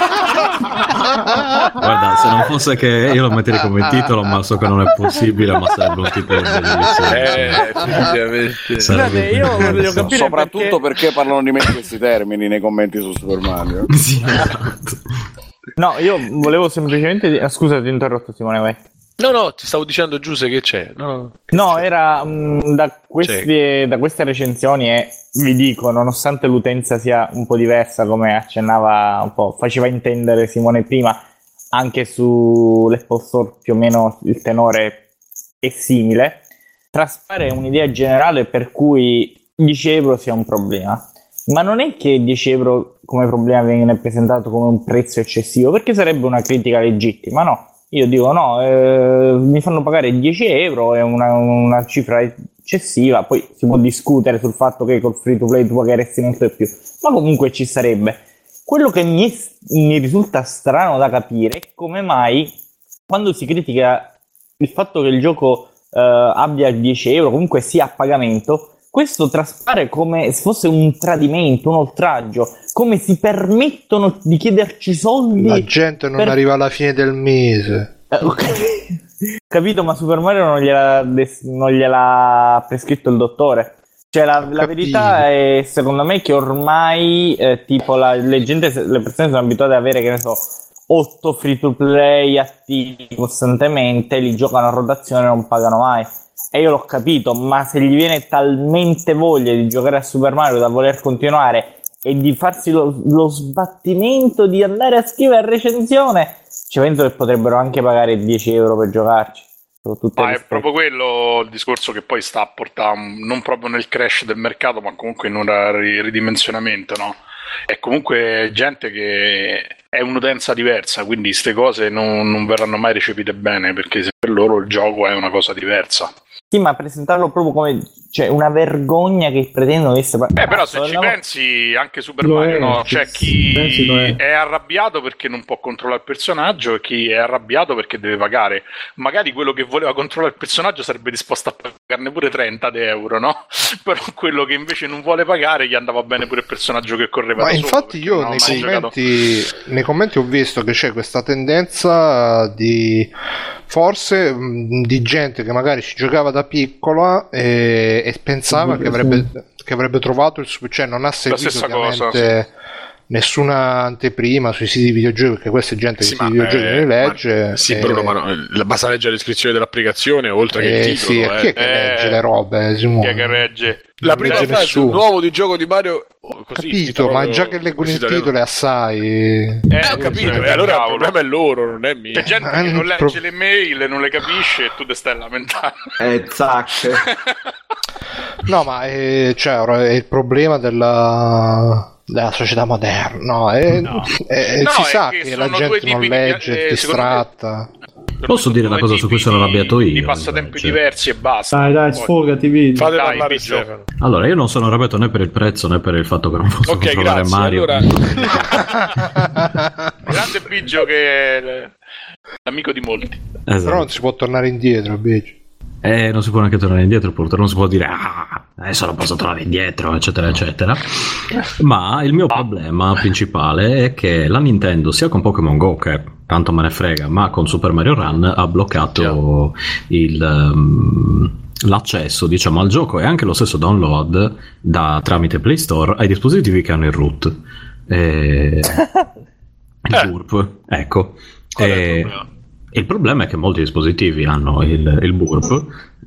Guarda, se non fosse che io lo metterei come titolo, ma so che non è possibile, ma sarebbe un titolo bellissimo. Eh, effettivamente. Sarebbe io voglio capire soprattutto perché... perché parlano di me in questi termini nei commenti su Super Mario. Sì, esatto. No, io volevo semplicemente dire... Scusa, ti ho interrotto, Simone, vai. No, no, ti stavo dicendo, Giuse, che c'è. No, che no c'è? era mh, da, queste, da queste recensioni e vi dico, nonostante l'utenza sia un po' diversa, come accennava un po', faceva intendere Simone prima, anche sull'Apple Store più o meno il tenore è simile, traspare un'idea generale per cui dieci euro sia un problema. Ma non è che dieci euro come problema viene presentato come un prezzo eccessivo, perché sarebbe una critica legittima, no? Io dico no, eh, mi fanno pagare dieci euro, è una, una cifra eccessiva, poi si può discutere sul fatto che col free to play tu pagheresti molto di più, ma comunque ci sarebbe. Quello che mi, è, mi risulta strano da capire è come mai quando si critica il fatto che il gioco eh, abbia dieci euro, comunque sia a pagamento, questo traspare come se fosse un tradimento, un oltraggio, come si permettono di chiederci soldi. La gente non per... arriva alla fine del mese. Eh, okay. Capito, ma Super Mario non gliela, non gliela prescritto il dottore. Cioè la, la verità è, secondo me, che ormai eh, tipo la, le, gente, le persone sono abituate ad avere, che ne so, otto free to play attivi costantemente, li giocano a rotazione e non pagano mai. E io l'ho capito, ma se gli viene talmente voglia di giocare a Super Mario da voler continuare e di farsi lo, lo sbattimento di andare a scrivere recensione, ci penso che potrebbero anche pagare dieci euro per giocarci. Ma è proprio quello il discorso che poi sta a portare non proprio nel crash del mercato, ma comunque in un ridimensionamento, no? È comunque gente che è un'utenza diversa, quindi queste cose non, non verranno mai recepite bene, perché se per loro il gioco è una cosa diversa. Sì, ma presentarlo proprio come, cioè, una vergogna che pretendono di essere... Eh, però se ci la... pensi, anche Super lo Mario, è, no? C'è chi è. è arrabbiato perché non può controllare il personaggio e chi è arrabbiato perché deve pagare. Magari quello che voleva controllare il personaggio sarebbe disposto a pagarne pure trenta euro, no? Però quello che invece non vuole pagare gli andava bene pure il personaggio che correva ma da infatti solo, io nei commenti, nei commenti ho visto che c'è questa tendenza di... forse mh, di gente che magari ci giocava da piccola e, e pensava che avrebbe, che avrebbe trovato il super, cioè non ha seguito ovviamente cosa, sì. nessuna anteprima sui siti di videogiochi, perché questa è gente che sì, sui videogiochi eh, ne legge. Ma, sì, e... Bruno, ma no, basta leggere la descrizione dell'applicazione oltre che eh, il titolo. Sì, eh. chi è che eh, legge le robe, Simone? Chi è che regge? La prima frase, un nuovo di gioco di Mario. Così, capito, ma già che leggono il titolo è assai. Eh, ho capito, e allora il problema è loro, non è mio. C'è gente che non legge pro... le mail, non le capisce e tu te stai lamentando. Eh, zac. No, ma è, cioè, è il problema della, della società moderna. No, è, no. è, no si è sa che, che la gente non legge, di, è distratta. Posso dire la cosa su cui sono arrabbiato io? Di passatempi cioè. diversi e basta. Dai, dai, sfogati, video. Fate dai, parlare Stefano. Allora, io non sono arrabbiato né per il prezzo né per il fatto che non posso okay, controllare grazie. Mario. Allora... grande Biggio che è l'amico di molti. Esatto. Però non si può tornare indietro, Biggio. Eh, non si può neanche tornare indietro, purtroppo non si può dire ah, adesso non posso tornare indietro, eccetera, eccetera. Ma il mio problema principale è che la Nintendo, sia con Pokémon Go, che tanto me ne frega, ma con Super Mario Run ha bloccato il, um, l'accesso, diciamo, al gioco e anche lo stesso download da, tramite Play Store ai dispositivi che hanno il root. E... il burp, ecco. Qual è il e... problema? Il problema è che molti dispositivi hanno il, il burp,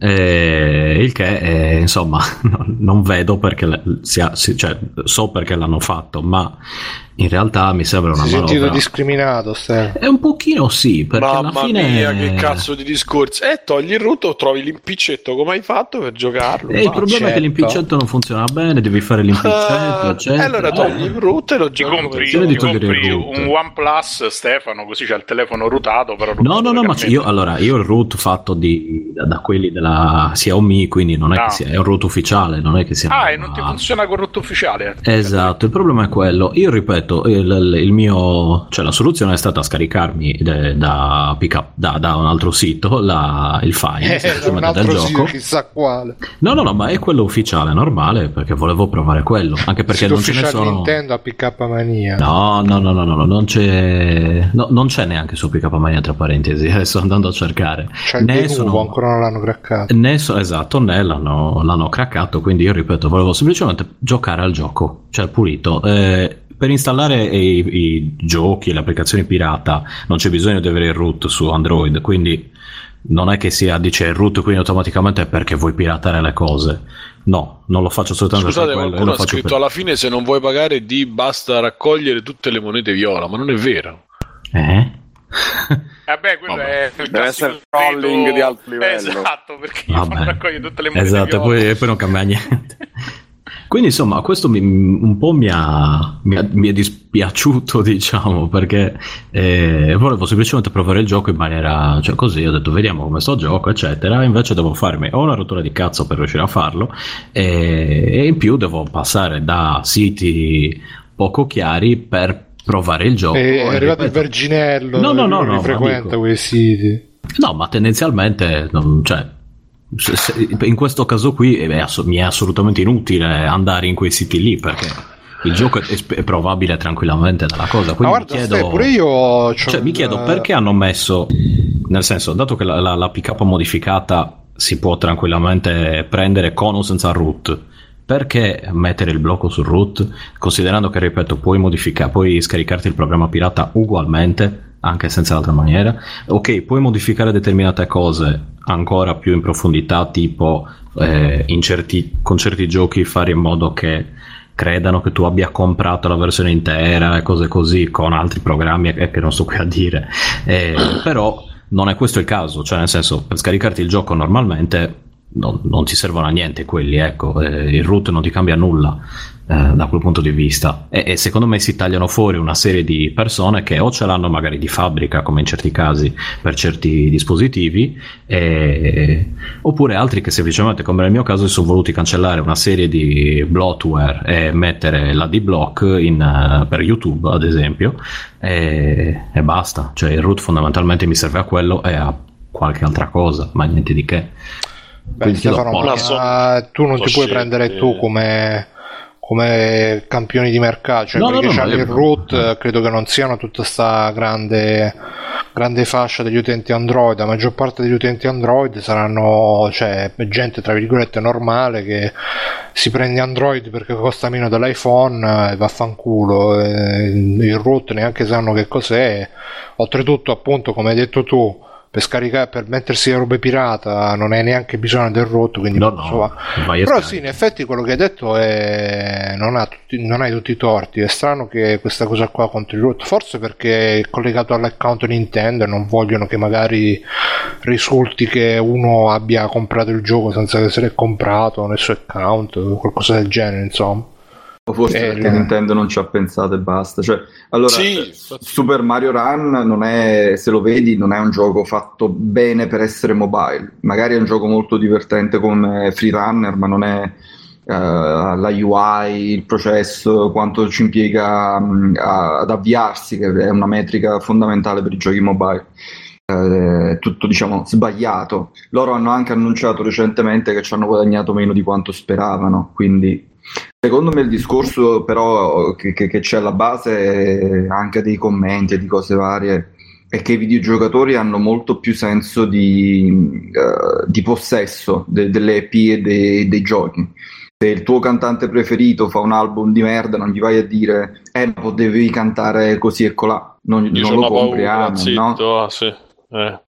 eh, il che è, insomma non, non vedo perché sia, cioè, so perché l'hanno fatto, ma in realtà mi sembra una manovra. Si è sentito discriminato, Stefano? È un pochino sì, perché mamma alla fine mia, che cazzo di discorsi. Eh, togli il root o trovi l'impicetto, come hai fatto per giocarlo? E il problema certo. è che l'impicetto non funziona bene, devi fare l'impicetto, uh, eccetera. E allora togli il root e lo giochi. Compri, ti compri un OnePlus, Stefano, così c'è il telefono rootato, però no, no, no, ma io allora io il root fatto di, da, da quelli della Xiaomi, quindi non è no. che sia, è un root ufficiale, non è che sia. Ah, e non ti funziona con il root ufficiale? Esatto, il problema è quello. Io ripeto, il, il mio, cioè la soluzione è stata scaricarmi de, da, pick up, da, da un altro sito la, il file eh, un altro del sito, gioco. Chissà quale. No, no, no, ma è quello ufficiale, normale, perché volevo provare quello, anche perché non ce ne sono. Nintendo a P K Mania. No, no, no, no, no, non c'è, no, non c'è neanche su P K Mania, tra parentesi. Sto andando a cercare. Cioè, ne sono, ancora non l'hanno craccato. Ne so, esatto, ne l'hanno, l'hanno craccato. Quindi io ripeto, volevo semplicemente giocare al gioco, cioè pulito. Eh, per installare i, i giochi e le applicazioni pirata non c'è bisogno di avere il root su Android, quindi non è che sia dice il root quindi automaticamente è perché vuoi piratare le cose. No, non lo faccio assolutamente. Scusate, per quello. Qualcuno ha scritto per... alla fine se non vuoi pagare di basta raccogliere tutte le monete viola, ma non è vero. Eh? Vabbè, quello Vabbè. è deve essere trolling di alto livello. Esatto, perché io fanno raccogliere tutte le monete esatto, viola. poi, poi non cambia niente. Quindi insomma questo mi, un po' mi ha, mi, ha, mi è dispiaciuto, diciamo, perché eh, volevo semplicemente provare il gioco in maniera, cioè così, ho detto vediamo come sto gioco, eccetera, invece devo farmi o una rottura di cazzo per riuscire a farlo e, e in più devo passare da siti poco chiari per provare il gioco. È arrivato il Verginello, no, no, no, non no, frequenta quei siti. No, ma tendenzialmente non, cioè in questo caso qui è ass- mi è assolutamente inutile andare in quei siti lì perché il gioco è, è provabile tranquillamente dalla cosa. Quindi ma guarda, mi chiedo, stai, pure io cioè, mi chiedo perché hanno messo, nel senso, dato che la, la, la P K modificata si può tranquillamente prendere con o senza root, perché mettere il blocco sul root, considerando che, ripeto, puoi modificare, puoi scaricarti il programma pirata ugualmente anche senza l'altra maniera. Ok, puoi modificare determinate cose ancora più in profondità, tipo eh, in certi, con certi giochi fare in modo che credano che tu abbia comprato la versione intera e cose così, con altri programmi eh, che non sto qui a dire, eh, però non è questo il caso, cioè nel senso, per scaricarti il gioco normalmente non, non ti servono a niente quelli, ecco, eh, il root non ti cambia nulla eh, da quel punto di vista e, e secondo me si tagliano fuori una serie di persone che o ce l'hanno magari di fabbrica come in certi casi per certi dispositivi e, oppure altri che semplicemente come nel mio caso si sono voluti cancellare una serie di bloatware e mettere la D-Block in, uh, per YouTube ad esempio e, e basta, cioè il root fondamentalmente mi serve a quello e a qualche altra cosa, ma niente di che. Beh, Stefano, ma so, tu non ti puoi scelte. prendere tu come, come campioni di mercato, cioè no, quelli no, che no, hanno il root no. credo che non siano tutta sta grande, grande fascia degli utenti Android. La maggior parte degli utenti Android saranno, cioè, gente tra virgolette normale che si prende Android perché costa meno dell'iPhone e vaffanculo, e il root neanche sanno che cos'è. Oltretutto, appunto, come hai detto tu, per scaricare, per mettersi le robe pirata non hai neanche bisogno del root, quindi no, no, però sì, in effetti quello che hai detto è non, ha tutti, non hai tutti i torti. È strano che questa cosa qua contro il root, forse perché è collegato all'account Nintendo e non vogliono che magari risulti che uno abbia comprato il gioco senza essere comprato nel suo account o qualcosa del genere, insomma. O forse eh, perché no. Nintendo non ci ha pensato e basta. Cioè, allora, sì. Super Mario Run non è, se lo vedi, non è un gioco fatto bene per essere mobile. Magari è un gioco molto divertente come Free Runner, ma non è uh, la U I, il processo, quanto ci impiega um, a, ad avviarsi, che è una metrica fondamentale per i giochi mobile. È tutto, diciamo, sbagliato. Loro hanno anche annunciato recentemente che ci hanno guadagnato meno di quanto speravano, quindi secondo me il discorso però che, che, che c'è alla base anche dei commenti e di cose varie è che i videogiocatori hanno molto più senso di, uh, di possesso de, delle E P e dei, dei giochi. Se il tuo cantante preferito fa un album di merda, non gli vai a dire eh ma potevi cantare così e colà, non, non lo compriamo, no? Ah, sì. Eh.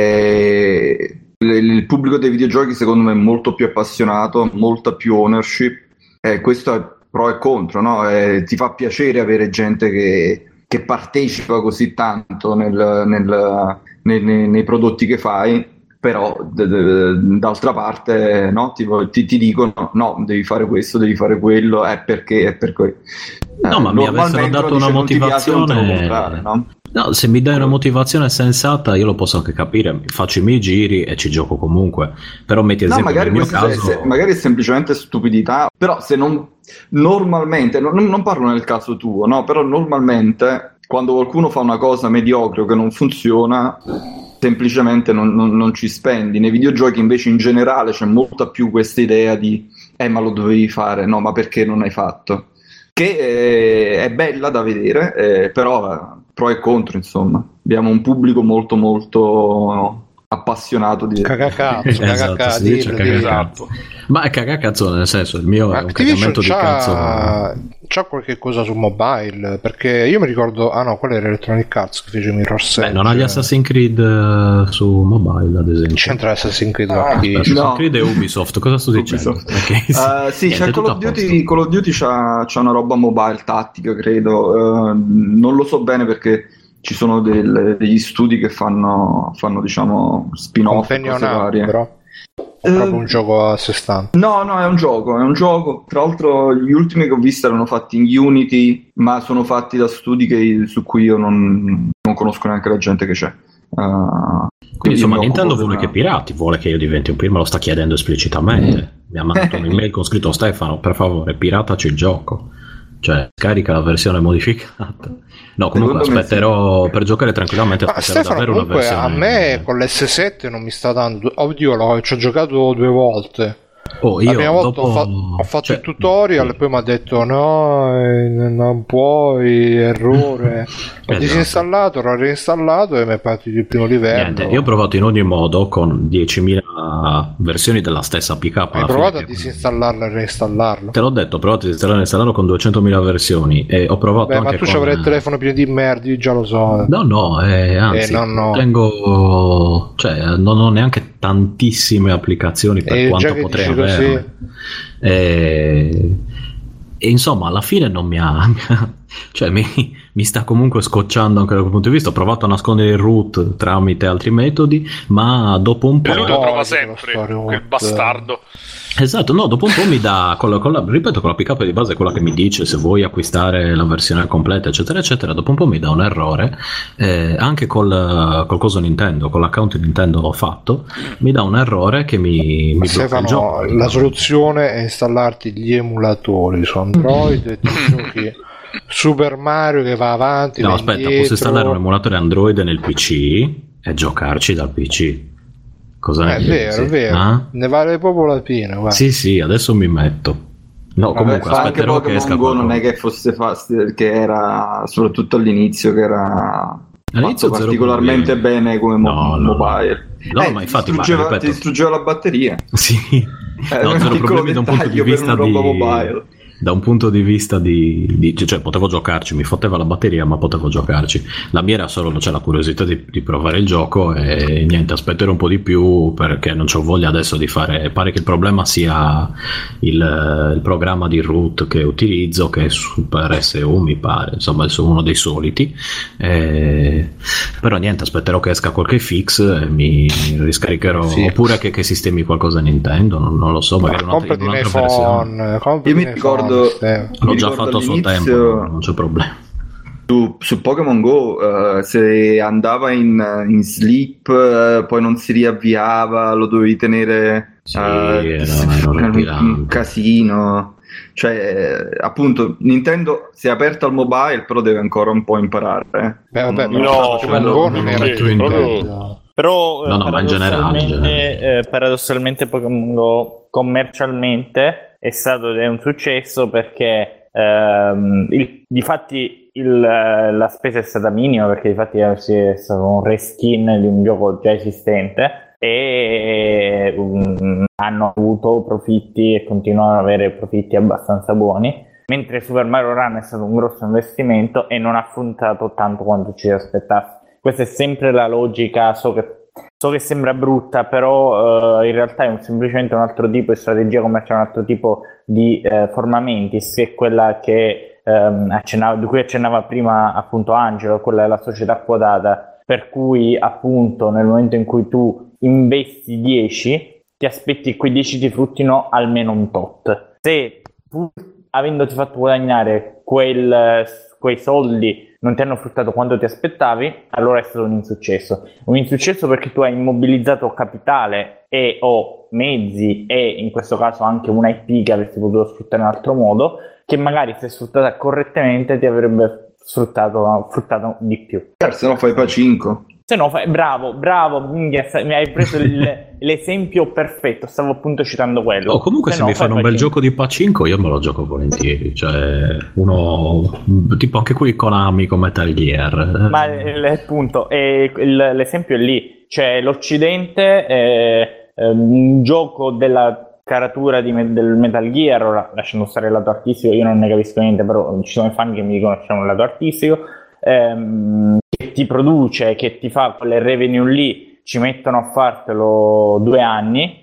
Eh, il pubblico dei videogiochi secondo me è molto più appassionato, molta più ownership, eh, questo è pro e contro, no? Eh, ti fa piacere avere gente che, che partecipa così tanto nel, nel, nei, nei, nei prodotti che fai, però d- d- d'altra parte no? ti, ti, ti dicono no, devi fare questo, devi fare quello, è perché è per quello. No, eh, ma mi avessero dato una motivazione, no? No, se mi dai una motivazione sensata io lo posso anche capire, faccio i miei giri e ci gioco comunque, però metti ad esempio no, nel mio caso... Se, magari è semplicemente stupidità, però se non... normalmente, non, non parlo nel caso tuo, no, però normalmente quando qualcuno fa una cosa mediocre o che non funziona, semplicemente non, non, non ci spendi. Nei videogiochi invece in generale c'è molta più questa idea di eh ma lo dovevi fare, no ma perché non hai fatto? Che eh, è bella da vedere, eh, però eh, pro e contro, insomma. Abbiamo un pubblico molto molto appassionato di cagacazzo, esatto, cagacazzo, si dice cagacazzo. Ma è cagacazzo nel senso, il mio ma è un cagamento di cazzo. C'ha qualche cosa su mobile? Perché io mi ricordo, ah no, quello era Electronic Arts che fece Mirror's Edge. Beh, non ha gli Assassin's Creed uh, su mobile, ad esempio. C'entra Assassin's Creed? Ah, Assassin's no. Creed e Ubisoft, cosa sto dicendo? Okay, sì, uh, sì c'è Call of Duty, Call of Duty c'ha, c'ha una roba mobile tattica, credo. Uh, non lo so bene perché ci sono del, degli studi che fanno, fanno diciamo, spin-off e cose varie. Però. È proprio un gioco a sé stante. No, no, è un gioco, è un gioco. Tra l'altro gli ultimi che ho visto erano fatti in Unity, ma sono fatti da studi che, su cui io non, non conosco neanche la gente che c'è. Uh, quindi insomma Nintendo vuole una... che pirati, vuole che io diventi un pirata, me lo sta chiedendo esplicitamente. Mi ha mandato un'email con scritto: Stefano, per favore, pirataci il gioco. Cioè, scarica la versione modificata. No, comunque aspetterò sì. Per giocare tranquillamente. Ma Stefano, davvero una versione. A me con l'esse sette non mi sta dando. Oddio, l'ho, ci ho giocato due volte. Oh, io la prima volta dopo... ho, fa- ho fatto cioè, il tutorial, sì. Poi mi ha detto no, eh, non puoi, errore. Ho esatto. disinstallato, l'ho reinstallato e mi è partito il primo livello. Niente, io ho provato in ogni modo con diecimila versioni della stessa P K. Hai provato a disinstallarlo e reinstallarlo? Te l'ho detto, ho provato a disinstallarlo e installarlo con duecentomila versioni e ho provato Beh, anche ma tu con... ci avrai il telefono pieno di merda, io già lo so. No, no, eh, anzi, eh, no, no. tengo... cioè, non ho neanche tantissime applicazioni per e quanto potrei avere. E... e insomma alla fine non mi ha cioè mi, mi sta comunque scocciando anche da quel punto di vista. Ho provato a nascondere il root tramite altri metodi, ma dopo un po' e lui lo trova sempre quel bastardo. Esatto, no, dopo un po' mi dà, con la, con la, ripeto, con la P K di base è quella che mi dice se vuoi acquistare la versione completa, eccetera, eccetera. Dopo un po' mi dà un errore, eh, anche col, col coso Nintendo, con l'account Nintendo l'ho fatto, mi dà un errore che mi, mi blocca il gioco. La soluzione è installarti gli emulatori su Android e ti giochi Super Mario che va avanti. No, aspetta, indietro. Posso installare un emulatore Android nel P C e giocarci dal P C. Cosa è vero, è vero, ah? Ne vale proprio la pena. Guarda. Sì, sì, adesso mi metto. No, vabbè, comunque aspetterò anche che esca Go non è che fosse facile, che era soprattutto all'inizio che era all'inizio fatto particolarmente bene come mo- no, mobile. No, eh, ma infatti ti distruggeva, ma, ripeto, ti distruggeva la batteria. Sì. Eh, no, zero problemi da un punto di vista di mobile. Da un punto di vista di, di cioè potevo giocarci, mi fotteva la batteria, ma potevo giocarci. La mia era solo cioè, la curiosità di, di provare il gioco e niente, aspetterò un po' di più perché non c'ho voglia adesso di fare. Pare che il problema sia il, il programma di root che utilizzo, che è Super S U mi pare, insomma è uno dei soliti, eh, Però niente, aspetterò che esca qualche fix e mi riscaricherò, sì. Oppure che, che sistemi qualcosa Nintendo, non, non lo so, magari no, un'altra, un'altra versione. Io mi ricordo, phone, l'ho già fatto a suo tempo, non c'è problema. Su, su Pokémon Go uh, se andava in, in sleep uh, poi non si riavviava, lo dovevi tenere sì, uh, era, era un casino, cioè eh, appunto Nintendo si è aperto al mobile, però deve ancora un po' imparare, eh. Beh, vabbè, no, no, Pokémon Go non era più in proprio... però no, no, ma in generale, in generale. Eh, paradossalmente Pokémon Go commercialmente è stato è un successo perché ehm, il, difatti il, la spesa è stata minima, perché difatti è stato un reskin di un gioco già esistente e um, hanno avuto profitti e continuano ad avere profitti abbastanza buoni, mentre Super Mario Run è stato un grosso investimento e non ha affrontato tanto quanto ci si aspettasse. Questa è sempre la logica, so che So che sembra brutta, però uh, in realtà è un, semplicemente un altro tipo di strategia commerciale, un altro tipo di uh, forma mentis, che è quella che, um, accennava, di cui accennava prima appunto Angelo, quella della società quotata, per cui appunto nel momento in cui tu investi dieci, ti aspetti che quei dieci ti fruttino almeno un tot. Se pur avendoti fatto guadagnare quel, quei soldi non ti hanno fruttato quanto ti aspettavi, allora è stato un insuccesso. Un insuccesso perché tu hai immobilizzato capitale e o mezzi e in questo caso anche una I P che avresti potuto sfruttare in un altro modo, che magari se sfruttata correttamente ti avrebbe sfruttato, fruttato di più. Se no fai Pacinco. Se no fai, bravo, bravo, mi hai preso il, l'esempio perfetto, stavo appunto citando quello. Oh, comunque se, se no, mi fanno un bel gioco di Pacinco io me lo gioco volentieri, cioè uno tipo anche qui Konami con Metal Gear. Ma appunto, eh, l'esempio è lì, cioè l'Occidente è un gioco della caratura di, del Metal Gear, ora lasciando stare il lato artistico, io non ne capisco niente, però ci sono i fan che mi dicono che c'è un lato artistico, ehm, che ti produce, che ti fa quelle revenue lì, ci mettono a fartelo due anni.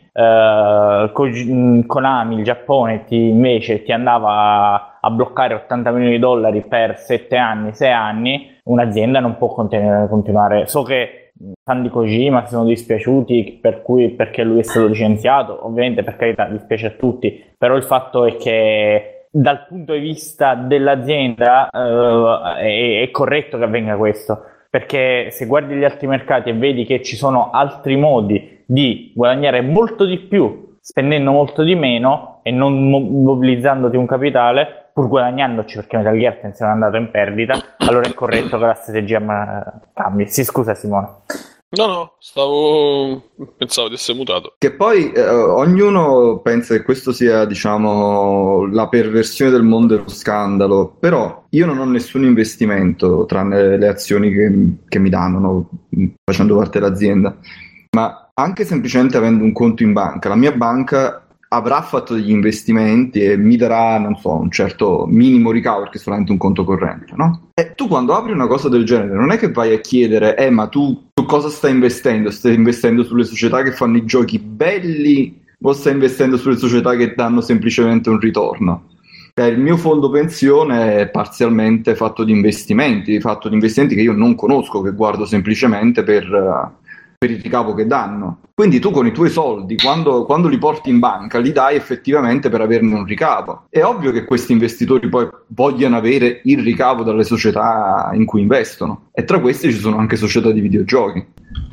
Uh, Konami, il Giappone, ti, invece ti andava a bloccare ottanta milioni di dollari per sette anni, sei anni. Un'azienda non può continuare, continuare. So che fan di Kojima si sono dispiaciuti per cui, perché lui è stato licenziato, ovviamente per carità dispiace a tutti, però il fatto è che dal punto di vista dell'azienda uh, è, è corretto che avvenga questo, perché se guardi gli altri mercati e vedi che ci sono altri modi di guadagnare molto di più spendendo molto di meno e non mobilizzandoti un capitale, pur guadagnandoci, perché Metal Gear attenzione è andato in perdita, allora è corretto che la strategia cambi. Sì, scusa Simone. No, no, stavo pensavo di essere mutato. Che poi eh, ognuno pensa che questo sia, diciamo, la perversione del mondo dello scandalo, però io non ho nessun investimento tranne le azioni che, che mi danno, no? Facendo parte dell'azienda, ma anche semplicemente avendo un conto in banca, la mia banca avrà fatto degli investimenti e mi darà, non so, un certo minimo ricavo perché è solamente un conto corrente, no? E tu quando apri una cosa del genere non è che vai a chiedere eh ma tu su cosa stai investendo? Stai investendo sulle società che fanno i giochi belli o stai investendo sulle società che danno semplicemente un ritorno? Eh, il mio fondo pensione è parzialmente fatto di investimenti, fatto di investimenti che io non conosco, che guardo semplicemente per... Uh, per il ricavo che danno. Quindi tu con i tuoi soldi, quando, quando li porti in banca, li dai effettivamente per averne un ricavo. È ovvio che questi investitori poi vogliano avere il ricavo dalle società in cui investono, e tra questi ci sono anche società di videogiochi.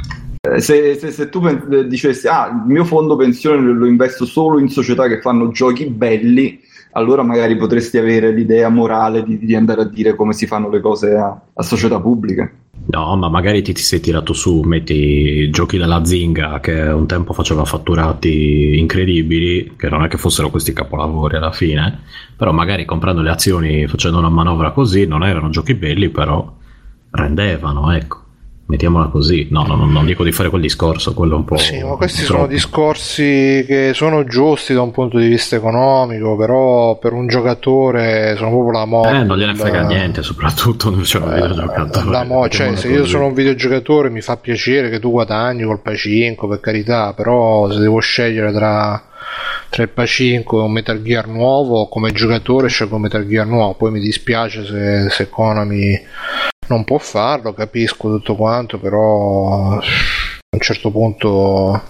Eh, se, se, se tu pen- dicessi ah, il mio fondo pensione lo investo solo in società che fanno giochi belli, allora magari potresti avere l'idea morale di, di andare a dire come si fanno le cose a, a società pubbliche. No, ma magari ti, ti sei tirato su, metti giochi della Zynga che un tempo faceva fatturati incredibili, che non è che fossero questi capolavori alla fine, però magari comprando le azioni, facendo una manovra così, non erano giochi belli, però rendevano, ecco. Mettiamola così, no, no, non dico di fare quel discorso, quello un po'. Sì, ma questi troppo. Sono discorsi che sono giusti da un punto di vista economico, però per un giocatore sono proprio la moda. Eh, non gliene frega niente, soprattutto non c'è un videogiocatore. La mo- cioè, se io sono un videogiocatore mi fa piacere che tu guadagni col Pacinco, per carità, però se devo scegliere tra, tra il Pacinco e un Metal Gear nuovo, come giocatore scelgo Metal Gear nuovo, poi mi dispiace se, se Konami non può farlo, capisco tutto quanto, però a un certo punto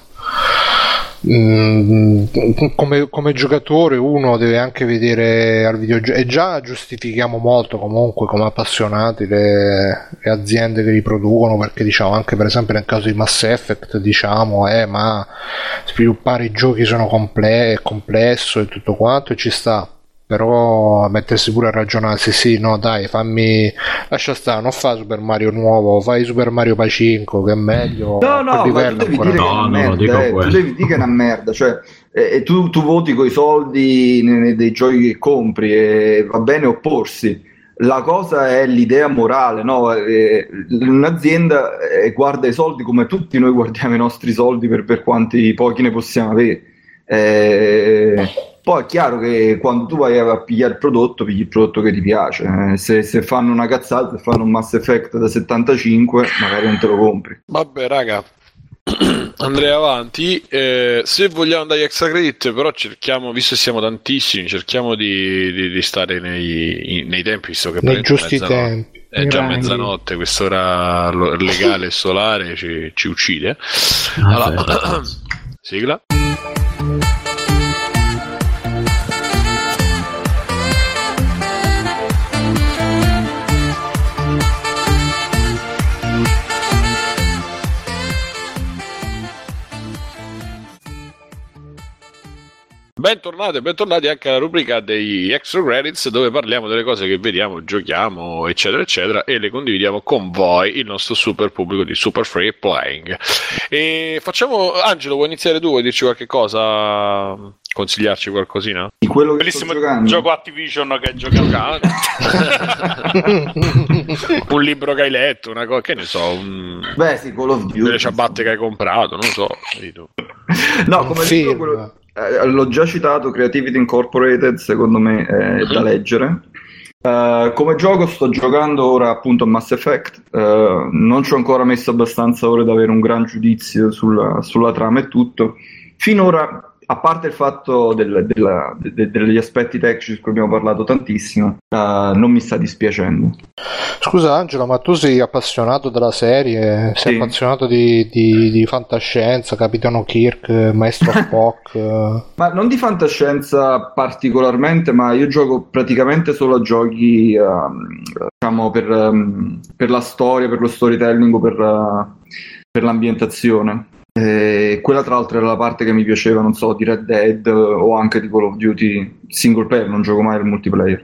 mm, come, come giocatore uno deve anche vedere al videogioco, e già giustifichiamo molto comunque come appassionati le, le aziende che li producono, perché diciamo anche per esempio nel caso di Mass Effect diciamo eh ma sviluppare i giochi sono comple- è complesso e tutto quanto, e ci sta, però mettersi pure a ragionare, sì sì no dai fammi, lascia stare, non fa Super Mario nuovo, fai Super Mario Pacinco che è meglio, no no ma tu devi dire no, che è una merda, eh, tu devi dire che è una merda, cioè eh, tu, tu voti coi soldi nei, nei, dei giochi che compri e va bene opporsi, la cosa è l'idea morale, no? Eh, un'azienda eh, guarda i soldi come tutti noi guardiamo i nostri soldi per, per quanti pochi ne possiamo avere. Eh, poi è chiaro che quando tu vai a pigliare il prodotto, pigli il prodotto che ti piace. Eh, se, se fanno una cazzata, se fanno un Mass Effect da settantacinque, magari non te lo compri. Vabbè, raga, andrei avanti. Eh, se vogliamo dare extra credit, però cerchiamo, visto che siamo tantissimi, cerchiamo di, di, di stare nei, nei tempi, visto che nei giusti tempi. È già mezzanotte, quest'ora legale e solare ci, ci uccide. Allora, sigla. Bentornati e bentornati anche alla rubrica degli extra credits, dove parliamo delle cose che vediamo, giochiamo, eccetera eccetera, e le condividiamo con voi, il nostro super pubblico di Super Free Playing. E facciamo, Angelo, vuoi iniziare tu? Vuoi dirci qualche cosa? Consigliarci qualcosina? Di quello che bellissimo sto giocando. Gioco Activision che hai giocato. Un libro che hai letto, una cosa, che ne so, un... Beh sì, Call of Duty, delle ciabatte che hai comprato, non so. No, come dico, quello... Eh, l'ho già citato, Creativity Incorporated, secondo me è da leggere. Uh, come gioco sto giocando ora appunto a Mass Effect, uh, non ci ho ancora messo abbastanza ore da avere un gran giudizio sulla, sulla trama e tutto. Finora, a parte il fatto del, della, de, degli aspetti tecnici di cui abbiamo parlato tantissimo, uh, non mi sta dispiacendo. Scusa Angelo, ma tu sei appassionato della serie? Sei sì. appassionato di, di, di fantascienza, Capitano Kirk, Maestro Spock? Ma non di fantascienza particolarmente, ma io gioco praticamente solo a giochi um, diciamo per, um, per la storia, per lo storytelling o per, uh, per l'ambientazione. E quella tra l'altro era la parte che mi piaceva, non so, di Red Dead o anche di Call of Duty single player, non gioco mai al multiplayer.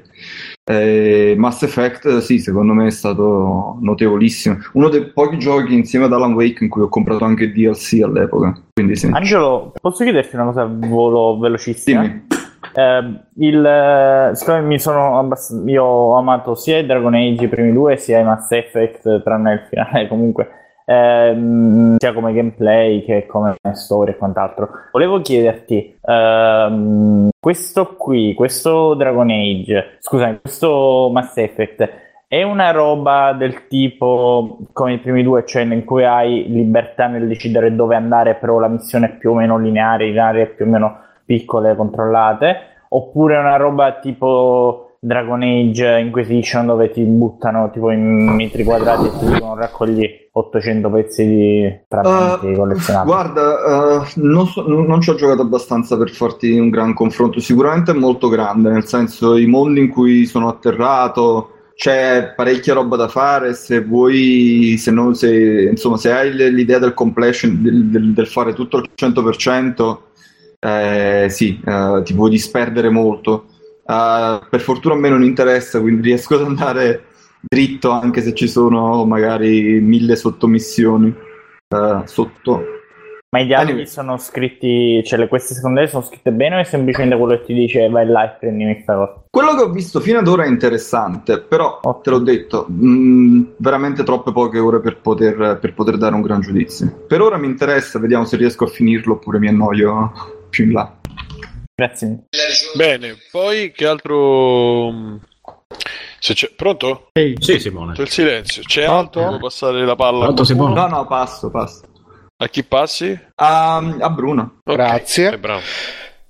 E Mass Effect sì, secondo me è stato notevolissimo, uno dei pochi giochi insieme ad Alan Wake in cui ho comprato anche il D L C all'epoca. Quindi sì. Angelo, posso chiederti una cosa al volo velocissima? Dimmi. Eh, il, siccome mi sono abbast- io ho amato sia i Dragon Age i primi due sia i Mass Effect tranne il finale comunque, ehm, sia come gameplay che come storia e quant'altro, volevo chiederti ehm, questo qui, questo Dragon Age, scusami, questo Mass Effect è una roba del tipo come i primi due, cioè in cui hai libertà nel decidere dove andare, però la missione è più o meno lineare, in aree più o meno piccole controllate, oppure è una roba tipo Dragon Age Inquisition dove ti buttano tipo in metri quadrati e ti dicono raccogli ottocento pezzi di frammenti uh, collezionati? Guarda, uh, non, so, non ci ho giocato abbastanza per farti un gran confronto. Sicuramente è molto grande, nel senso i mondi in cui sono atterrato c'è parecchia roba da fare. Se vuoi, se non, se, insomma, se hai l'idea del completion, del, del, del fare tutto al cento per cento, eh, sì, uh, ti puoi disperdere molto. Uh, per fortuna a me non interessa, quindi riesco ad andare dritto anche se ci sono magari mille sottomissioni uh, sotto. Ma i dialoghi anyway. sono scritti, cioè le queste secondarie sono scritte bene o è semplicemente quello che ti dice vai là e prendimi questa cosa? Quello che ho visto fino ad ora è interessante, però oh. te l'ho detto, mh, veramente troppe poche ore per poter, per poter dare un gran giudizio. Per ora mi interessa, vediamo se riesco a finirlo oppure mi annoio più in là. Grazie. Bene, poi che altro... Se c'è... Pronto? Ehi. Sì, Simone. C'è il silenzio. C'è altro? Devo passare la palla. Pronto, Simone? No, no, passo, passo. A chi passi? A, a Bruno. Okay. Grazie. È bravo.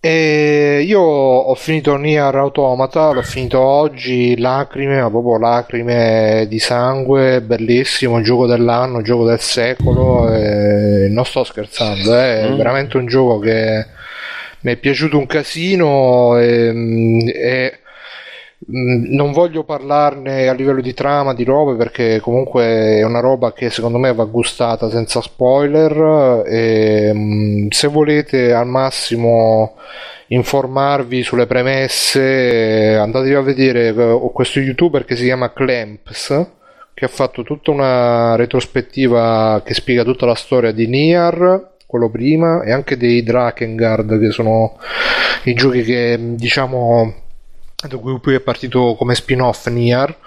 E io ho finito Nier Automata, l'ho finito oggi, lacrime, ma proprio lacrime di sangue, bellissimo, gioco dell'anno, gioco del secolo, e non sto scherzando, è mm. veramente un gioco che mi è piaciuto un casino e, e non voglio parlarne a livello di trama, di robe, perché comunque è una roba che secondo me va gustata senza spoiler e se volete al massimo informarvi sulle premesse andatevi a vedere, ho questo youtuber che si chiama Clamps che ha fatto tutta una retrospettiva che spiega tutta la storia di Nier, quello prima, e anche dei Drakengard, che sono i giochi che diciamo da cui poi è partito come spin-off Nier.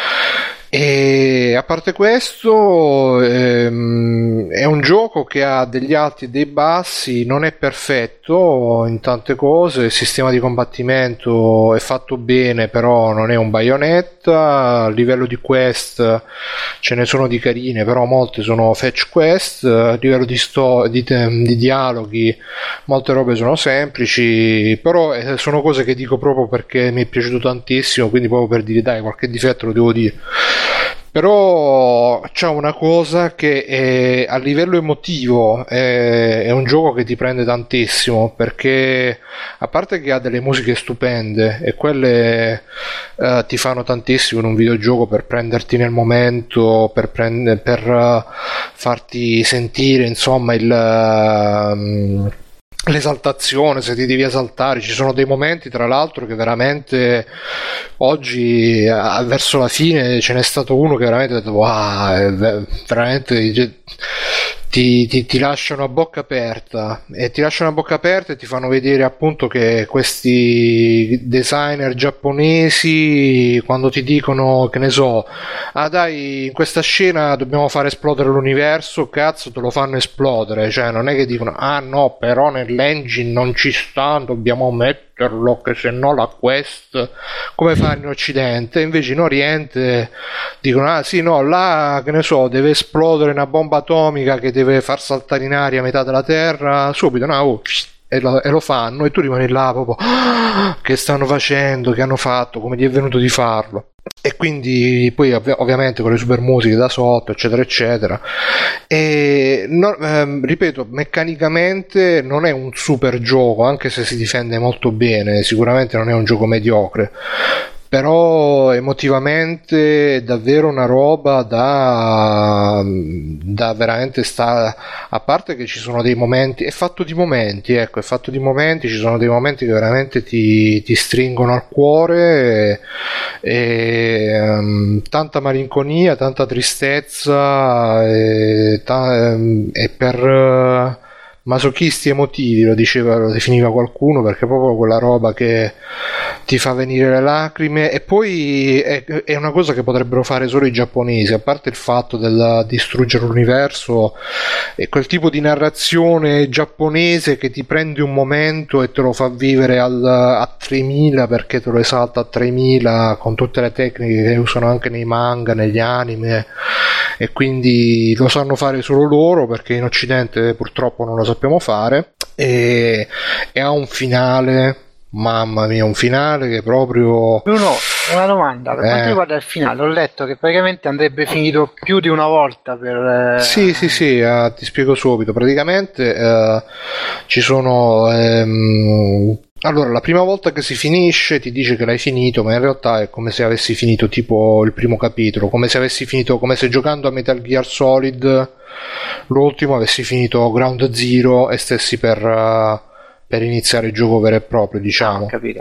E a parte questo ehm, è un gioco che ha degli alti e dei bassi, non è perfetto in tante cose, il sistema di combattimento è fatto bene però non è un Bayonetta, a livello di quest ce ne sono di carine però molte sono fetch quest, a livello di, sto- di, di dialoghi molte robe sono semplici, però eh, sono cose che dico proprio perché mi è piaciuto tantissimo, quindi proprio per dire dai qualche difetto lo devo dire. Però c'è una cosa che è, a livello emotivo è, è un gioco che ti prende tantissimo, perché a parte che ha delle musiche stupende e quelle eh, ti fanno tantissimo in un videogioco per prenderti nel momento, per, prend- per uh, farti sentire insomma il... Um, l'esaltazione, se ti devi esaltare, ci sono dei momenti tra l'altro che veramente oggi eh, verso la fine ce n'è stato uno che veramente ho detto wow, veramente ti, ti, ti lasciano a bocca aperta e ti lasciano a bocca aperta e ti fanno vedere appunto che questi designer giapponesi quando ti dicono che ne so ah dai in questa scena dobbiamo fare esplodere l'universo, cazzo te lo fanno esplodere, cioè non è che dicono ah no però nell'engine non ci sta, dobbiamo metterlo che se no la quest come fanno in Occidente, invece in Oriente dicono ah sì no là che ne so deve esplodere una bomba atomica che deve far saltare in aria metà della terra, subito no oh, e, lo, e lo fanno e tu rimani là proprio ah, che stanno facendo, che hanno fatto, come gli è venuto di farlo. E quindi poi ov- ovviamente con le super musiche da sotto eccetera eccetera e no, ehm, ripeto meccanicamente non è un super gioco anche se si difende molto bene, sicuramente non è un gioco mediocre, però emotivamente è davvero una roba da, da veramente sta, a parte che ci sono dei momenti, è fatto di momenti, ecco, è fatto di momenti, ci sono dei momenti che veramente ti, ti stringono al cuore e, e um, tanta malinconia, tanta tristezza e, ta, e per uh, masochisti emotivi lo diceva, lo definiva qualcuno, perché è proprio quella roba che ti fa venire le lacrime. E poi è, è una cosa che potrebbero fare solo i giapponesi, a parte il fatto del distruggere l'universo, è quel tipo di narrazione giapponese che ti prende un momento e te lo fa vivere al, a tremila, perché te lo esalta a tremila con tutte le tecniche che usano anche nei manga, negli anime, e quindi lo sanno fare solo loro, perché in Occidente purtroppo non lo sappiamo fare. E, e ha un finale, mamma mia, un finale che proprio... Bruno, una domanda, per eh. quanto riguarda il finale, ho letto che praticamente andrebbe finito più di una volta per... Eh... Sì, sì, sì, eh, ti spiego subito, praticamente eh, ci sono... Ehm... Allora, la prima volta che si finisce ti dice che l'hai finito, ma in realtà è come se avessi finito tipo il primo capitolo, come se avessi finito, come se giocando a Metal Gear Solid l'ultimo avessi finito Ground Zero e stessi per, uh, per iniziare il gioco vero e proprio, diciamo. Ah, capito.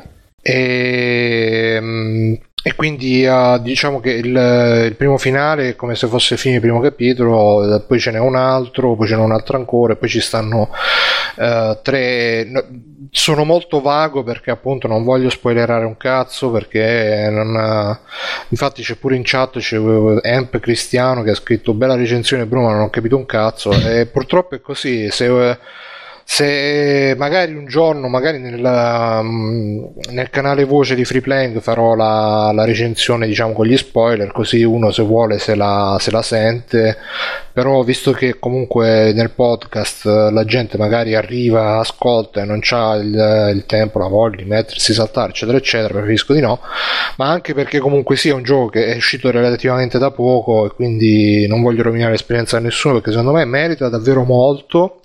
E, um, e quindi uh, diciamo che il, il primo finale è come se fosse finito il primo capitolo, poi ce n'è un altro, poi ce n'è un altro ancora, e poi ci stanno uh, tre... No, sono molto vago perché appunto non voglio spoilerare un cazzo, perché non... infatti c'è pure in chat c'è Amp Cristiano che ha scritto bella recensione Bruno, ma non ho capito un cazzo, e purtroppo è così. Se se magari un giorno, magari nel, nel canale voce di Free Playing farò la, la recensione diciamo con gli spoiler, così uno se vuole se la, se la sente, però visto che comunque nel podcast la gente magari arriva, ascolta e non c'ha il, il tempo, la voglia di mettersi, saltare eccetera eccetera, preferisco di no, ma anche perché comunque sia un gioco che è uscito relativamente da poco e quindi non voglio rovinare l'esperienza a nessuno, perché secondo me merita davvero molto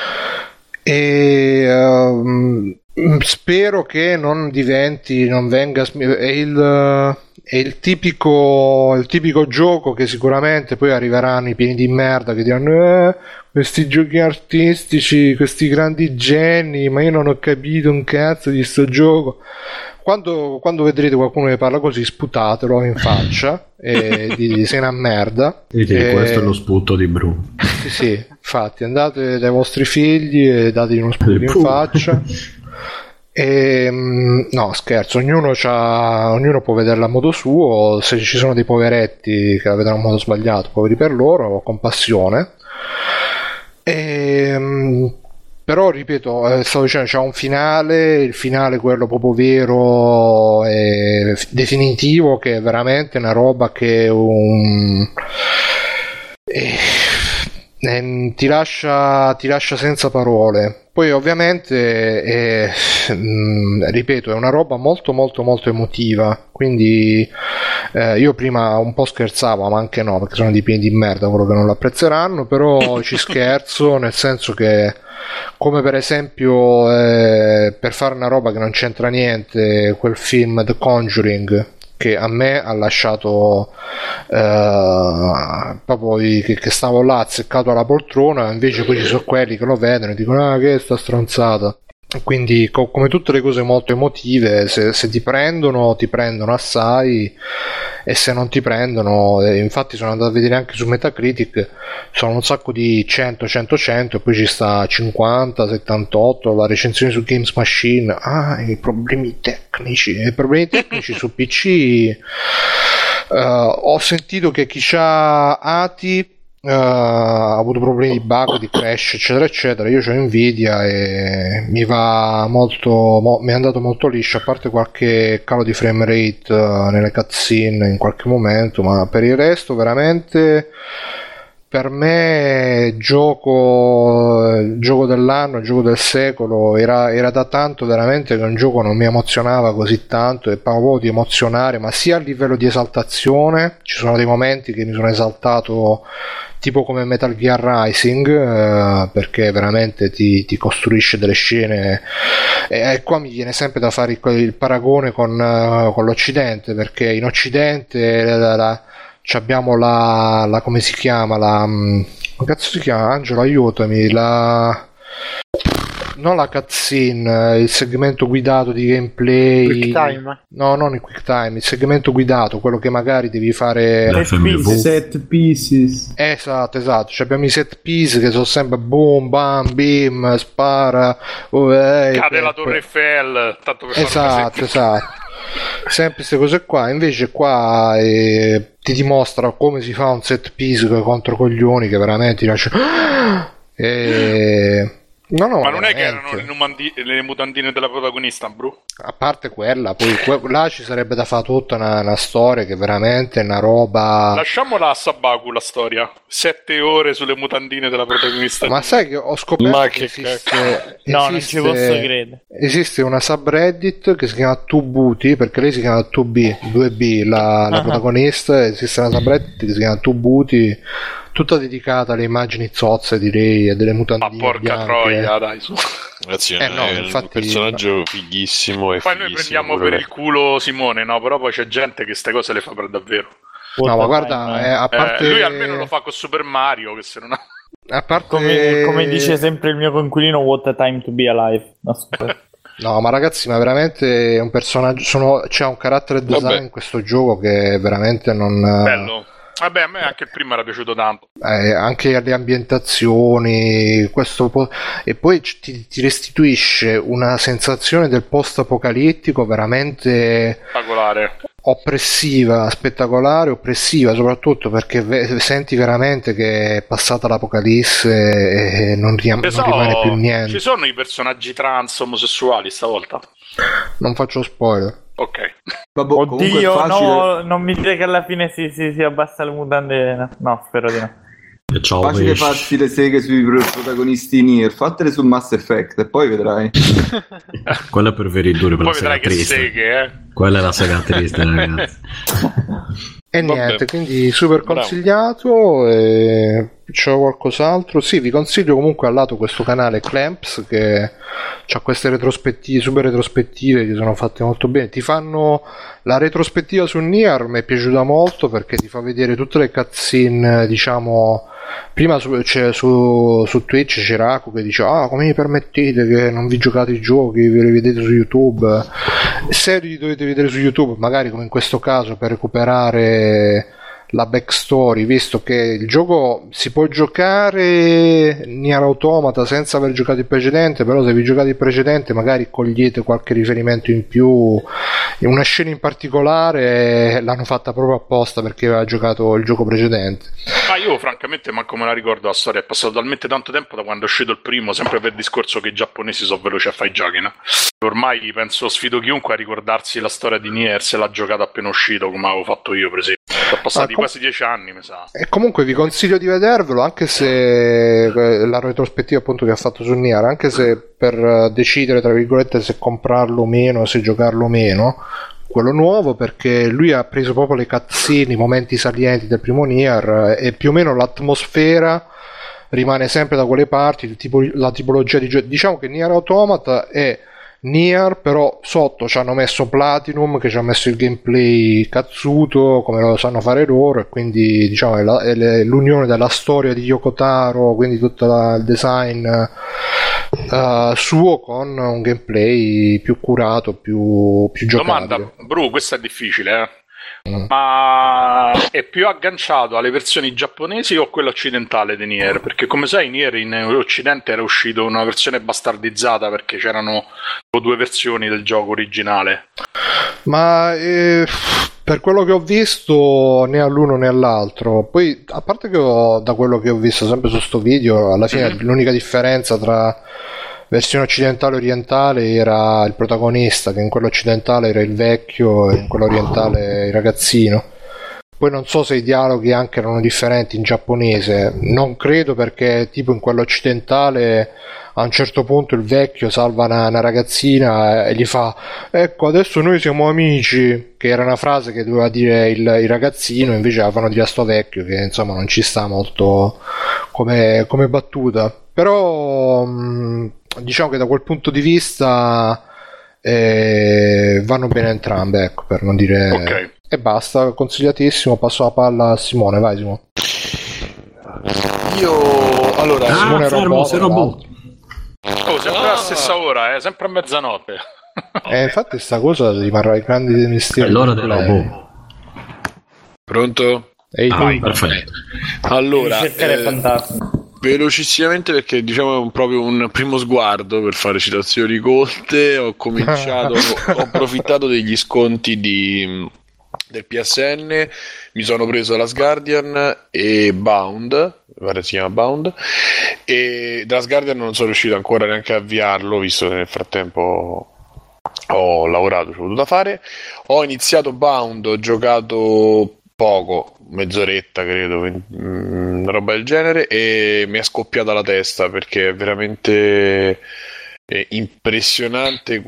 e um, spero che non diventi, non venga è il, è il tipico il tipico gioco che sicuramente poi arriveranno i pieni di merda che diranno eh, questi giochi artistici, questi grandi geni, ma io non ho capito un cazzo di sto gioco. Quando, quando vedrete qualcuno che parla così, sputatelo in faccia e di sei una merda. E e... questo è lo sputo di Bru. Sì, sì, infatti andate dai vostri figli e dategli uno sputo in faccia. E, no, scherzo, ognuno, c'ha, ognuno può vederla a modo suo. Se ci sono dei poveretti che la vedono a modo sbagliato, poveri per loro, compassione. E, però ripeto, stavo dicendo, c'è un finale, il finale quello proprio vero e definitivo, che è veramente una roba che un... e... E ti lascia, ti lascia senza parole. Poi ovviamente è, mh, ripeto, è una roba molto molto molto emotiva, quindi eh, io prima un po' scherzavo, ma anche no, perché sono di piedi di merda quello che non lo apprezzeranno, però ci scherzo, nel senso che come per esempio eh, per fare una roba che non c'entra niente, quel film The Conjuring, che a me ha lasciato eh, proprio che, che stavo là azzeccato alla poltrona, invece poi ci sono quelli che lo vedono e dicono ah, che è sta stronzata. Quindi co- come tutte le cose molto emotive, se, se ti prendono ti prendono assai, e se non ti prendono, eh, infatti sono andato a vedere anche su Metacritic, sono un sacco di cento, cento, cento e poi ci sta cinquanta, settantotto, la recensione su Games Machine, ah, i problemi tecnici, i problemi tecnici su P C. Uh, ho sentito che chi c'ha A T I Uh, ha avuto problemi di bug, di crash eccetera eccetera. Io c'ho Nvidia e mi va molto mo, mi è andato molto liscio, a parte qualche calo di frame rate uh, nelle cutscene in qualche momento, ma per il resto veramente per me gioco gioco dell'anno, gioco del secolo. Era, era da tanto veramente che un gioco non mi emozionava così tanto, e parlavo di emozionare, ma sia a livello di esaltazione. Ci sono dei momenti che mi sono esaltato tipo come Metal Gear Rising, eh, perché veramente ti, ti costruisce delle scene, e, e qua mi viene sempre da fare il, il paragone con, uh, con l'Occidente, perché in Occidente la, la, abbiamo la, la come si chiama la come cazzo si chiama, Angelo aiutami, la non la cutscene, il segmento guidato di gameplay, quick time. No, non il quick time, il segmento guidato, quello che magari devi fare set pieces. Esatto, esatto, cioè abbiamo i set piece che sono sempre boom, bam, bim, spara, oh, hey, cade que- la torre Eiffel, tanto per esatto, esatto, sempre queste cose qua. Invece qua eh, ti dimostra come si fa un set piece contro coglioni che veramente ti lascia e... No, no, ma non veramente. È che erano le, numandi- le mutandine della protagonista, bro? A parte quella, poi que- là ci sarebbe da fare tutta una, una storia che veramente è una roba. Lasciamola a Sabaku la storia. Sette ore sulle mutandine della protagonista. Ma sai che ho scoperto ma che che esiste, no, esiste, non ci posso credere. Esiste una subreddit che si chiama two booty, perché lei si chiama two B, due B la, la uh-huh. protagonista. Esiste una subreddit che si chiama two booty, tutta dedicata alle immagini zozze di lei e delle mutandine. Ma porca bianche. Troia, dai, su. Ragazzi, eh, no, è infatti, un personaggio fighissimo. E poi noi prendiamo per il culo Simone, no? Però poi c'è gente che queste cose le fa per davvero. No, ma guarda, eh, a parte... eh, lui almeno lo fa con Super Mario, che se non ha... A parte... come, come dice sempre il mio coinquilino, what a time to be alive. No, no, ma ragazzi, ma veramente è un personaggio, sono, c'è un carattere design Vabbè. in questo gioco che veramente non... Bello. Vabbè, a me anche il primo era piaciuto tanto. Eh, anche le ambientazioni, questo po- e poi ti, ti restituisce una sensazione del post-apocalittico veramente spettacolare, oppressiva, spettacolare, oppressiva, soprattutto perché ve- senti veramente che è passata l'apocalisse e non, ri- non so, rimane più niente. Ci sono i personaggi trans omosessuali stavolta? Non faccio spoiler. Ok. Vabbè, oddio, no, non mi dire che alla fine si, si, si abbassa le mutande. No, spero di no. Ciao, facile farsi le seghe sui protagonisti Nier, fatele su Mass Effect e poi vedrai. Quella per veridure, per poi la vedrai sega che triste. seghe, eh. Quella è la sega triste, ragazzi. E Vabbè. niente, quindi super consigliato. E c'è qualcos'altro? Sì, vi consiglio comunque al lato questo canale Clamps che ha queste retrospettive, super retrospettive che sono fatte molto bene. Ti fanno la retrospettiva su Nier, mi è piaciuta molto perché ti fa vedere tutte le cutscene, diciamo. Prima su, c'è, su, su Twitch c'era Aku che dice ah come mi permettete che non vi giocate i giochi, ve li vedete su YouTube, se li dovete vedere su YouTube magari come in questo caso per recuperare la backstory, visto che il gioco si può giocare Nier Automata senza aver giocato il precedente, però se vi giocate il precedente magari cogliete qualche riferimento in più, in una scena in particolare l'hanno fatta proprio apposta perché aveva giocato il gioco precedente. Ma io francamente manco me la ricordo la storia, è passato talmente tanto tempo da quando è uscito il primo, sempre per il discorso che i giapponesi sono veloci a fare i giochi, no? Ormai penso sfido chiunque a ricordarsi la storia di Nier se l'ha giocato appena uscito come avevo fatto io per esempio. Sono passati ah, com- quasi dieci anni mi sa. E comunque vi consiglio di vedervelo, anche se la retrospettiva appunto che ha fatto su Nier, anche se per decidere tra virgolette se comprarlo o meno, se giocarlo o meno, quello nuovo, perché lui ha preso proprio le cutscene, i momenti salienti del primo Nier e più o meno l'atmosfera rimane sempre da quelle parti, tipo, la tipologia di gioco. Diciamo che Nier Automata è Nier, però sotto ci hanno messo Platinum che ci ha messo il gameplay cazzuto come lo sanno fare loro, e quindi diciamo è, la, è l'unione della storia di Yoko Taro, quindi tutto la, il design uh, suo con un gameplay più curato, più, più giocabile. Domanda, Bru, questa è difficile, eh? Mm. Ma è più agganciato alle versioni giapponesi o quella occidentale di Nier? Perché come sai Nier in occidente era uscito una versione bastardizzata perché c'erano due versioni del gioco originale. Ma eh, per quello che ho visto né all'uno né all'altro. Poi a parte che ho, da quello che ho visto sempre su sto video, alla fine mm-hmm. l'unica differenza tra versione occidentale e orientale era il protagonista, che in quello occidentale era il vecchio e in quello orientale il ragazzino. Poi non so se i dialoghi anche erano differenti in giapponese, non credo, perché tipo in quello occidentale a un certo punto il vecchio salva una, una ragazzina e gli fa ecco adesso noi siamo amici, che era una frase che doveva dire il, il ragazzino, invece la fanno dire a sto vecchio, che insomma non ci sta molto come, come battuta. Però mh, diciamo che da quel punto di vista eh, vanno bene entrambe, ecco, per non dire okay. E basta, consigliatissimo. Passo la palla a Simone, vai Simone. Io allora ah, Simone fermo, sei robot. Oh, sempre alla stessa ora, eh, sempre a mezzanotte. Eh, infatti sta cosa rimarrà ai grandi mestieri. È l'ora del robot. Pronto? Ehi, ah, perfetto. Allora, eh, velocissimamente, perché diciamo è un, proprio un primo sguardo per fare citazioni colte. Ho cominciato, ho approfittato degli sconti di, del P S N, mi sono preso Last Guardian e Bound, mi pare si chiama Bound, e Last Guardian non sono riuscito ancora neanche a avviarlo, visto che nel frattempo ho lavorato, c'ho voluto fare. Ho iniziato Bound, ho giocato poco, mezz'oretta credo, una roba del genere, e mi è scoppiata la testa perché è veramente è impressionante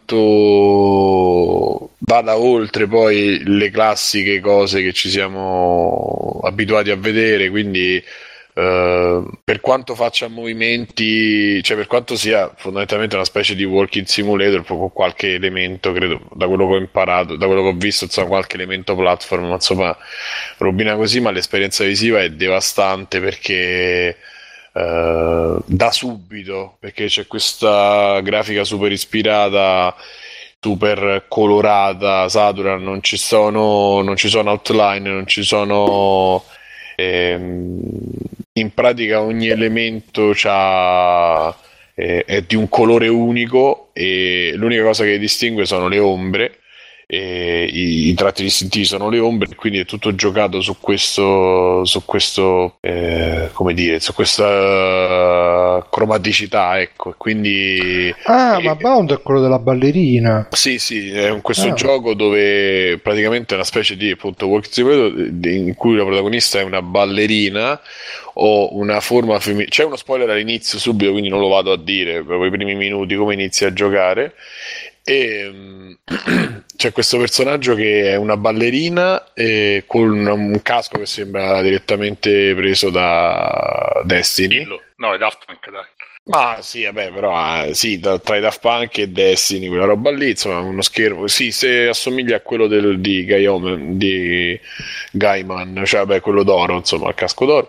quanto vada oltre poi le classiche cose che ci siamo abituati a vedere, quindi Uh, per quanto faccia movimenti, cioè per quanto sia fondamentalmente una specie di walking simulator, con qualche elemento, credo, da quello che ho imparato, da quello che ho visto, insomma, qualche elemento platform, ma insomma robina così, ma l'esperienza visiva è devastante perché uh, da subito, perché c'è questa grafica super ispirata, super colorata, satura, non ci sono non ci sono outline, non ci sono ehm, in pratica ogni elemento c'ha, eh, è di un colore unico e l'unica cosa che distingue sono le ombre, e i, i tratti distintivi sono le ombre, quindi è tutto giocato su questo su questo eh, come dire, su questa cromaticità, ecco, quindi ah eh, ma Bound è quello della ballerina. Sì, sì, è un, questo ah. gioco dove praticamente è una specie di appunto walk simulator in cui la protagonista è una ballerina o una forma femminile. C'è uno spoiler all'inizio subito, quindi non lo vado a dire proprio i primi minuti come inizia a giocare. E um, c'è questo personaggio che è una ballerina e con un, un casco che sembra direttamente preso da Destiny. No, è Daft Punk, dai. Ah sì, vabbè, però eh, sì, da, tra i Daft Punk e Destiny, quella roba lì, insomma, uno schermo, sì, se assomiglia a quello del, di Gaiman, di Gaiman, cioè vabbè, quello d'oro, insomma, il casco d'oro,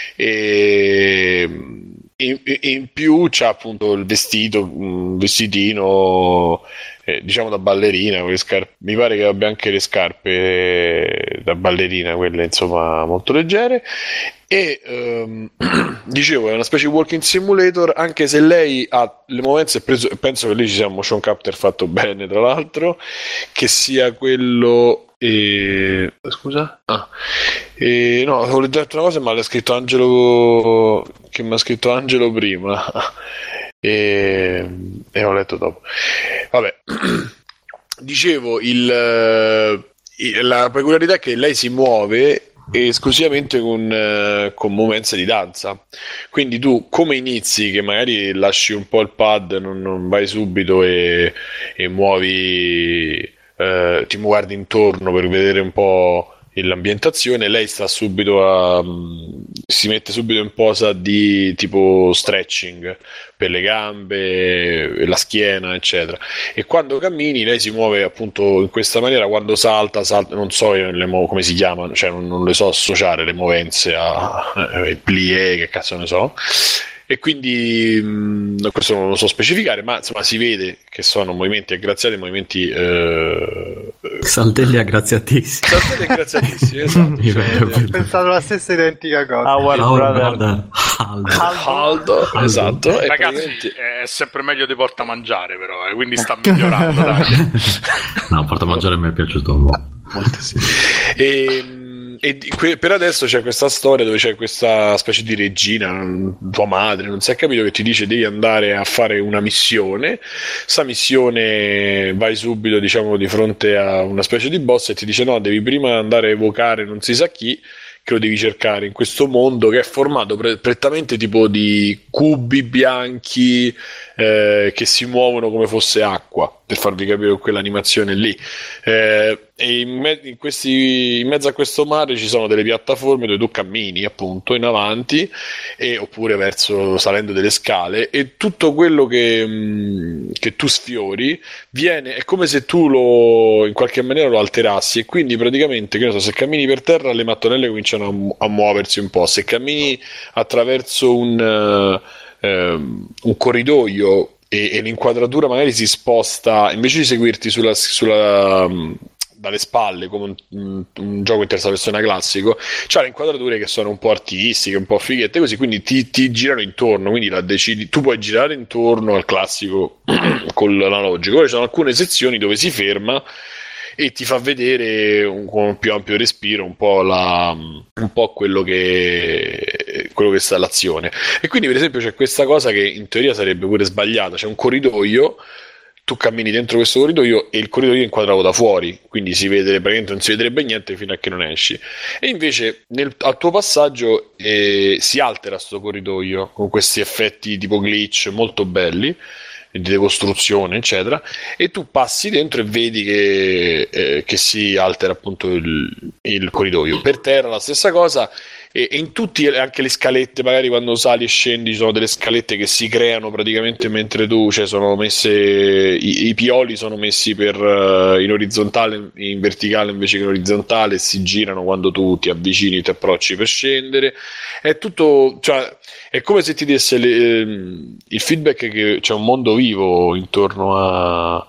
e in, in più c'ha appunto il vestito, un vestitino, eh, diciamo da ballerina, con le scarpe, mi pare che abbia anche le scarpe da ballerina, quelle insomma molto leggere. E um, dicevo, è una specie di walking simulator, anche se lei ha le movenze preso, penso che lì ci sia un motion capture fatto bene, tra l'altro, che sia quello e... scusa? Ah. E, no, avevo detto una cosa ma l'ha scritto Angelo, che mi ha scritto Angelo prima e, e ho letto dopo, vabbè. Dicevo, il, la peculiarità è che lei si muove esclusivamente con, eh, con movenze di danza, quindi tu come inizi, che magari lasci un po' il pad, non, non vai subito e, e muovi, eh, ti guardi intorno per vedere un po' l'ambientazione, lei sta subito a, si mette subito in posa di tipo stretching per le gambe, la schiena, eccetera, e quando cammini lei si muove appunto in questa maniera. Quando salta, salta non so le mo- come si chiamano, cioè non, non le so associare le movenze a eh, plie, che cazzo ne so, e quindi mh, questo non lo so specificare, ma insomma si vede che sono movimenti aggraziati, movimenti eh, saltelli aggraziatissimi, saltelli aggraziatissimi, esatto. Cioè, ho pensato la stessa identica cosa. Our Our brother. brother Aldo. Aldo, Aldo. esatto. E Ragazzi, praticamente... è sempre meglio di portamangiare, però, eh, quindi sta migliorando. Dai. No, portamangiare mi è piaciuto un po'. Molto sì. E, e que- per adesso c'è questa storia dove c'è questa specie di regina, tua madre, non si è capito, che ti dice devi andare a fare una missione. Sta missione vai subito, diciamo, di fronte a una specie di boss e ti dice no, devi prima andare a evocare non si sa chi, che lo devi cercare in questo mondo che è formato pre- prettamente tipo di cubi bianchi eh, che si muovono come fosse acqua, per farvi capire quell'animazione lì, eh, e in, me- in, questi, in mezzo a questo mare ci sono delle piattaforme dove tu cammini appunto in avanti e, oppure verso salendo delle scale, e tutto quello che, mh, che tu sfiori viene, è come se tu lo in qualche maniera lo alterassi, e quindi praticamente, che ne so, se cammini per terra le mattonelle cominciano a, mu- a muoversi un po', se cammini attraverso un, uh, um, un corridoio e, e l'inquadratura magari si sposta, invece di seguirti sulla, sulla um, dalle spalle come un, un gioco in terza persona classico, c'ha le inquadrature che sono un po' artistiche, un po' fighette così, quindi ti, ti girano intorno, quindi la decidi, tu puoi girare intorno al classico con l'analogico. Poi ci sono alcune sezioni dove si ferma e ti fa vedere un, con un più ampio respiro un po', la, un po' quello che quello che sta l'azione. E quindi per esempio c'è questa cosa che in teoria sarebbe pure sbagliata, c'è un corridoio, tu cammini dentro questo corridoio e il corridoio è inquadrato da fuori, quindi si vede, praticamente non si vedrebbe niente fino a che non esci, e invece nel, al tuo passaggio eh, si altera sto corridoio con questi effetti tipo glitch molto belli di decostruzione eccetera, e tu passi dentro e vedi che, eh, che si altera appunto il, il corridoio. Per terra la stessa cosa, e, e in tutti, anche le scalette, magari quando sali e scendi ci sono delle scalette che si creano praticamente mentre tu, cioè sono messe, i, i pioli sono messi per uh, in orizzontale, in verticale invece che in orizzontale, e si girano quando tu ti avvicini, ti approcci per scendere. È tutto, cioè è come se ti desse le, ehm, il feedback che c'è un mondo vivo intorno a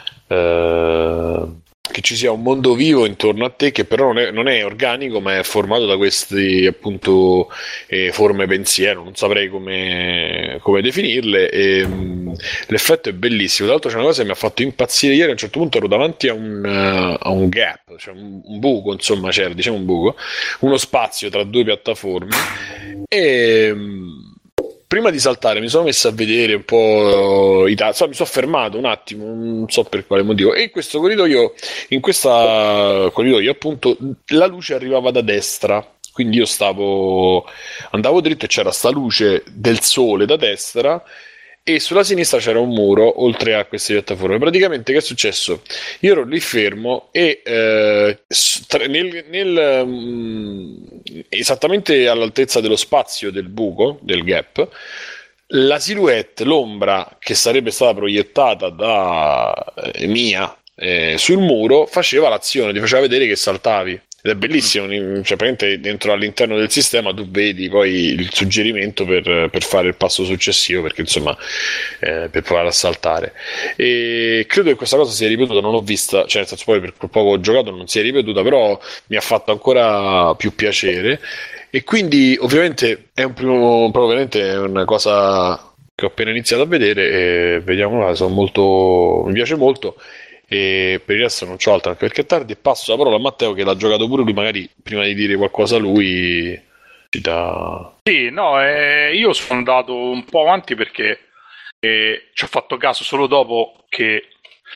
eh, che ci sia un mondo vivo intorno a te, che però non è, non è organico, ma è formato da queste appunto eh, forme pensiero, non saprei come, come definirle, e, l'effetto è bellissimo. Tra l'altro c'è una cosa che mi ha fatto impazzire ieri. A un certo punto ero davanti a un, uh, a un gap, cioè un, un buco, insomma c'era, diciamo un buco, uno spazio tra due piattaforme, e um, prima di saltare mi sono messo a vedere un po' i tasti, mi sono fermato un attimo, non so per quale motivo, e in questo corridoio, in questa corridoio appunto, la luce arrivava da destra. Quindi io stavo, andavo dritto e c'era sta luce del sole da destra, e sulla sinistra c'era un muro oltre a queste piattaforme. Praticamente che è successo? Io ero lì fermo e eh, nel, nel, um, esattamente all'altezza dello spazio del buco, del gap, la silhouette, l'ombra che sarebbe stata proiettata da eh, mia eh, sul muro faceva l'azione, ti faceva vedere che saltavi. Ed è bellissimo, cioè praticamente dentro all'interno del sistema tu vedi poi il suggerimento per, per fare il passo successivo, perché insomma eh, per provare a saltare. E credo che questa cosa sia ripetuta, non l'ho vista, cioè nel senso poi per quel poco ho giocato non si è ripetuta, però mi ha fatto ancora più piacere. E quindi ovviamente è un primo, probabilmente è una cosa che ho appena iniziato a vedere, e vediamo, sono molto, mi piace molto. E per il resto non c'ho altro, anche perché è tardi, e passo la parola a Matteo che l'ha giocato pure lui, magari prima di dire qualcosa lui ci dà... Sì, no, eh, io sono andato un po' avanti perché eh, ci ho fatto caso solo dopo che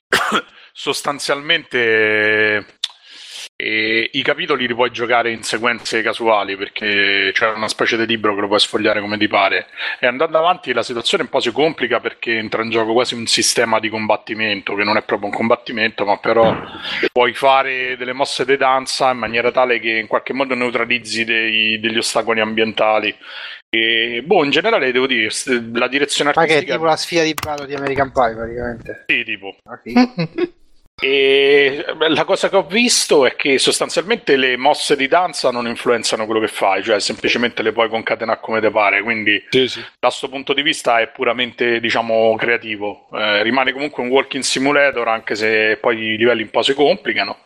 sostanzialmente e i capitoli li puoi giocare in sequenze casuali, perché c'è una specie di libro che lo puoi sfogliare come ti pare, e andando avanti la situazione un po' si complica perché entra in gioco quasi un sistema di combattimento che non è proprio un combattimento, ma però puoi fare delle mosse di danza in maniera tale che in qualche modo neutralizzi dei, degli ostacoli ambientali. E boh, in generale devo dire la direzione artistica, ma che è tipo la sfida di ballo di American Pie praticamente. Sì, tipo okay. E la cosa che ho visto è che sostanzialmente le mosse di danza non influenzano quello che fai, cioè semplicemente le puoi concatenare come te pare, quindi sì, sì. Da questo punto di vista è puramente, diciamo, creativo. Eh, rimane comunque un walking simulator, anche se poi i livelli un po' si complicano.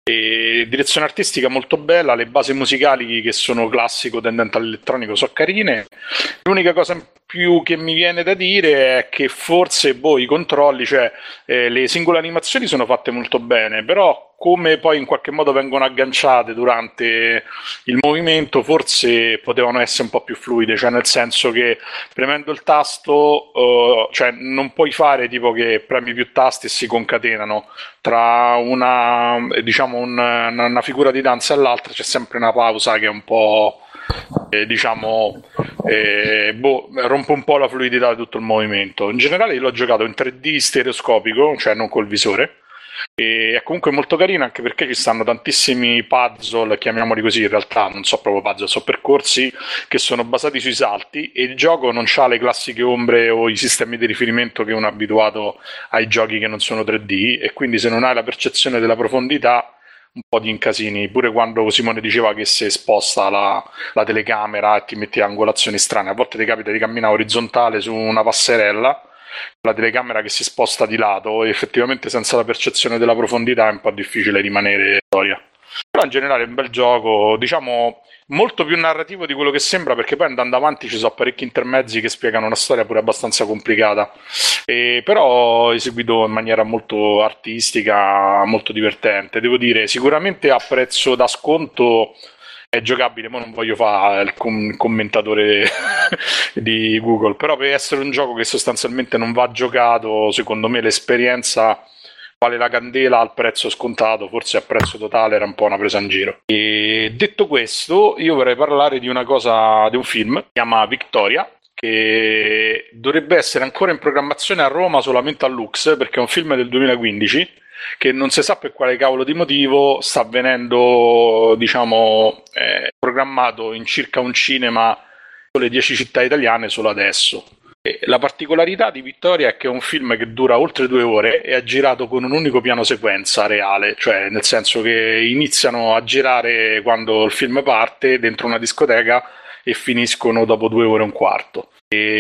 E direzione artistica molto bella, le basi musicali che sono classico tendente all'elettronico sono carine. L'unica cosa in più che mi viene da dire è che forse boh, i controlli, cioè eh, le singole animazioni sono fatte molto bene, però come poi in qualche modo vengono agganciate durante il movimento forse potevano essere un po' più fluide, cioè nel senso che premendo il tasto uh, cioè non puoi fare tipo che premi più tasti e si concatenano tra una, diciamo, una, una figura di danza e l'altra, c'è sempre una pausa che è un po' eh, diciamo eh, boh, rompe un po' la fluidità di tutto il movimento. In generale io l'ho giocato in tre D stereoscopico, cioè non col visore, e è comunque molto carino anche perché ci stanno tantissimi puzzle, chiamiamoli così, in realtà non so proprio puzzle, so percorsi che sono basati sui salti, e il gioco non ha le classiche ombre o i sistemi di riferimento che uno è abituato ai giochi che non sono tre D, e quindi se non hai la percezione della profondità un po' di incasini, pure quando Simone diceva che se sposta la, la telecamera e ti metti angolazioni strane, a volte ti capita di camminare orizzontale su una passerella, la telecamera che si sposta di lato, e effettivamente senza la percezione della profondità è un po' difficile rimanere in storia. Però in generale è un bel gioco, diciamo molto più narrativo di quello che sembra, perché poi andando avanti ci sono parecchi intermezzi che spiegano una storia pure abbastanza complicata, e però eseguito in maniera molto artistica, molto divertente, devo dire. Sicuramente a prezzo da sconto è giocabile, ma non voglio fare il com- commentatore di Google, però per essere un gioco che sostanzialmente non va giocato, secondo me l'esperienza vale la candela al prezzo scontato, forse a prezzo totale era un po' una presa in giro. E detto questo, io vorrei parlare di una cosa, di un film, si chiama Victoria, che dovrebbe essere ancora in programmazione a Roma solamente a Lux, perché è un film del duemilaquindici che non si sa per quale cavolo di motivo sta venendo, diciamo, eh, programmato in circa un cinema sulle dieci città italiane solo adesso. E la particolarità di Vittoria è che è un film che dura oltre due ore e è girato con un unico piano sequenza reale, cioè nel senso che iniziano a girare quando il film parte dentro una discoteca e finiscono dopo due ore e un quarto.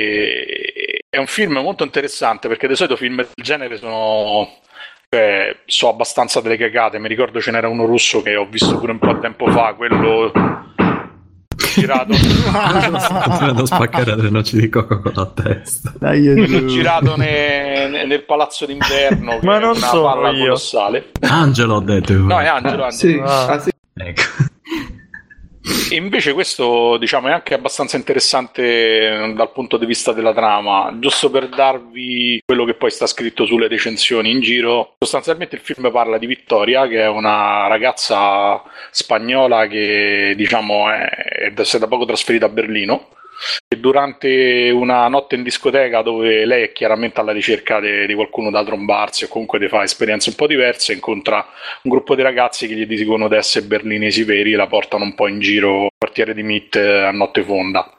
E è un film molto interessante perché di solito film del genere sono... Cioè, so abbastanza delle cagate. Mi ricordo ce n'era uno russo che ho visto pure un po' di tempo fa, quello girato continuando a spaccare le noci di cocco con la testa. Dai, quello girato ne, nel palazzo d'inverno, ma che non è una so palla io. colossale. Angelo ho detto. No, è Angelo, Angelo. Sì, Ah. ah, sì. Ecco. E invece questo, diciamo, è anche abbastanza interessante dal punto di vista della trama, giusto per darvi quello che poi sta scritto sulle recensioni in giro. Sostanzialmente il film parla di Vittoria, che è una ragazza spagnola che, diciamo, è, è, si è da poco trasferita a Berlino, e durante una notte in discoteca, dove lei è chiaramente alla ricerca de, di qualcuno da trombarsi o comunque di fare esperienze un po' diverse, incontra un gruppo di ragazzi che gli dicono di essere berlinesi veri e la portano un po' in giro nel quartiere di Mitte a notte fonda.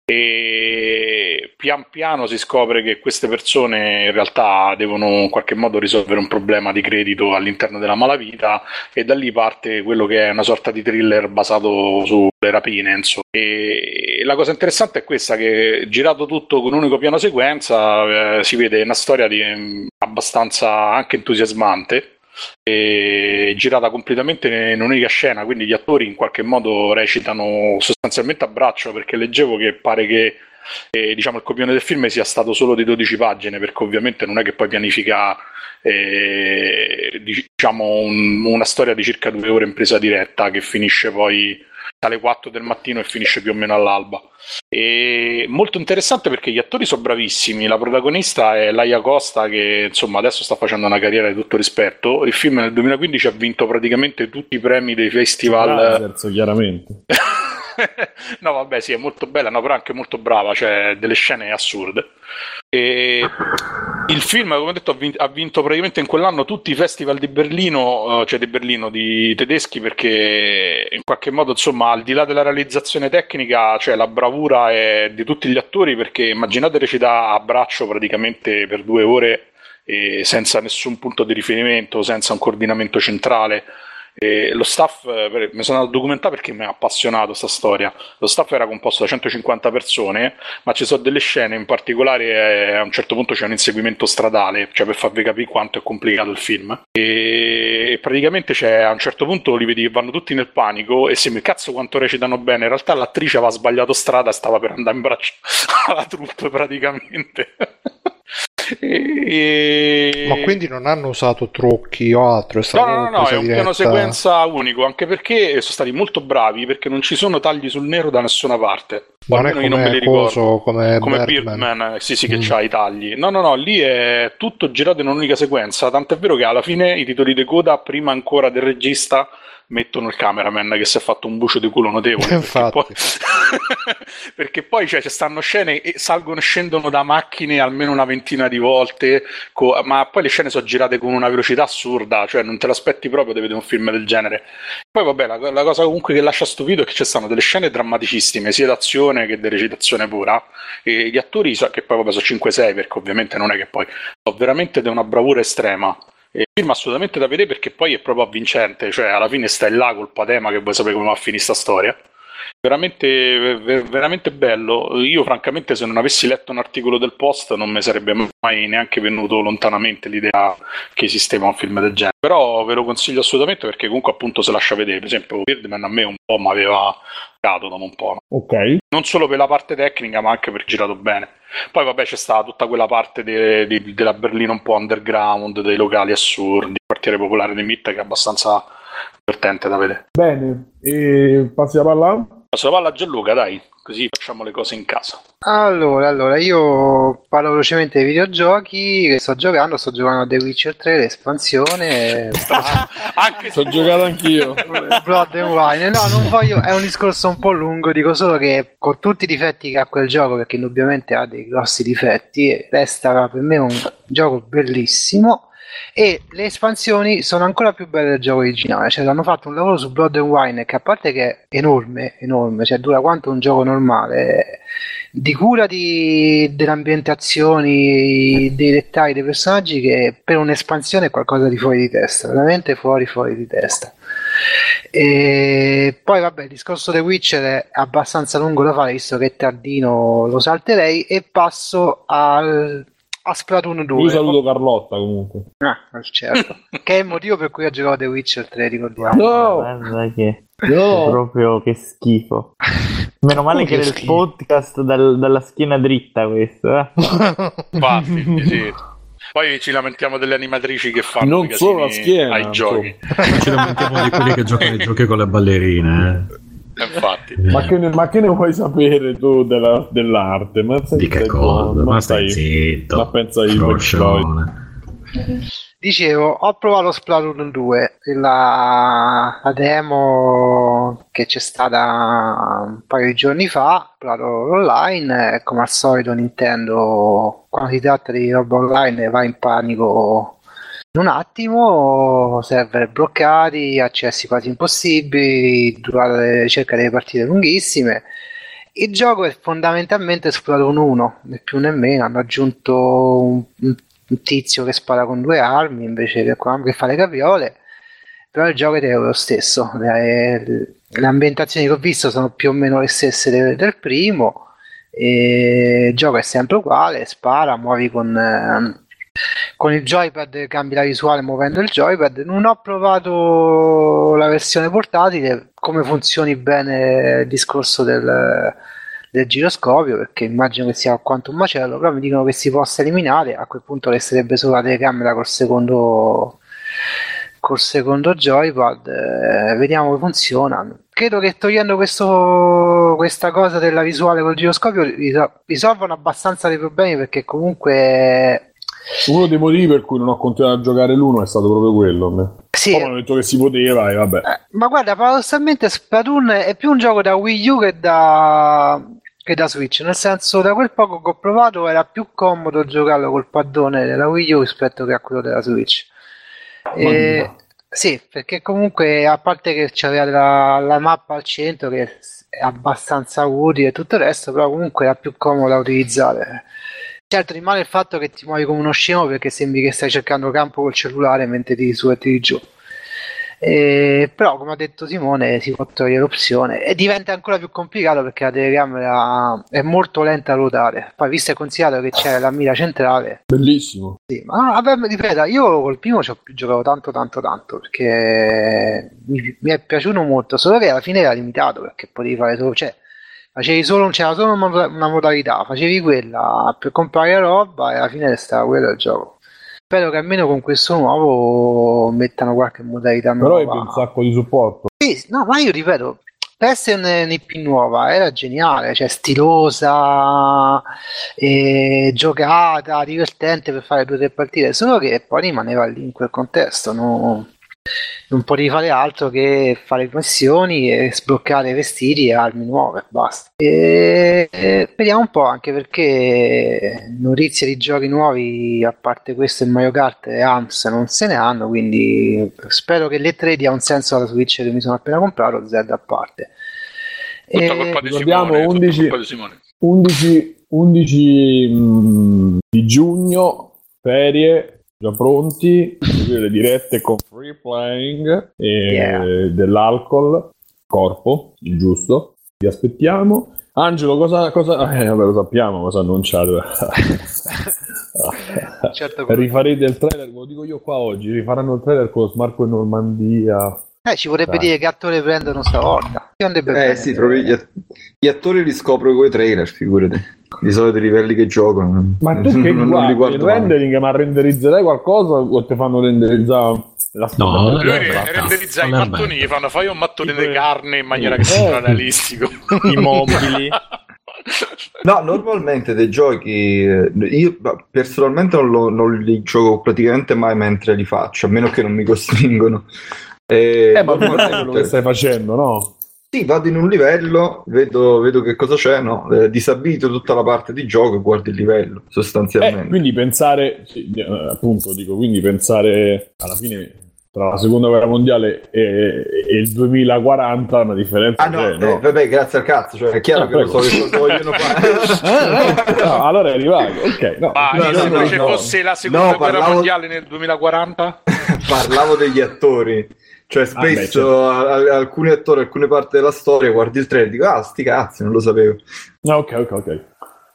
E pian piano si scopre che queste persone in realtà devono in qualche modo risolvere un problema di credito all'interno della malavita, e da lì parte quello che è una sorta di thriller basato sulle rapine, insomma. E la cosa interessante è questa, che girato tutto con un unico piano sequenza eh, si vede una storia di, abbastanza anche entusiasmante, e girata completamente in un'unica scena, quindi gli attori in qualche modo recitano sostanzialmente a braccio, perché leggevo che pare che eh, diciamo il copione del film sia stato solo di dodici pagine, perché ovviamente non è che poi pianifica eh, diciamo un, una storia di circa due ore in presa diretta, che finisce poi alle quattro del mattino e finisce più o meno all'alba. E molto interessante perché gli attori sono bravissimi. La protagonista è Laia Costa, che insomma adesso sta facendo una carriera di tutto rispetto. Il film nel duemilaquindici ha vinto praticamente tutti i premi dei festival. Lazarzo, chiaramente. No, vabbè, sì, è molto bella, no, però anche molto brava, cioè delle scene assurde. E il film, come ho detto, ha vinto, ha vinto praticamente in quell'anno tutti i festival di Berlino, cioè di Berlino, di tedeschi, perché in qualche modo, insomma, al di là della realizzazione tecnica, cioè la bravura è di tutti gli attori, perché immaginate recitare a braccio praticamente per due ore e senza nessun punto di riferimento, senza un coordinamento centrale. E lo staff, eh, mi sono andato a documentare perché mi ha appassionato questa storia. Lo staff era composto da centocinquanta persone, ma ci sono delle scene in particolare, eh, a un certo punto c'è un inseguimento stradale, cioè per farvi capire quanto è complicato il film, e, e praticamente c'è, a un certo punto li vedi che vanno tutti nel panico e sembra cazzo quanto recitano bene, in realtà l'attrice aveva sbagliato strada e stava per andare in braccio alla troupe praticamente. E... Ma quindi non hanno usato trucchi o altro? È no, no, no, no, è un diretta... piano sequenza unico, anche perché sono stati molto bravi, perché non ci sono tagli sul nero da nessuna parte. Non è almeno io non me li ricordo. Come, come Birdman, Birdman, sì, sì, che mm. c'ha i tagli. No, no, no, lì è tutto girato in un'unica sequenza, tant'è vero che alla fine i titoli di coda, prima ancora del regista, mettono il cameraman che si è fatto un bucio di culo notevole. Perché poi, perché poi cioè, ci stanno scene e salgono e scendono da macchine almeno una ventina di volte, co- ma poi le scene sono girate con una velocità assurda, cioè non te l'aspetti proprio di vedere un film del genere. Poi vabbè, la, la cosa comunque che lascia stupito è che ci stanno delle scene drammaticissime, sia d'azione che di recitazione pura, e gli attori, che poi vabbè sono cinque sei, perché ovviamente non è che poi sono veramente di una bravura estrema. Il film assolutamente da vedere, perché poi è proprio avvincente, cioè alla fine stai là col patema che vuoi sapere come va a finire sta storia. Veramente, veramente bello. Io francamente, se non avessi letto un articolo del Post, non mi sarebbe mai neanche venuto lontanamente l'idea che esisteva un film del genere, però ve lo consiglio assolutamente, perché comunque appunto se lascia vedere. Per esempio Birdman a me un po' mi aveva cato dopo un po', no? Ok. Non solo per la parte tecnica, ma anche per girato bene. Poi vabbè c'è stata tutta quella parte de, de, della Berlino un po' underground, dei locali assurdi, il quartiere popolare di Mitte, che è abbastanza divertente da vedere. Bene, e passi la palla? Passo la palla a Gianluca, dai, così facciamo le cose in casa. Allora, allora, io parlo velocemente dei videogiochi che sto giocando. Sto giocando a The Witcher tre, l'espansione. Anche sto giocando anch'io. Blood and Wine. No, non voglio. È un discorso un po' lungo. Dico solo che con tutti i difetti che ha quel gioco, perché indubbiamente ha dei grossi difetti, resta per me un gioco bellissimo. E le espansioni sono ancora più belle del gioco originale, cioè hanno fatto un lavoro su Blood and Wine che, a parte che è enorme, enorme, cioè dura quanto un gioco normale, di cura di, delle ambientazioni, dei dettagli dei personaggi, che per un'espansione è qualcosa di fuori di testa, veramente fuori fuori di testa. E poi vabbè, il discorso The Witcher è abbastanza lungo da fare, visto che è tardino, lo salterei e passo al a Splatoon due. Io saluto Carlotta comunque. Ah, certo. Che è il motivo per cui ho giocato The Witcher tre, ricordiamo. No! Guarda che... No! Proprio che schifo. Meno male che era il podcast dal, dalla schiena dritta questo, eh? Infatti, sì. Poi ci lamentiamo delle animatrici che fanno non solo la schiena ai giochi. Ci lamentiamo di quelli che giocano ai giochi con le ballerine, eh. Infatti. Ma che, ne, ma che ne vuoi sapere tu della, dell'arte? Ma di che cosa? Ma, ma stai zitto. Ma pensa io. Dicevo, ho provato Splatoon due, la, la demo che c'è stata un paio di giorni fa, ho provato online e come al solito Nintendo, quando si tratta di roba online, va in panico in un attimo, server bloccati, accessi quasi impossibili, durata delle ricerca delle partite lunghissime. Il gioco è fondamentalmente Splatoon uno, né più né meno, hanno aggiunto un, un un tizio che spara con due armi invece che, che fa le capriole, però il gioco è lo stesso, le, le ambientazioni che ho visto sono più o meno le stesse del, del primo, e il gioco è sempre uguale, spara, muovi con, eh, con il joypad, cambi la visuale muovendo il joypad. Non ho provato la versione portatile, come funzioni bene il discorso del del giroscopio, perché immagino che sia quanto un macello, però mi dicono che si possa eliminare. A quel punto resterebbe solo la telecamera col secondo col secondo joypad, eh, vediamo come funziona. Credo che togliendo questo, questa cosa della visuale col giroscopio risolvono abbastanza dei problemi, perché comunque uno dei motivi per cui non ho continuato a giocare l'uno è stato proprio quello. Sì. Poi mi hanno detto che si poteva e vabbè. Eh, ma guarda, paradossalmente Splatoon è più un gioco da Wii U che da che da Switch, nel senso, da quel poco che ho provato era più comodo giocarlo col paddone della Wii U rispetto che a quello della Switch. E, sì, perché comunque, a parte che c'aveva la, la mappa al centro che è abbastanza utile e tutto il resto, però comunque era più comodo da utilizzare. Certo, rimane il fatto che ti muovi come uno scemo, perché sembri che stai cercando campo col cellulare mentre tiri su e tiri giù. E, però, come ha detto Simone, si può togliere l'opzione e diventa ancora più complicato perché la telecamera è molto lenta a ruotare. Poi, visto e considerato che c'è la mira centrale, bellissimo. Sì, ma vabbè, ripeto, io col primo ci ho giocato tanto tanto tanto perché mi, mi è piaciuto molto, solo che alla fine era limitato, perché potevi fare solo, cioè facevi solo, c'era solo una modalità, facevi quella per comprare roba e alla fine restava quello il gioco. Spero che almeno con questo nuovo mettano qualche modalità nuova. Però ebbe un sacco di supporto. Sì, no, ma io ripeto, per essere un'N P nuova era geniale, cioè stilosa, e giocata, divertente per fare due o tre partite, solo che poi rimaneva lì in quel contesto, no? Non potevi fare altro che fare missioni e sbloccare vestiti e armi nuove, basta. E, e vediamo un po', anche perché notizie di giochi nuovi, a parte questo e Mario Kart e Arms, non se ne hanno, quindi spero che l'E tre dia un senso alla Switch che mi sono appena comprato, Zelda a parte. Tutta e... colpa di Ricordiamo Simone, undici, colpa di Simone. undici, undici mh, di giugno, ferie già pronti, le dirette con free playing e Yeah. dell'alcol, corpo, il giusto. Vi aspettiamo. Angelo, cosa, cosa... Eh, vabbè, lo sappiamo cosa annunciate. certo, Rifarete il trailer, ve lo dico io qua oggi, rifaranno il trailer con lo Smarco in Normandia. Eh, ci vorrebbe Dai. dire che attore prendono stavolta. Eh sì, proprio gli, att- gli attori li scopro con i trailer, figurati. Di solito i livelli che giocano. Ma tu che non, non guardi li il guardo mai. rendering, ma renderizzerai qualcosa o ti fanno renderizzare la storia? No, Lui eh, re- basta. renderizza i Vabbè. mattoni, gli fanno fai un mattone Tipo- di carne in maniera che Eh. sembra realistico. I mobili. No, normalmente dei giochi eh, io ma, personalmente non, lo- non li gioco praticamente mai mentre li faccio, a meno che non mi costringono. E Eh, ma tu sai quello normalmente- che stai facendo, no? Sì, vado in un livello, vedo, vedo che cosa c'è, no? Eh, disabilito tutta la parte di gioco e guardo il livello, sostanzialmente. Eh, quindi pensare, sì, eh, appunto dico, quindi pensare alla fine tra la seconda guerra mondiale e, e il duemilaquaranta una differenza Ah no, c'è, eh, no? vabbè, grazie al cazzo, cioè è chiaro Ah, che lo so prego. che cosa vogliono fare. Eh, no, allora è arrivato, ok. No, Ma No, io no, se no, invece no. fosse la seconda No, guerra parlavo- mondiale nel duemilaquaranta, Parlavo degli attori. Cioè Ah, beh, spesso certo. a- a- alcuni attori, alcune parti della storia, guardi il trailer e dico, ah, sti cazzi, non lo sapevo. No, ok, ok, ok.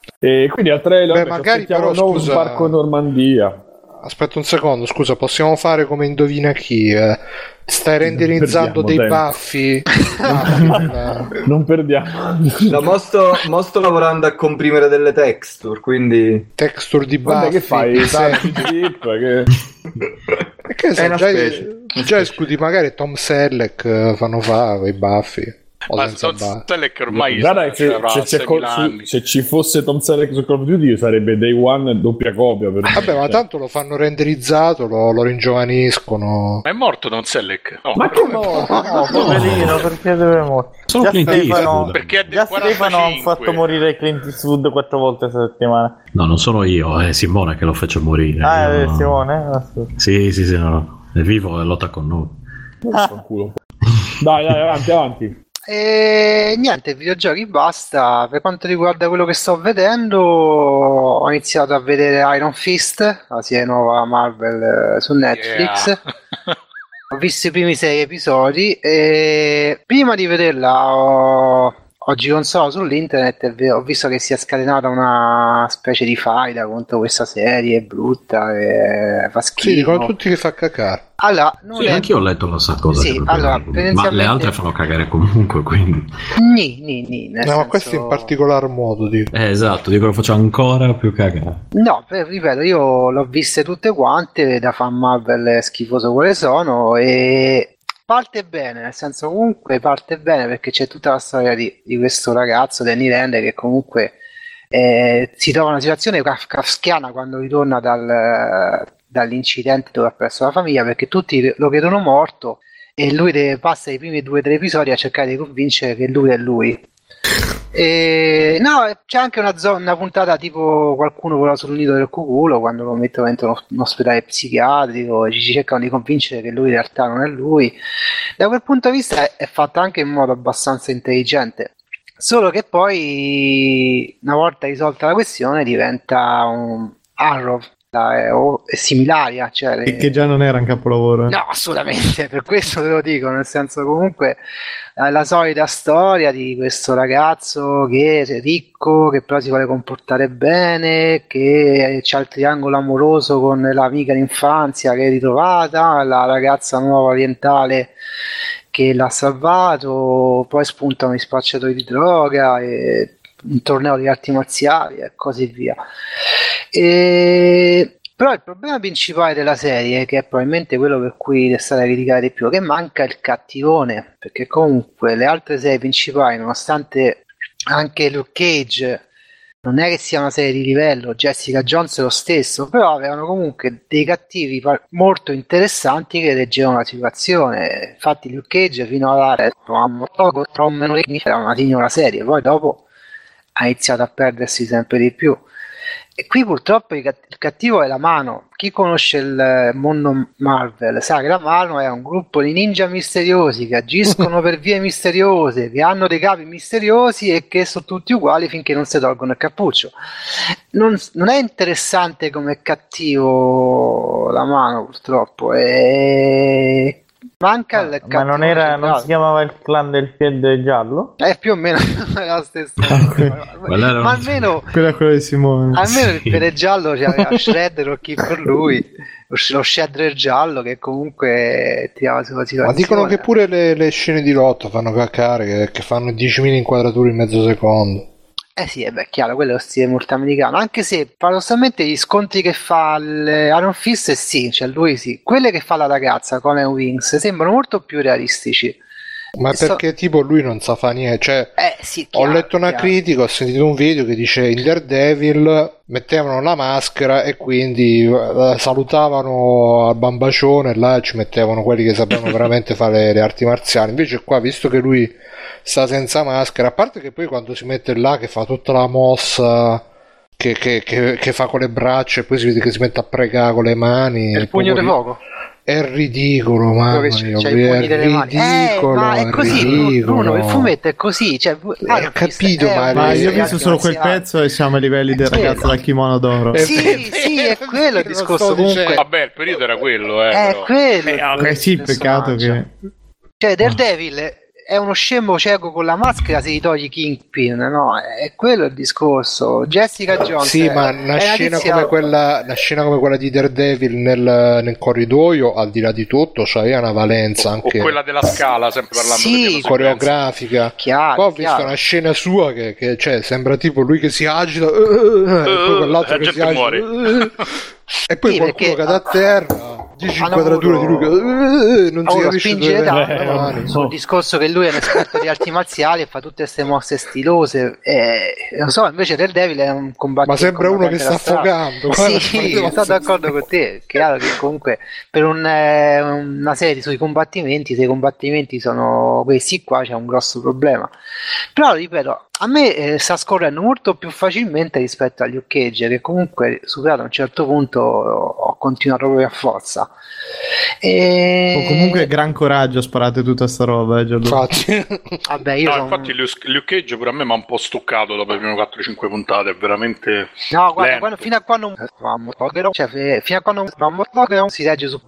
E quindi al trailer Beh, magari però, un nuovo scusa... sbarco in Normandia. Aspetta un secondo, scusa, possiamo fare come indovina chi? Eh? Stai renderizzando dei tempo. baffi? Ah, non perdiamo. No, mo sto, mo sto lavorando a comprimere delle texture, quindi... Texture di Vabbè, baffi? che fai? Che Zip, che... che so, già, già scusi, magari Tom Selleck fanno fare i baffi. Ma Tom Selleck ormai guarda, se, se, se, su, se ci fosse Tom Selleck su Call of Duty sarebbe Day One doppia copia per vabbè me. Ma tanto lo fanno renderizzato, lo, lo ringiovaniscono. Ma è morto Tom Selleck? No. Ma che morto? No, poverino, perché deve morire? Sono Clint Eastwood. Perché già Stefano ha fatto morire Clint Eastwood quattro volte a settimana. No, non sono io, è Simone che lo fece morire. Ah, è no. Simone? Sì, sì, sì, no. È vivo e lotta con noi. Ah. Dai, dai, avanti, avanti. E niente, videogiochi basta. Per quanto riguarda quello che sto vedendo, ho iniziato a vedere Iron Fist, la serie nuova Marvel su Netflix. Yeah. Ho visto i primi sei episodi e prima di vederla ho, ho gironzolato sull'internet e ho visto che si è scatenata una specie di faida contro questa serie, è brutta e fa schifo. Sì, dicono tutti che fa cacare. Allora, non sì, è... anche io ho letto la stessa cosa, sì, allora, ma le altre fanno cagare comunque, quindi ni, ni, ni, no, senso... ma questo in particolar modo dico. Eh, esatto, dico che faccio ancora più cagare. No, ripeto, io l'ho viste tutte quante da fan Marvel schifoso quale sono e parte bene, nel senso comunque parte bene perché c'è tutta la storia di, di questo ragazzo Danny Rand che comunque eh, si trova in una situazione kafkiana quando ritorna dal dall'incidente dove ha perso la famiglia perché tutti lo vedono morto e lui deve, passa i primi due o tre episodi a cercare di convincere che lui è lui. E, no, c'è anche una, zona, una puntata tipo qualcuno vola sul nido del cuculo quando lo mettono dentro un ospedale psichiatrico e ci cercano di convincere che lui in realtà non è lui. Da quel punto di vista è, è fatta anche in modo abbastanza intelligente, solo che poi una volta risolta la questione diventa un Arrow È, è similaria, cioè le... che già non era un capolavoro. No, assolutamente, per questo te lo dico, nel senso comunque è la solita storia di questo ragazzo che è ricco, che però si vuole comportare bene, che c'ha il triangolo amoroso con l'amica d'infanzia che è ritrovata, la ragazza nuova orientale che l'ha salvato, poi spuntano gli spacciatori di droga e un torneo di arti marziali e così via. E... però il problema principale della serie, che è probabilmente quello per cui è stata criticata di più, è che manca il cattivone, perché comunque le altre serie principali, nonostante anche Luke Cage non è che sia una serie di livello, Jessica Jones è lo stesso, però avevano comunque dei cattivi molto interessanti che reggevano la situazione. Infatti Luke Cage fino ad ora era una signora serie, poi dopo ha iniziato a perdersi sempre di più. E qui purtroppo il cattivo è la Mano. Chi conosce il mondo Marvel sa che la Mano è un gruppo di ninja misteriosi che agiscono per vie misteriose, che hanno dei capi misteriosi e che sono tutti uguali finché non si tolgono il cappuccio. Non, non è interessante come cattivo la Mano, purtroppo. E... manca ma, il ma non era non si chiamava il clan del piede giallo? È più o meno la stessa ma, ma almeno quello è quello di Simone, almeno sì. Il piede giallo c'aveva Shredder o chi per lui lo Shredder giallo che comunque tirava sulla situazione. Ma dicono che pure le, le scene di lotta fanno cacare, che, che fanno diecimila inquadrature in mezzo secondo. Eh sì, è beh, chiaro, quello è lo stile molto americano, anche se paradossalmente gli scontri che fa Iron Fist sì, cioè lui sì, quelle che fa la ragazza come Wings sembrano molto più realistici. Ma e perché so... tipo lui non sa fare niente, cioè eh, sì, chiaro, ho letto una chiaro. critica, ho sentito un video che dice in Daredevil mettevano la maschera e quindi uh, salutavano al bambacione e là ci mettevano quelli che sapevano veramente fare le arti marziali, invece qua visto che lui sta senza maschera, a parte che poi quando si mette là che fa tutta la mossa che, che, che, che fa con le braccia e poi si vede che si mette a pregare con le mani, è il pugno di fuoco. È ridicolo, mamma mia, è ridicolo, eh, ma è così, ridicolo. Bruno, il fumetto è così, cioè, hai capito, è, ma, ma io ho visto solo quel pezzo e siamo ai livelli del ragazzo dal kimono d'oro. Sì, sì, è quello il discorso comunque. Vabbè, il periodo era quello, eh. È quello. Eh, okay, sì, peccato che cioè Daredevil è uno scemo cieco con la maschera se gli togli Kingpin, no? È quello il discorso. Jessica Jones. Sì, ma una scena, tizia... come quella, una scena come quella di Daredevil nel, nel corridoio, al di là di tutto, c'aveva una valenza o, anche. O quella della scala, sempre parlando sì, coreografica. Chiaro, poi ho chiaro. visto una scena sua che, che cioè, sembra tipo lui che si agita, uh, uh, e poi quell'altro che si agita. Muore. Uh, e poi sì, qualcuno cade a terra, dieci inquadrature di lui che uh, non si capisce dove eh, sul discorso che lui è un esperto di arti marziali e fa tutte queste mosse stilose, eh, non so, invece Daredevil è un combattente, ma sembra uno che sta affogando. Sì, sì, sono d'accordo con te. È chiaro che comunque per un, eh, una serie sui combattimenti, se i combattimenti sono questi qua, c'è un grosso problema. Però ripeto, a me eh, sta scorrendo molto più facilmente rispetto a Luke Cage, che comunque superato a un certo punto ho continuato proprio a forza. E... O comunque gran coraggio, sparate tutta sta roba, eh, infatti. Vabbè, io no, sono... infatti Luke Cage pure a me mi ha un po' stuccato dopo le prime quattro cinque puntate, è veramente no, guarda, quando, fino a quando cioè, fino a quando non si legge su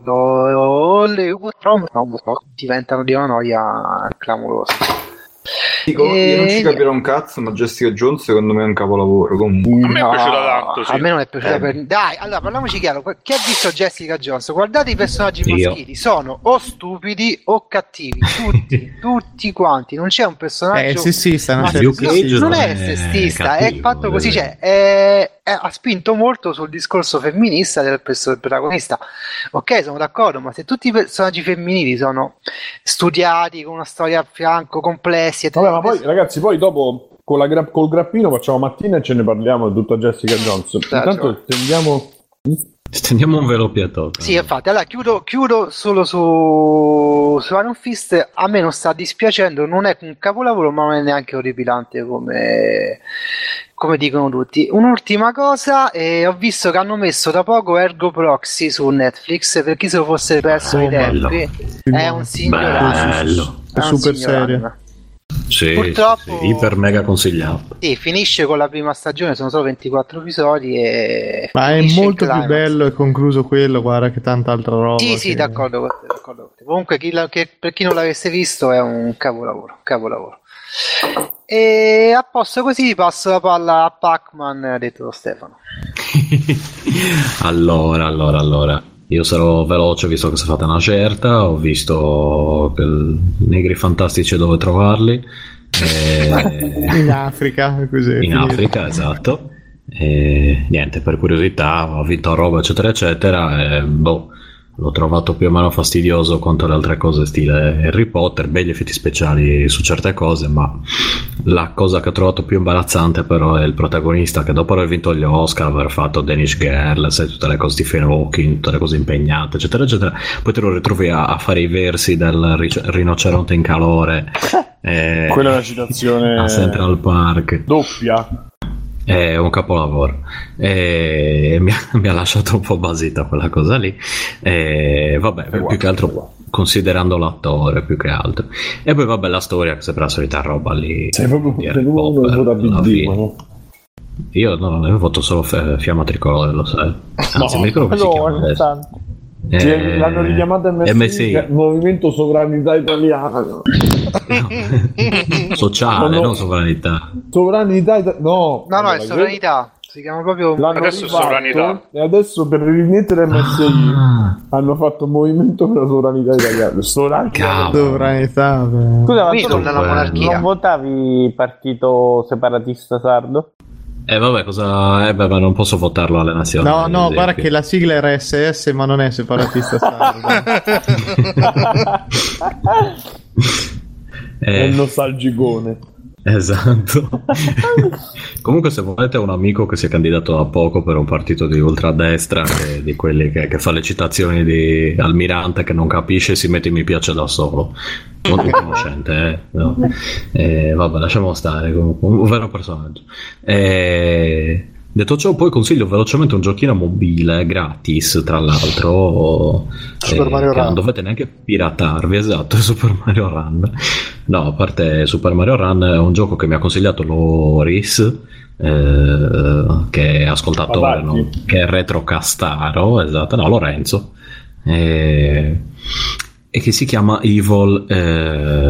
diventano di una noia clamorosa. Dico, e... io non ci capirò un cazzo, ma Jessica Jones secondo me è un capolavoro. Comunque. A me no, è piaciuta tanto. Sì. A me non è piaciuta eh. per. Dai, allora parliamoci chiaro. Chi ha visto Jessica Jones? Guardate i personaggi maschili, sono o stupidi o cattivi. Tutti, tutti quanti. Non c'è un personaggio. Eh, sessista, ma no, no, non è sessista, è fatto così. Cioè, è, è, ha spinto molto sul discorso femminista del, del protagonista. Ok, sono d'accordo, ma se tutti i personaggi femminili sono studiati con una storia a fianco complessa. Vabbè, ma poi ragazzi, poi dopo con la gra- col grappino facciamo mattina e ce ne parliamo di tutta Jessica Jones. Intanto stendiamo stendiamo un velo pietoso. Sì, infatti, allora chiudo, chiudo solo su su Iron Fist. A me non sta dispiacendo, non è un capolavoro, ma non è neanche orripilante come come dicono tutti. Un'ultima cosa, eh, ho visto che hanno messo da poco Ergo Proxy su Netflix, per chi se lo fosse perso i tempi. È un signoraggio, è super serio. Sì, purtroppo sì, iper mega consigliato. Sì, finisce con la prima stagione, sono solo ventiquattro episodi e ma è molto più bello e concluso quello, guarda che tanta altra roba. Sì, che... sì, d'accordo con te, d'accordo con te. Comunque chi la, che, per chi non l'avesse visto è un capolavoro, capolavoro. E a posto così passo la palla a Pac-Man, ha detto Stefano. allora, allora, allora io sarò veloce visto che si è fatta una certa, ho visto il... i negri fantastici dove trovarli e... in Africa così, in finito. Africa, esatto, e niente, per curiosità ho vinto roba eccetera eccetera e boh, l'ho trovato più o meno fastidioso quanto le altre cose stile Harry Potter, begli effetti speciali su certe cose, ma la cosa che ho trovato più imbarazzante però è il protagonista, che dopo aver vinto gli Oscar, aver fatto Danish Girl, sai, tutte le cose di Stephen Hawking, tutte le cose impegnate eccetera eccetera, poi te lo ritrovi a, a fare i versi del ric- rinoceronte in calore eh, quella è una citazione a Central Park doppia. È un capolavoro e mi ha, mi ha lasciato un po' basita quella cosa lì e vabbè, più guarda, che altro guarda. Considerando l'attore più che altro, e poi vabbè la storia che sembra la solita roba lì. Sei proprio uno B D, no? Io no, avevo fatto solo f- Fiamma Tricolore, lo sai, anzi no, mi ricordo come si chiama adesso. Eh, l'hanno richiamata M S I, M S I. Movimento Sovranità Italiana. No. Sociale, no, non sovranità. Sovranità ita- no, no, no, è sovranità. Si chiama proprio l'hanno adesso rifatto, sovranità. E adesso per rimettere M S I ah. hanno fatto Movimento per la Sovranità Italiana. Sovranità. Sovranità. Scusa, ma tu non, non votavi partito separatista sardo? Eh vabbè, cosa... Eh beh, ma non posso votarlo alle nazioni. No, no, guarda che la sigla è R S S, ma non è separatista sardo. È il nostalgicone. Esatto. Comunque se volete un amico che si è candidato da poco per un partito di ultradestra, che, di quelli che, che fa le citazioni di Almirante che non capisce e si mette mi piace da solo, molto conoscente, eh? No. Eh, vabbè, lasciamo stare, comunque un vero personaggio. Eh, detto ciò, poi consiglio velocemente un giochino mobile gratis, tra l'altro, Super eh, Mario che Run. non dovete neanche piratarvi, esatto, è Super Mario Run. No, a parte Super Mario Run è un gioco che mi ha consigliato Loris, eh, che è ascoltatore, no? Che è retrocastaro, esatto, no, Lorenzo, eh, e che si chiama Evil, eh,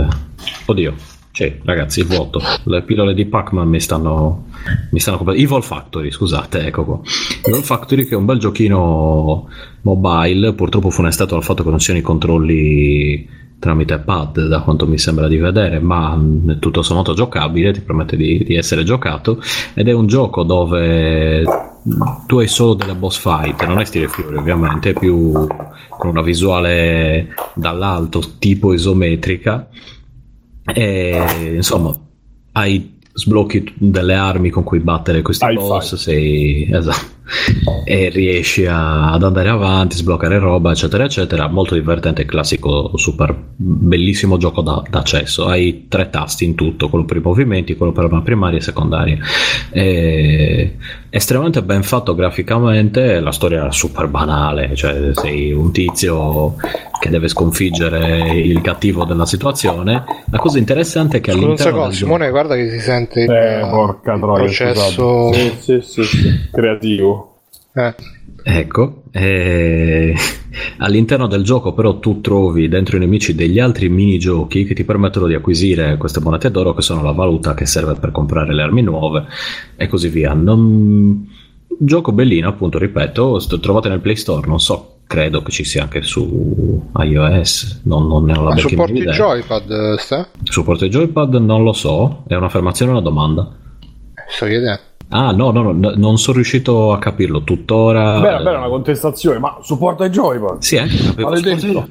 Oddio, sì, ragazzi, il vuoto. Le pillole di Pac-Man mi stanno mi stanno comp- Evil Factory, scusate, ecco qua. Evil Factory, che è un bel giochino mobile, purtroppo funestato dal fatto che non siano i controlli tramite pad, da quanto mi sembra di vedere, ma è tutto sommato giocabile, ti permette di, di essere giocato, ed è un gioco dove tu hai solo delle boss fight, non è stile Fury ovviamente, è più con una visuale dall'alto tipo isometrica, e insomma hai sblocchi delle armi con cui battere questi High boss, sei, esatto, e riesci a, ad andare avanti, sbloccare roba, eccetera eccetera. Molto divertente, il classico super bellissimo gioco da, d'accesso. Hai tre tasti in tutto, quello per i movimenti, quello per arma primaria e secondaria. È estremamente ben fatto graficamente, la storia è super banale, cioè sei un tizio che deve sconfiggere il cattivo della situazione. La cosa interessante è che Scusa all'interno un secondo, Simone, guarda che si sente il eh, porca troia, processo sì, sì, sì, sì. creativo. Eh. Ecco, eh, all'interno del gioco però tu trovi dentro i nemici degli altri minigiochi che ti permettono di acquisire queste monete d'oro, che sono la valuta che serve per comprare le armi nuove e così via. Non... Gioco bellino, appunto, ripeto, trovate nel Play Store, non so, credo che ci sia anche su iOS, non, non ne ho la Ma benché supporti idea. il joypad, sta? Supporto il joypad? Non lo so, è un'affermazione o una domanda? Sto chiedendo. Ah no, no, no, non sono riuscito a capirlo tuttora. Beh, beh, è una contestazione, ma supporta il joypad? Sì, eh, maledetto.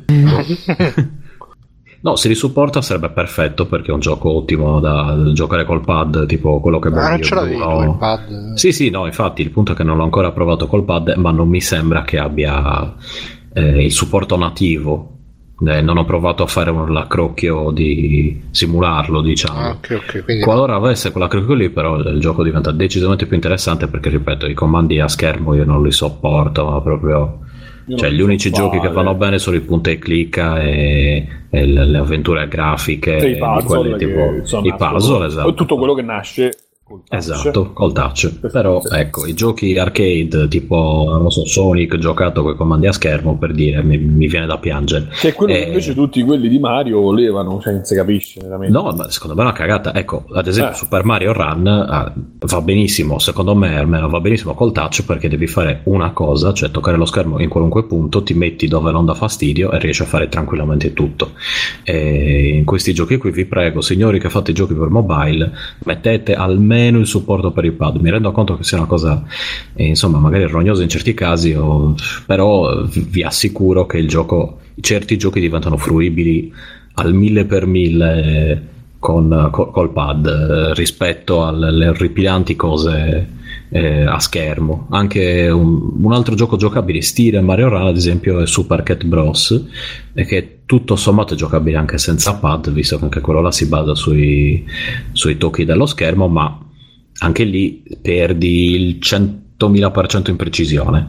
No, se li supporta sarebbe perfetto, perché è un gioco ottimo da giocare col pad, tipo quello che Ma non io ce l'avevi no. il pad? Sì, sì, no, infatti il punto è che non l'ho ancora provato col pad, ma non mi sembra che abbia eh, il supporto nativo. Eh, non ho provato a fare un l'accrocchio di simularlo, diciamo. Ah, okay, okay, quindi... Qualora avesse quell'accrocchio lì, però il gioco diventa decisamente più interessante, perché ripeto, i comandi a schermo io non li sopporto, ma proprio, cioè gli unici so giochi fare. che vanno bene sono i punta e clicca e, e le, le avventure grafiche, sì, i puzzle, di che, insomma, i puzzle, esatto. Tutto quello che nasce col touch. Esatto, col touch. Però ecco, i giochi arcade tipo, non so, Sonic giocato con i comandi a schermo, per dire, mi, mi viene da piangere. Che è quello e... che invece tutti quelli di Mario volevano, cioè non si capisce veramente. No, ma secondo me è una cagata. Ecco, ad esempio eh. Super Mario Run ah, va benissimo, secondo me almeno va benissimo col touch, perché devi fare una cosa, cioè toccare lo schermo in qualunque punto, ti metti dove non dà fastidio e riesci a fare tranquillamente tutto. E in questi giochi qui vi prego, signori che fate i giochi per mobile, mettete almeno il supporto per il pad. Mi rendo conto che sia una cosa eh, insomma magari rognosa in certi casi, o... però vi assicuro che il gioco, certi giochi diventano fruibili al mille per mille con, col, col pad eh, rispetto alle orripilanti cose eh, a schermo. Anche un, un altro gioco giocabile stile Mario Run, ad esempio, è Super Cat Bros, e che tutto sommato è giocabile anche senza pad, visto che anche quello là si basa sui, sui tocchi dello schermo, ma anche lì perdi il centomila per cento in precisione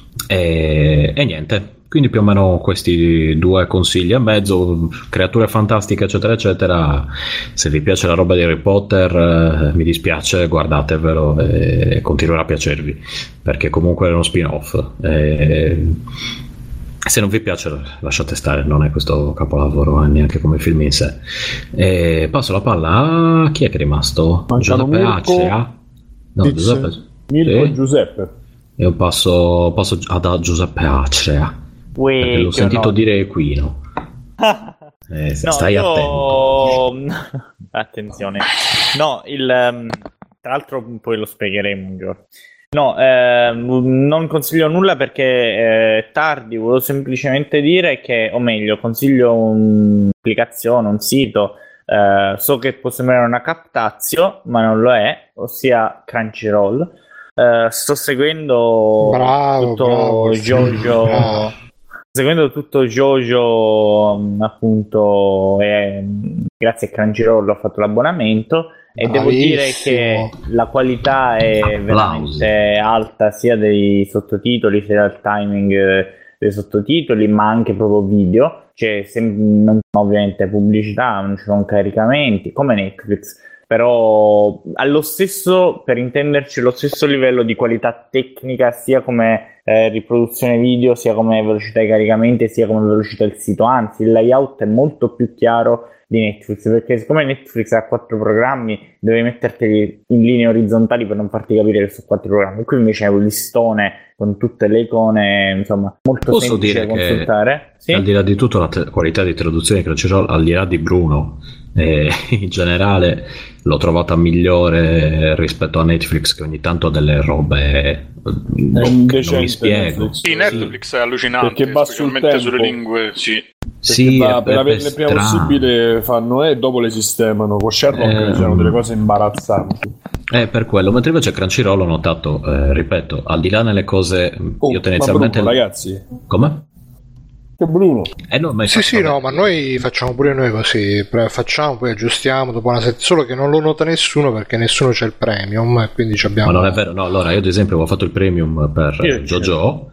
e, e niente, quindi più o meno questi due consigli e mezzo. Creature fantastiche eccetera eccetera, se vi piace la roba di Harry Potter eh, mi dispiace, guardatevelo e continuerà a piacervi, perché comunque è uno spin-off e... se non vi piace lasciate stare, non è questo capolavoro neanche come film in sé. E passo la palla a chi è che è rimasto? Mancano Giuseppe Mirko, Acea? No, Diz, Giuseppe Mirko sì. e Giuseppe. Io passo, passo ad Giuseppe Acea, Uè, perché l'ho sentito no. dire equino. eh, no, stai io... attento. Attenzione. No, il um, tra l'altro poi lo spiegheremo un giorno. No, eh, non consiglio nulla perché è tardi, volevo semplicemente dire che, o meglio, consiglio un'applicazione, un sito, eh, so che può sembrare una captatio, ma non lo è, ossia Crunchyroll. Eh, sto seguendo bravo, tutto bravo, Jojo, bravo. seguendo tutto Jojo, appunto, e grazie a Crunchyroll ho fatto l'abbonamento. E devo dire che la qualità è veramente alta, sia dei sottotitoli sia del timing dei sottotitoli, ma anche proprio video. Cioè, se, non ovviamente pubblicità, non ci sono caricamenti come Netflix, però allo stesso, per intenderci, lo stesso livello di qualità tecnica, sia come eh, riproduzione video, sia come velocità di caricamenti, sia come velocità del sito. Anzi, il layout è molto più chiaro di Netflix, perché siccome Netflix ha quattro programmi devi metterti in linee orizzontali per non farti capire che sono quattro programmi. Qui invece è un listone con tutte le icone, insomma, molto Posso semplice dire da consultare. Che, sì? al di là di tutto, la te- qualità di traduzione di Crunchyroll, al di là di Bruno, eh, in generale l'ho trovata migliore rispetto a Netflix, che ogni tanto ha delle robe non, che non mi spiego. Netflix. Sì, Netflix è allucinante, perché va sul specialmente tempo. sulle lingue, sì. Sì, va, è, per è averle il prima strano. possibile fanno e dopo le sistemano. Con Sherlock Eh, c'erano delle cose imbarazzanti. È per quello, mentre invece Crunchyroll ho notato, eh, ripeto, al di là nelle cose, Oh, io tendenzialmente... Bruno, ragazzi, come? che Bruno? Eh no, ma sì, sì, no, ma noi facciamo pure noi così, facciamo, poi aggiustiamo dopo una settimana, solo che non lo nota nessuno perché nessuno c'è il premium e quindi ci abbiamo... Ma non è vero, no, allora io ad esempio avevo fatto il premium per Io JoJo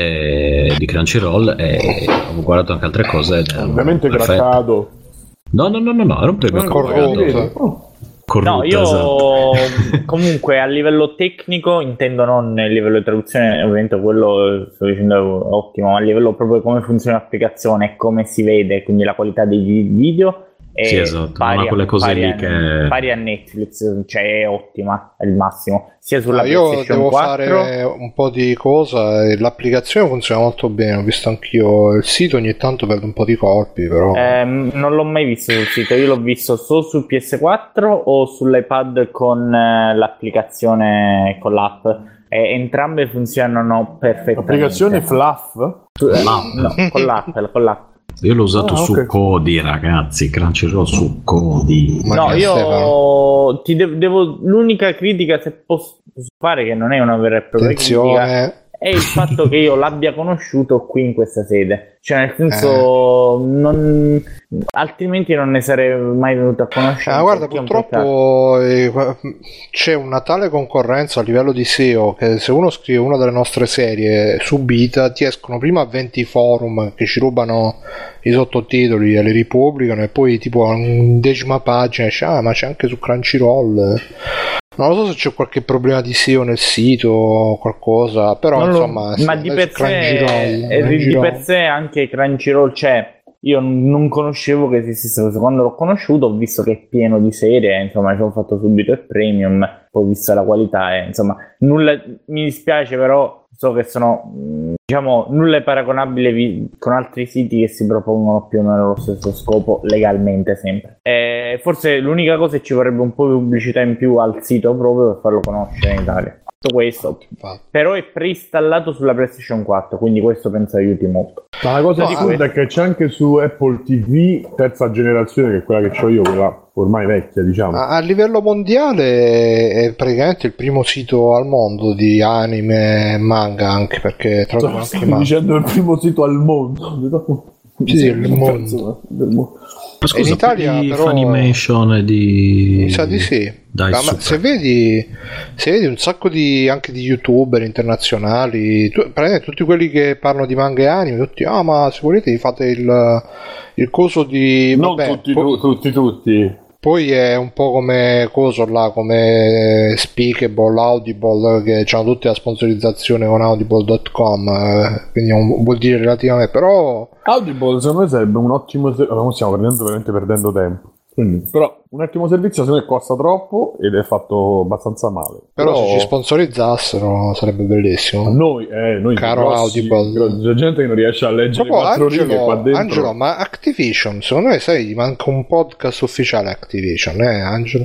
eh, di Crunchyroll e ho guardato anche altre cose ed erano Ovviamente perfette. craccato. No, no, no, no, no, era un premium corrotto. Oh. corrotto, No, io esatto. comunque a livello tecnico intendo non a livello di traduzione, ovviamente quello sto dicendo è ottimo, ma a livello proprio come funziona l'applicazione e come si vede, quindi la qualità dei video è Sì, esatto, pari, non ha quelle cose pari lì a, che- pari a Netflix, cioè è ottima, è il massimo, sia sulla Ah, io PlayStation devo quattro. fare un po' di cosa e l'applicazione funziona molto bene, ho visto anch'io il sito, ogni tanto perde un po' di colpi però Ehm, non l'ho mai visto sul sito, io l'ho visto solo su P S quattro o sull'iPad con eh, l'applicazione, con l'app. E entrambe funzionano perfettamente. Applicazione Fluff? Su- eh, no, con l'app, con l'app. Io l'ho usato Ah, su ok. Kodi, ragazzi, Crunchyroll su Kodi. Ma No, che io Stefano? ti de- devo. L'unica critica, se posso fare, che non è una vera e propria critica, attenzione, è il fatto che io l'abbia conosciuto qui in questa sede. Cioè, nel senso, non, altrimenti non ne sarei mai venuto a conoscere. ah, guarda, purtroppo eh, c'è una tale concorrenza a livello di S E O che se uno scrive una delle nostre serie subita ti escono prima venti forum che ci rubano i sottotitoli e li ripubblicano e poi tipo a un decima pagina dice ah ma c'è anche su Crunchyroll. Non lo so se c'è qualche problema di S E O nel sito o qualcosa, però Non lo- insomma ma sì, di dai, per, su Crunchyroll, sé, eh, di Crunchyroll. per sé anche Crunchyroll c'è. Io non conoscevo che esistesse questo. Quando l'ho conosciuto ho visto che è pieno di serie, insomma ci ho fatto subito il premium, poi ho visto la qualità e insomma nulla, mi dispiace però so che sono mh, diciamo nulla è paragonabile vi- con altri siti che si propongono più o meno lo stesso scopo legalmente sempre. E forse l'unica cosa è che ci vorrebbe un po' di pubblicità in più al sito proprio per farlo conoscere in Italia. Tutto questo Infatti. però è preinstallato sulla PlayStation quattro, quindi questo penso aiuti molto. Ma la cosa No, assurda è che c'è anche su Apple T V terza generazione, che è quella che ho io, quella ormai vecchia, diciamo. A a livello mondiale è praticamente il primo sito al mondo di anime e manga, anche perché traducono anche Stai manga. dicendo il primo sito al mondo. Sì, il mondo. Del mondo. Ma scusa, in Italia, di però- Funimation e di... Mi sa di sì. Dai, Ma- ma super. se vedi, se vedi un sacco di anche di youtuber internazionali, tu, praticamente tutti quelli che parlano di manga e anime, tutti, ah ma se volete fate il, il coso di... Non vabbè, tutti, po- tu- tutti, tutti. Poi è un po' come coso là, come Speakable, Audible, che hanno tutte la sponsorizzazione con audible punto com, eh, quindi un- vuol dire relativamente, però Audible secondo me sarebbe un ottimo servizio. Non stiamo prendendo, veramente perdendo tempo. Quindi, però un ottimo servizio secondo me costa troppo ed è fatto abbastanza male. però se ci sponsorizzassero sarebbe bellissimo. noi, eh, noi Caro grossi, Audible. gro- c'è gente che non riesce a leggere Proprio quattro righe qua Angelo, dentro. Angelo, ma Activision, secondo me sai, gli manca un podcast ufficiale Activision, eh Angelo?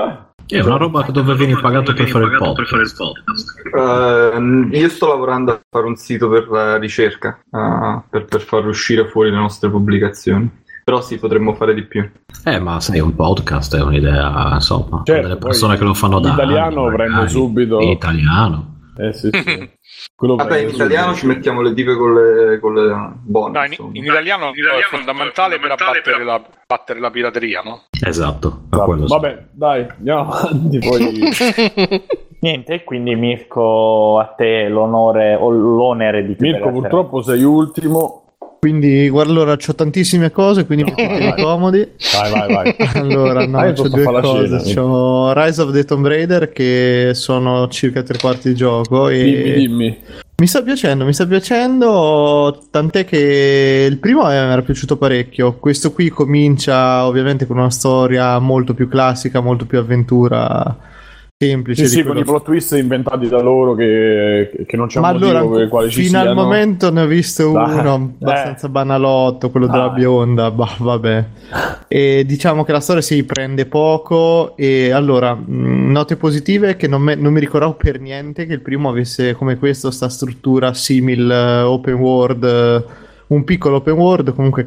È una roba dove vieni pagato per fare il podcast. Ehm, io sto lavorando a fare un sito per la ricerca, eh, per, per far uscire fuori le nostre pubblicazioni. Però sì, potremmo fare di più. Eh, ma sai, un podcast è un'idea, insomma, Certo, delle persone poi che lo fanno in da italiano anni, prendo magari. subito. In italiano. Eh sì, sì. Quello Vabbè, prendo in italiano subito. ci mettiamo le dive con le, con le buone. No, in, insomma. in italiano, In italiano è fondamentale per abbattere la, battere la pirateria, no? Esatto, a Esatto. quello sì. Vabbè, dai, andiamo avanti. Poi Niente, quindi Mirko, a te l'onore o l'onere di Mirko, chiudere. purtroppo sei ultimo. Quindi, guarda, allora c'ho tantissime cose, quindi mettetevi comodi. Vai, vai, vai. Allora, no, Ah, io c'ho posso due fare la cose. cena. C'ho Rise of the Tomb Raider, che sono circa tre quarti di gioco. E Dimmi, dimmi. Mi sta piacendo, mi sta piacendo, tant'è che il primo mi era piaciuto parecchio. Questo qui comincia ovviamente con una storia molto più classica, molto più avventura semplice. Sì, sì, con i plot twist inventati da loro che, che non c'è Ma un motivo allora, per quale ci fino siano. al momento ne ho visto Dai. uno abbastanza Eh. banalotto, quello della Dai. bionda, bah, vabbè. E diciamo che la storia si prende poco e allora, mh, note positive che non, me- non mi ricordavo per niente che il primo avesse come questo sta struttura simil eh, open world, eh, un piccolo open world comunque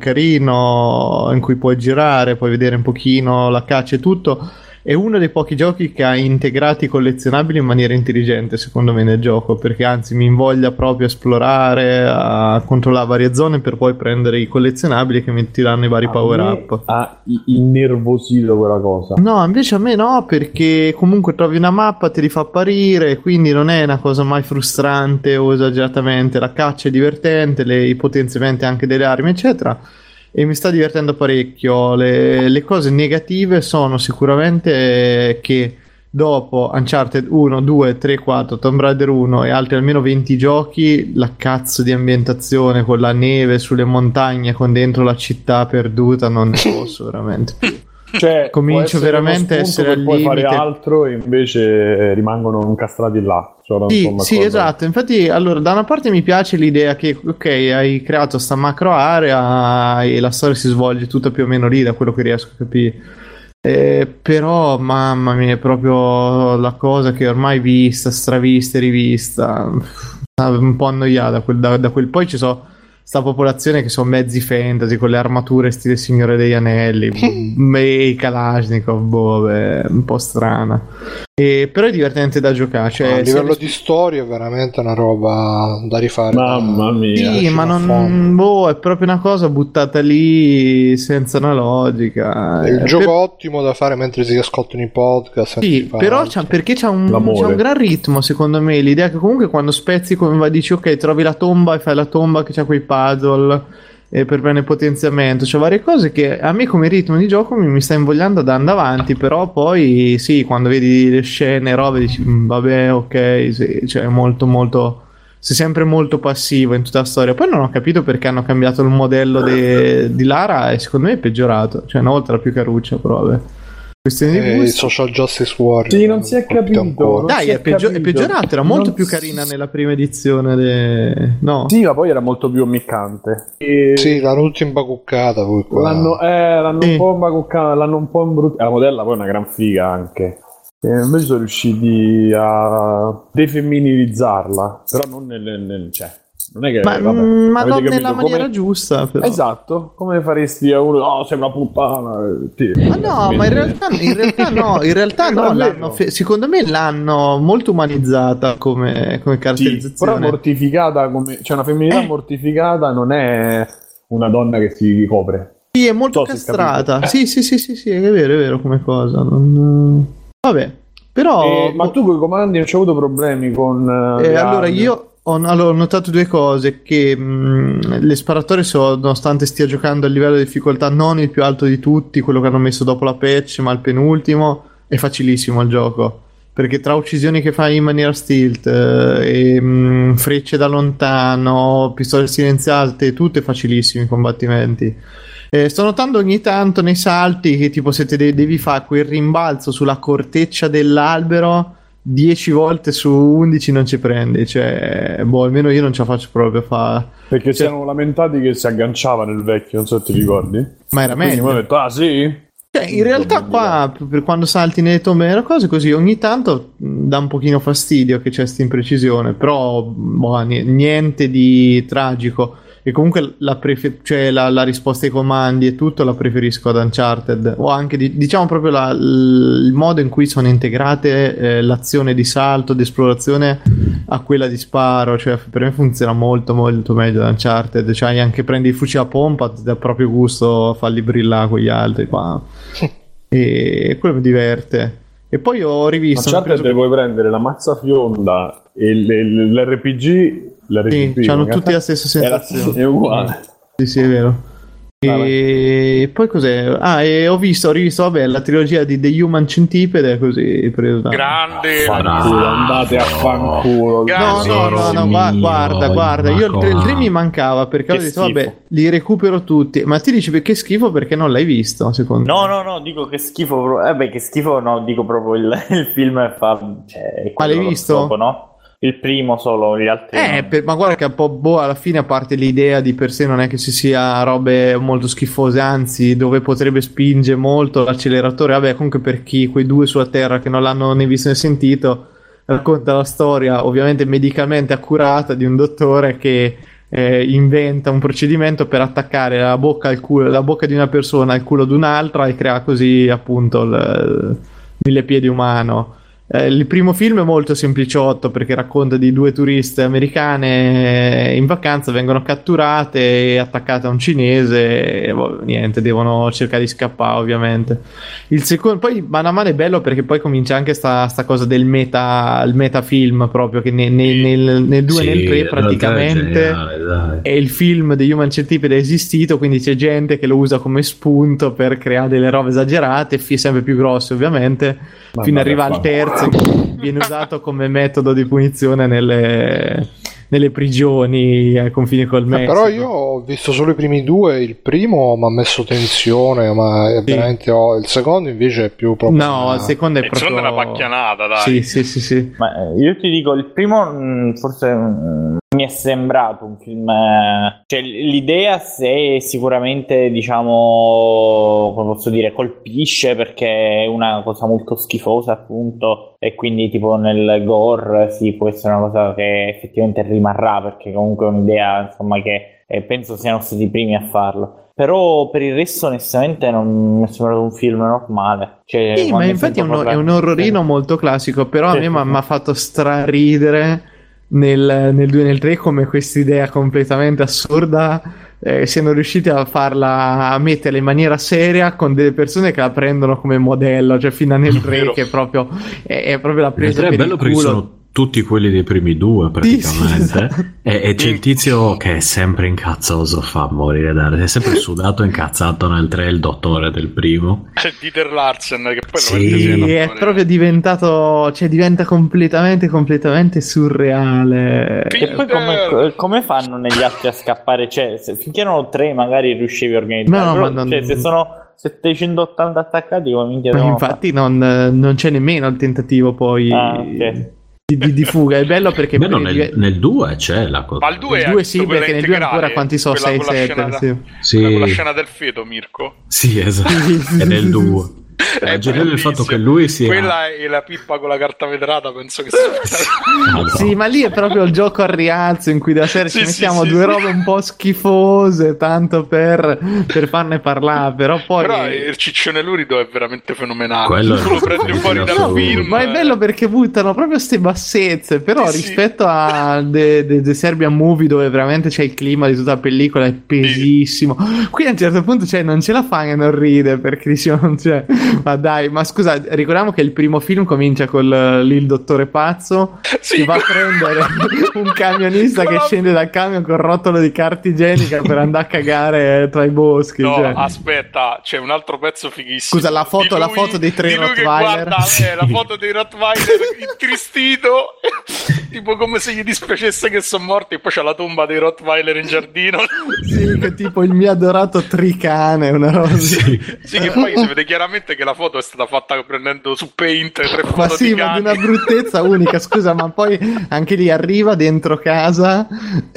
carino in cui puoi girare, puoi vedere un pochino la caccia e tutto. È uno dei pochi giochi che ha integrati i collezionabili in maniera intelligente, secondo me, nel gioco, perché anzi mi invoglia proprio a esplorare, a controllare varie zone per poi prendere i collezionabili che mi tiranno i vari power up. Ha innervosito quella cosa. No, invece a me no, perché comunque trovi una mappa, te li fa apparire, quindi non è una cosa mai frustrante o esageratamente. La caccia è divertente, le, i potenziamenti anche delle armi, eccetera. E mi sta divertendo parecchio. Le, le cose negative sono sicuramente che dopo Uncharted uno, due, tre, quattro, Tomb Raider uno e altri almeno venti giochi, la cazzo di ambientazione con la neve sulle montagne con dentro la città perduta non ne posso veramente più. Cioè, comincio veramente a essere al poi fare limite. altro e invece rimangono incastrati là. Cioè, non Sì, sono sì, d'accordo. esatto. Infatti, allora, da una parte mi piace l'idea che, ok, hai creato sta macro area e la storia si svolge tutta più o meno lì, da quello che riesco a capire. Eh, però, mamma mia, è proprio la cosa che ormai vista, stravista e rivista. Un po' annoiata da quel, da, da quel. Poi ci sono sta popolazione che sono mezzi fantasy con le armature stile Signore degli Anelli e i Kalashnikov, boh, è un po' strana. E, però è divertente da giocare. Cioè, a livello se... di storia è veramente una roba da rifare. Mamma mia. Sì, ma non, boh, è proprio una cosa buttata lì senza una logica. È un eh, gioco per... ottimo da fare mentre si ascoltano i podcast. Sì, però c'ha, perché c'ha un, c'ha un gran ritmo, secondo me. L'idea che comunque quando spezzi come va, dici ok, trovi la tomba e fai la tomba che c'ha quei puzzle e per prendere potenziamento, c'è varie cose che a me come ritmo di gioco mi, mi sta invogliando ad andare avanti, però poi sì, quando vedi le scene, robe, dici vabbè, ok, sì, cioè molto molto, sei sempre molto passivo in tutta la storia. Poi non ho capito perché hanno cambiato il modello de, di Lara e secondo me è peggiorato, cioè una volta era più caruccia proprio. Questione di eh, gusto. Social Justice Warrior. Sì, non si è capito. Non Dai, si è, è, peggio- è peggiorato, era molto non più carina nella prima edizione. De... No. Sì, ma poi era molto più ammiccante. E... Sì, l'hanno tutti imbacuccata. Poi qua. L'hanno, eh, l'hanno Sì. un po' imbacuccata, l'hanno un po' imbrutita. La modella poi è una gran figa anche. E invece sono riusciti a defemminilizzarla, però non nel, nel cioè, non è che Ma, vabbè, mm, ma avete non capito nella come- maniera giusta, però. Esatto, come faresti a uno, oh, sei una puttana. Ti- Ma no, ma in realtà, in realtà no, in realtà no, Non è l'hanno vero. fe- secondo me l'hanno molto umanizzata come, come Sì, caratterizzazione. però mortificata come, cioè una femminilità Eh. mortificata non è una donna che si copre. Sì, è molto So se castrata. capito. Sì, sì, sì, sì, sì, è vero, è vero come cosa. Non... Vabbè, però... Eh, ma tu con i comandi non c'hai avuto problemi con eh, Eh, le allora armi? io ho, allora, ho notato due cose, che mh, le sparatorie sono, nonostante stia giocando a livello di difficoltà non il più alto di tutti, quello che hanno messo dopo la patch, ma il penultimo, è facilissimo il gioco, perché tra uccisioni che fai in maniera stealth eh, e mh, frecce da lontano, pistole silenziate, tutto è facilissimo i combattimenti. Eh, sto notando ogni tanto nei salti che tipo se te de- devi fare quel rimbalzo sulla corteccia dell'albero dieci volte su undici non ci prendi, cioè boh, almeno io non ce la faccio proprio a fare. Perché si Cioè- erano lamentati che si agganciava nel vecchio, non so se ti ricordi. Ma era Quindi meglio. mi ho detto, ah sì? Cioè, in realtà qua, per quando salti nelle tombe e cose così, ogni tanto mh, dà un pochino fastidio che c'è questa imprecisione, però boh, ni- niente di tragico. E comunque la, prefe- cioè, la, la risposta ai comandi e tutto la preferisco ad Uncharted, o anche di- diciamo proprio la- l- il modo in cui sono integrate eh, l'azione di salto, di esplorazione a quella di sparo, cioè per me funziona molto molto meglio da Uncharted, cioè anche prendi il fucile a pompa, ti dà proprio gusto a farli brillare con gli altri qua. E quello mi diverte. E poi ho rivisto Uncharted ho preso- puoi prendere la mazza fionda e l- l- l'R P G, l'R P G Sì, hanno magari, tutti la stessa è la- sensazione. è uguale. Sì, sì, è vero. E poi cos'è? Ah, e ho visto, ho rivisto, vabbè, la trilogia di The Human Centipede, così preso da... Grande, fanculo, andate a fanculo. No, no, no, no, ma guarda, guarda, io il tre, il tre mi mancava perché ho detto, vabbè, li recupero tutti. Ma ti dici perché schifo perché non l'hai visto, secondo me? No, no, no, dico che schifo, eh beh, che schifo, no, dico proprio il, il film fa... Cioè, ma l'hai visto? Dopo, no? Il primo solo, gli altri eh, per, ma guarda che un po' boh, alla fine, a parte l'idea di per sé non è che ci sia robe molto schifose, anzi dove potrebbe spingere molto l'acceleratore. Vabbè, comunque per chi, quei due sulla terra che non l'hanno né visto né sentito, racconta la storia ovviamente medicamente accurata di un dottore che eh, inventa un procedimento per attaccare la bocca al culo, la bocca di una persona al culo di un'altra e crea così appunto il millepiedi umano. Eh, il primo film è molto sempliciotto perché racconta di due turiste americane in vacanza, vengono catturate e attaccate a un cinese e boh, niente, devono cercare di scappare ovviamente. Il secondo, poi mano a mano è bello perché poi comincia anche sta, sta cosa del meta, il metafilm proprio che ne, ne, nel, nel due e sì, nel tre praticamente è, geniale, è il film di Human Centipede è esistito, quindi c'è gente che lo usa come spunto per creare delle robe esagerate, fi sempre più grosse ovviamente, ma fino ad arrivare al terzo che viene usato come metodo di punizione nelle, nelle prigioni ai confini col Messico. Eh, però io ho visto solo i primi due, il primo mi ha messo tensione, ma è sì. veramente oh, il secondo invece è più proprio no, una... il secondo è il proprio secondo è una pacchianata, dai. Sì, sì, sì, sì. Ma eh, io ti dico, il primo mh, forse mh, mi è sembrato un film, eh, cioè l'idea se sicuramente diciamo, come posso dire, colpisce perché è una cosa molto schifosa appunto e quindi tipo nel gore sì può essere una cosa che effettivamente rimarrà perché comunque è un'idea insomma che eh, penso siano stati i primi a farlo. Però per il resto onestamente non mi è sembrato un film normale, cioè, sì, ma infatti è un, è un orrorino molto classico, però sì, a me mi ha fatto straridere nel, nel due e nel tre come quest'idea completamente assurda eh, siano riusciti a farla, a metterla in maniera seria con delle persone che la prendono come modello, cioè fino a nel tre che proprio è, è proprio la presa per è bello il perché culo. Sono tutti quelli dei primi due praticamente, sì, sì, esatto. e, e c'è il tizio che è sempre incazzoso, fa morire da è sempre sudato e incazzato nel tre, il dottore del primo, c'è Dieter Larsen che poi sì, lo è proprio diventato, cioè diventa completamente completamente surreale. E poi come, come fanno negli altri a scappare, cioè se, finché erano tre magari riuscivi a organizzare, no, però, ma non... cioè, se sono settecentottanta attaccati come minchia ma infatti non, non c'è nemmeno il tentativo poi ah, okay. Di, di, di fuga. È bello perché Beh, no, nel, nel due c'è la cosa. Ma il due, il due sì, perché nel due ancora quanti so sei sette sì. Sì. Con la scena del feto, Mirko. Sì, esatto. È nel due. È geniale il fatto che lui sia quella è la pippa con la carta vetrata, penso che sia no. Sì, ma lì è proprio il gioco al rialzo in cui da sera sì, ci mettiamo sì, due sì, robe sì. un po' schifose tanto per, per farne parlare, però poi però il ciccione lurido è veramente fenomenale. Quello tu lo prendi fuori dal no, film, ma è bello perché buttano proprio ste bassezze, però sì, rispetto sì. a The, The, The Serbian Movie dove veramente c'è il clima di tutta la pellicola è pesissimo, sì. qui a un certo punto cioè, non ce la fa che non ride perché diciamo non c'è. Ma dai, ma scusa, ricordiamo che il primo film comincia con lì il dottore pazzo sì, che va a prendere un camionista che scende dal camion con rotolo di carta igienica per andare a cagare tra i boschi. No, cioè. aspetta, c'è un altro pezzo fighissimo. Scusa, la foto, lui, la foto dei tre di Rottweiler. Guarda, sì. eh, la foto dei Rottweiler intristito, tipo come se gli dispiacesse che sono morti, e poi c'è la tomba dei Rottweiler in giardino. Sì, che tipo il mio adorato tricane, una roba. Sì, sì, che poi si vede chiaramente che la foto è stata fatta prendendo su Paint tre foto ma sì, di ma di una bruttezza unica, scusa, ma poi anche lì arriva dentro casa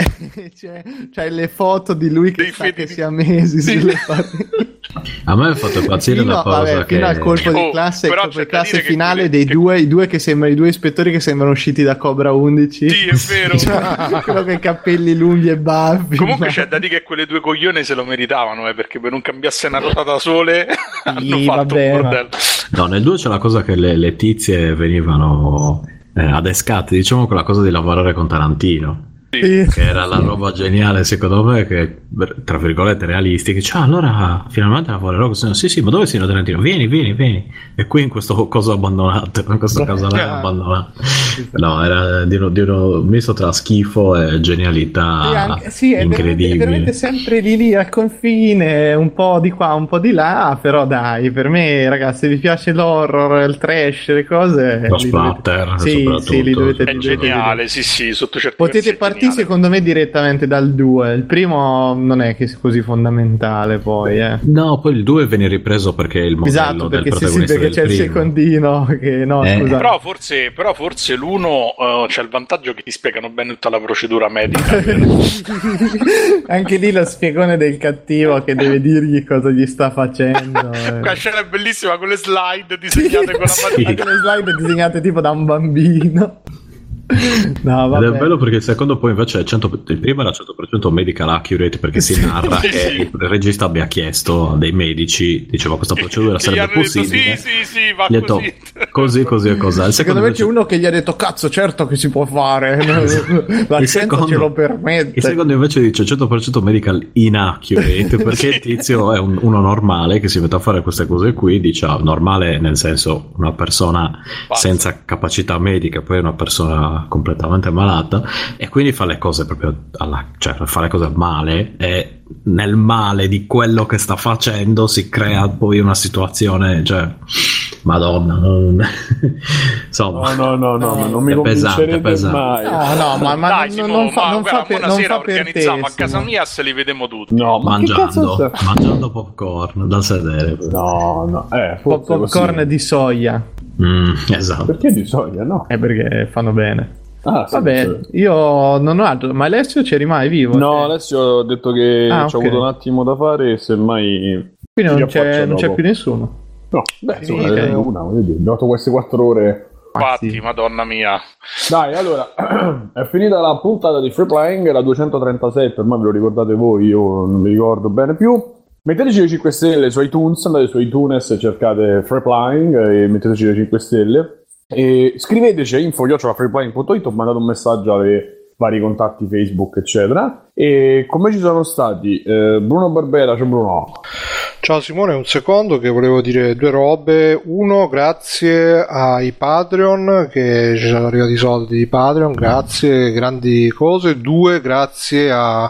e c'è, c'è le foto di lui che, sta che si ha mesi sì. sulle foto. A me ha fatto impazzire fino, la cosa vabbè, che... fino al colpo di classe, oh, il colpo di classe finale che... dei che... due, i due che sembrano i due ispettori che sembrano usciti da Cobra undici. Sì, è vero. Cioè, quello con i capelli lunghi e baffi. Comunque ma... c'è da dire che quelle due coglione se lo meritavano, eh, perché per non cambiasse una rotata sole hanno sì, fatto vabbè, un bordello. No, nel due c'è la cosa che le, le tizie venivano eh, adescate, diciamo quella cosa di lavorare con Tarantino. Sì. Che era la roba geniale secondo me, che tra virgolette realistica, cioè, ah, allora finalmente lavorerò così. Sì sì, ma dove sei in Trentino? Vieni vieni vieni, e qui in questo coso abbandonato, in questo casolare abbandonato. No, era di uno, di uno misto tra schifo e genialità. Sì, anche, sì, è incredibile, veramente, veramente sempre lì lì al confine, un po' di qua un po' di là, però dai, per me ragazzi, se vi piace l'horror, il trash, le cose, lo splatter dovete... sì, sì, li dovete, è geniale, sì sì, sotto certi potete partire secondo me direttamente dal due. Il primo non è che sia così fondamentale, poi eh. no, poi il due viene ripreso perché è il modello esatto, del perché protagonista sì, sì, perché c'è primo. Il secondino che no, eh. scusa. Però forse, però forse l'uno uh, c'è il vantaggio che ti spiegano bene tutta la procedura medica. Anche lì lo spiegone del cattivo che deve dirgli cosa gli sta facendo. Eh. La scena è bellissima con le slide disegnate con la sì, matita. Le slide disegnate tipo da un bambino. No, vabbè. Ed è bello perché il secondo poi invece è cento, il primo era cento per cento medical accurate, perché si narra sì, che sì. il regista abbia chiesto dei medici, diceva questa procedura che sarebbe possibile, detto, sì sì sì va gli detto, così così e cos'è. Il secondo me invece... c'è uno che gli ha detto cazzo certo che si può fare, la secondo ce lo permette. Il secondo invece dice cento per cento medical inaccurate perché sì. il tizio è un, uno normale che si mette a fare queste cose qui, dice ah, normale nel senso una persona Pazzo. senza capacità medica, poi una persona completamente malata, e quindi fa le cose proprio alla, cioè fa le cose male, e nel male di quello che sta facendo si crea poi una situazione, cioè madonna non... insomma no no no, no, no non mi convincerete mai. No no ma, ma dai, non, Simone, non fa, ma, non guarda, fa per, una non sera fa per organizziamo te, a casa mia se li vediamo tutti. No, ma mangiando mangiando popcorn dal sedere. No no eh, popcorn così. Di soia. Mm, esatto. Perché di soia? No, è perché fanno bene. Ah, sì, vabbè, sì. Io non ho altro, ma Alessio c'eri mai vivo? No, che... Alessio ho detto che ah, ci ho okay. avuto un attimo da fare e semmai quindi non c'è, non c'è più nessuno. No, beh, sì, insomma, okay. è una, voglio dire, abbiamo fatto queste quattro ore. Infatti, ah, sì. madonna mia. Dai, allora, è finita la puntata di Free Playing, la duecentotrentasette, ormai ve lo ricordate voi, io non mi ricordo bene più. Metteteci le cinque stelle su iTunes, andate su iTunes e cercate Free Playing e metteteci le cinque stelle. E scriveteci a info chiocciola freeplaying punto it o mandate un messaggio ai vari contatti Facebook eccetera. E come ci sono stati eh, Bruno Barbera, ciao Bruno. Ciao Simone, un secondo che volevo dire due robe. Uno, grazie ai Patreon che ci sono arrivati i soldi di Patreon, grazie, grandi cose. Due, grazie a,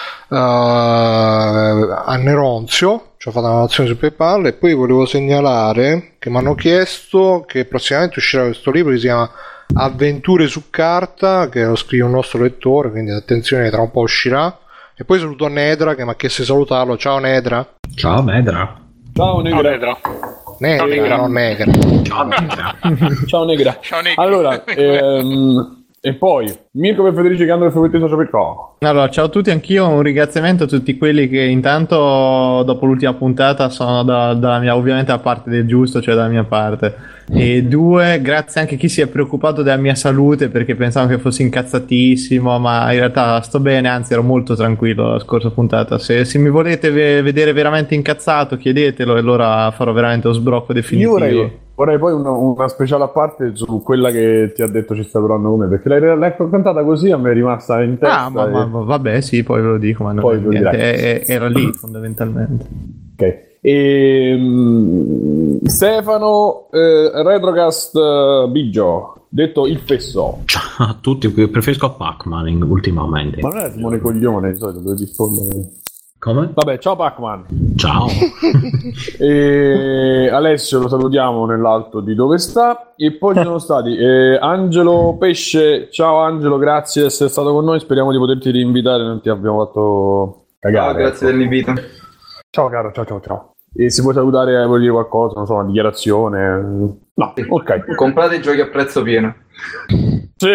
a, a Neronzio, ci ho fatto una donazione su PayPal. E poi volevo segnalare che mi hanno chiesto che prossimamente uscirà questo libro che si chiama Avventure su carta, che lo scrive un nostro lettore, quindi attenzione, tra un po' uscirà. E poi saluto Nedra che mi ha chiesto di salutarlo. Ciao Nedra. Ciao Nedra. Ciao Negra. Negra, Negra. No, Negra. Ciao Negra. Ciao Negra. Ciao Negra. Allora, ehm, e poi Mirko per Federici che hanno il favorito social per co. Allora, ciao a tutti, anch'io un ringraziamento a tutti quelli che intanto dopo l'ultima puntata sono da, dalla mia, ovviamente a parte del giusto, cioè dalla mia parte. E due, grazie anche a chi si è preoccupato della mia salute perché pensavo che fossi incazzatissimo, ma in realtà sto bene, anzi ero molto tranquillo la scorsa puntata. Se, se mi volete ve- vedere veramente incazzato chiedetelo e allora farò veramente lo sbrocco definitivo. Io vorrei, vorrei poi una, una speciale a parte su quella che ti ha detto ci sta durando con me, perché l'hai, l'hai raccontata così, a me è rimasta in testa. Ah, ma, e... ma vabbè, sì, poi ve lo dico, ma non poi è niente, è, è, era lì fondamentalmente. Ok. E, um, Stefano eh, Retrocast uh, Biggio, detto il fesso. Ciao a tutti, preferisco Pac-Man ultimamente. Ma non è Simone Coglione, di solito devo rispondere. Come? Vabbè, ciao Pac-Man. Ciao. E Alessio lo salutiamo nell'alto di dove sta. E poi ci sono stati eh, Angelo Pesce. Ciao Angelo, grazie di essere stato con noi. Speriamo di poterti rinvitare, non ti abbiamo fatto cagare. Ciao, grazie ecco. dell'invito. Ciao caro, ciao ciao ciao. E se vuoi salutare, vuoi dire qualcosa, non so, una dichiarazione? No, ok. Comprate i giochi a prezzo pieno. Sì.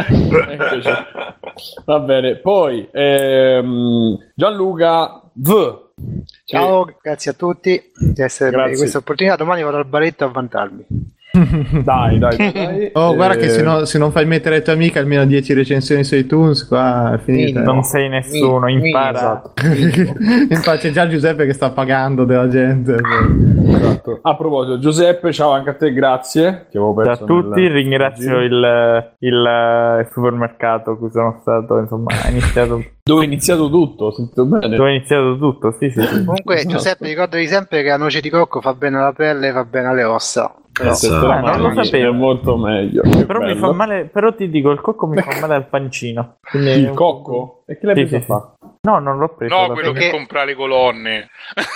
Va bene. Poi ehm, Gianluca V. Ciao, che... grazie a tutti di essere grazie. Di questa opportunità. Domani vado al baretto a vantarmi. Dai, dai, dai. Oh, guarda che se, no, se non fai mettere le tue amiche almeno dieci recensioni su iTunes, qua è finita. Non sei nessuno, mi, impara. Esatto. Infatti c'è già Giuseppe che sta pagando della gente. esatto. A proposito, Giuseppe, ciao anche a te, grazie. Che avevo perso ciao a tutti, nel... ringrazio il, il, il supermercato cui sono stato, insomma, ha iniziato... Dove è iniziato tutto, sentito bene. Dove è iniziato tutto, sì, sì. sì. Comunque, Giuseppe, ricordavi sempre che la noce di cocco fa bene alla pelle e fa bene alle ossa. Però, esatto. ah, non lo sapevo. È molto meglio. Però mi fa male, però ti dico, il cocco mi fa male al pancino. Quindi il cocco? E che l'hai sì, preso sì, fa? No, non l'ho preso. No, quello perché... che compra le colonne.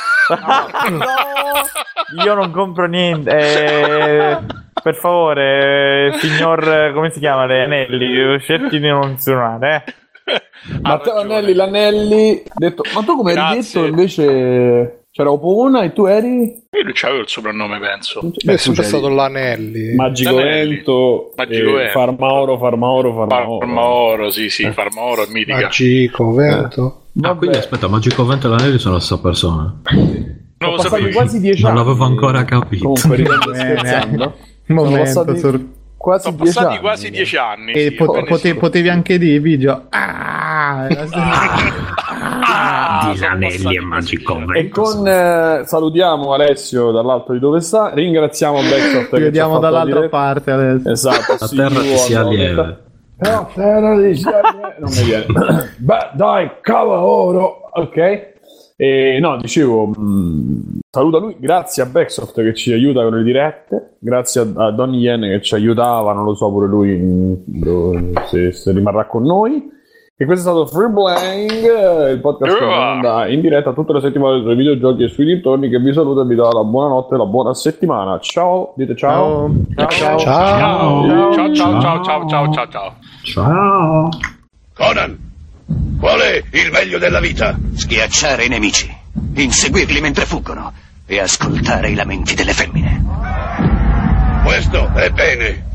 No, io non compro niente. Eh, per favore, signor, come si chiama? Le Anelli, cerchi di non suonare, eh. Matteo Anelli, l'Anelli, detto, ma tu come eri detto invece c'era Opona e tu eri? Io non c'avevo il soprannome, penso. Beh, è sempre stato l'Anelli. Magico Vento, Magico Vento. Farmaoro, Farmaoro, Farmaoro. Farmaoro, sì, sì, Farmaoro è mitica. Magico Vento. Eh. Ah, quindi aspetta, Magico Vento e l'Anelli sono la stessa persona. Non lo sapevo. Quasi dieci non anni. l'avevo ancora capito. Comunque, ridendo scherzando. Momento, passati... Quasi sono passati anni. quasi dieci anni. E sì, pot- pote- potevi anche dire video. Ah, ah, di Anelli e Magico Vento. E con eh, salutiamo Alessio dall'alto di dove sta. Ringraziamo Backsoft. Ci vediamo dall'altra parte adesso. Esatto. La terra ti sia lieve. No, terra ti sia lieve. Non mi viene. Beh, dai, cavolo. Ok. E no, dicevo, mh, saluta lui, grazie a Backsoft che ci aiuta con le dirette, grazie a, a Donny Yen che ci aiutava, non lo so pure lui mh, se, se rimarrà con noi. E questo è stato Free Playing, il podcast che manda in diretta tutte le settimane sui videogiochi e sui dintorni, che vi saluta e vi dà la buonanotte e la buona settimana. Ciao, dite ciao. Ciao, ciao, ciao, ciao, ciao, ciao, ciao, ciao, ciao, ciao. Ciao. Conan! Qual è il meglio della vita? Schiacciare i nemici, inseguirli mentre fuggono e ascoltare i lamenti delle femmine. Questo è bene.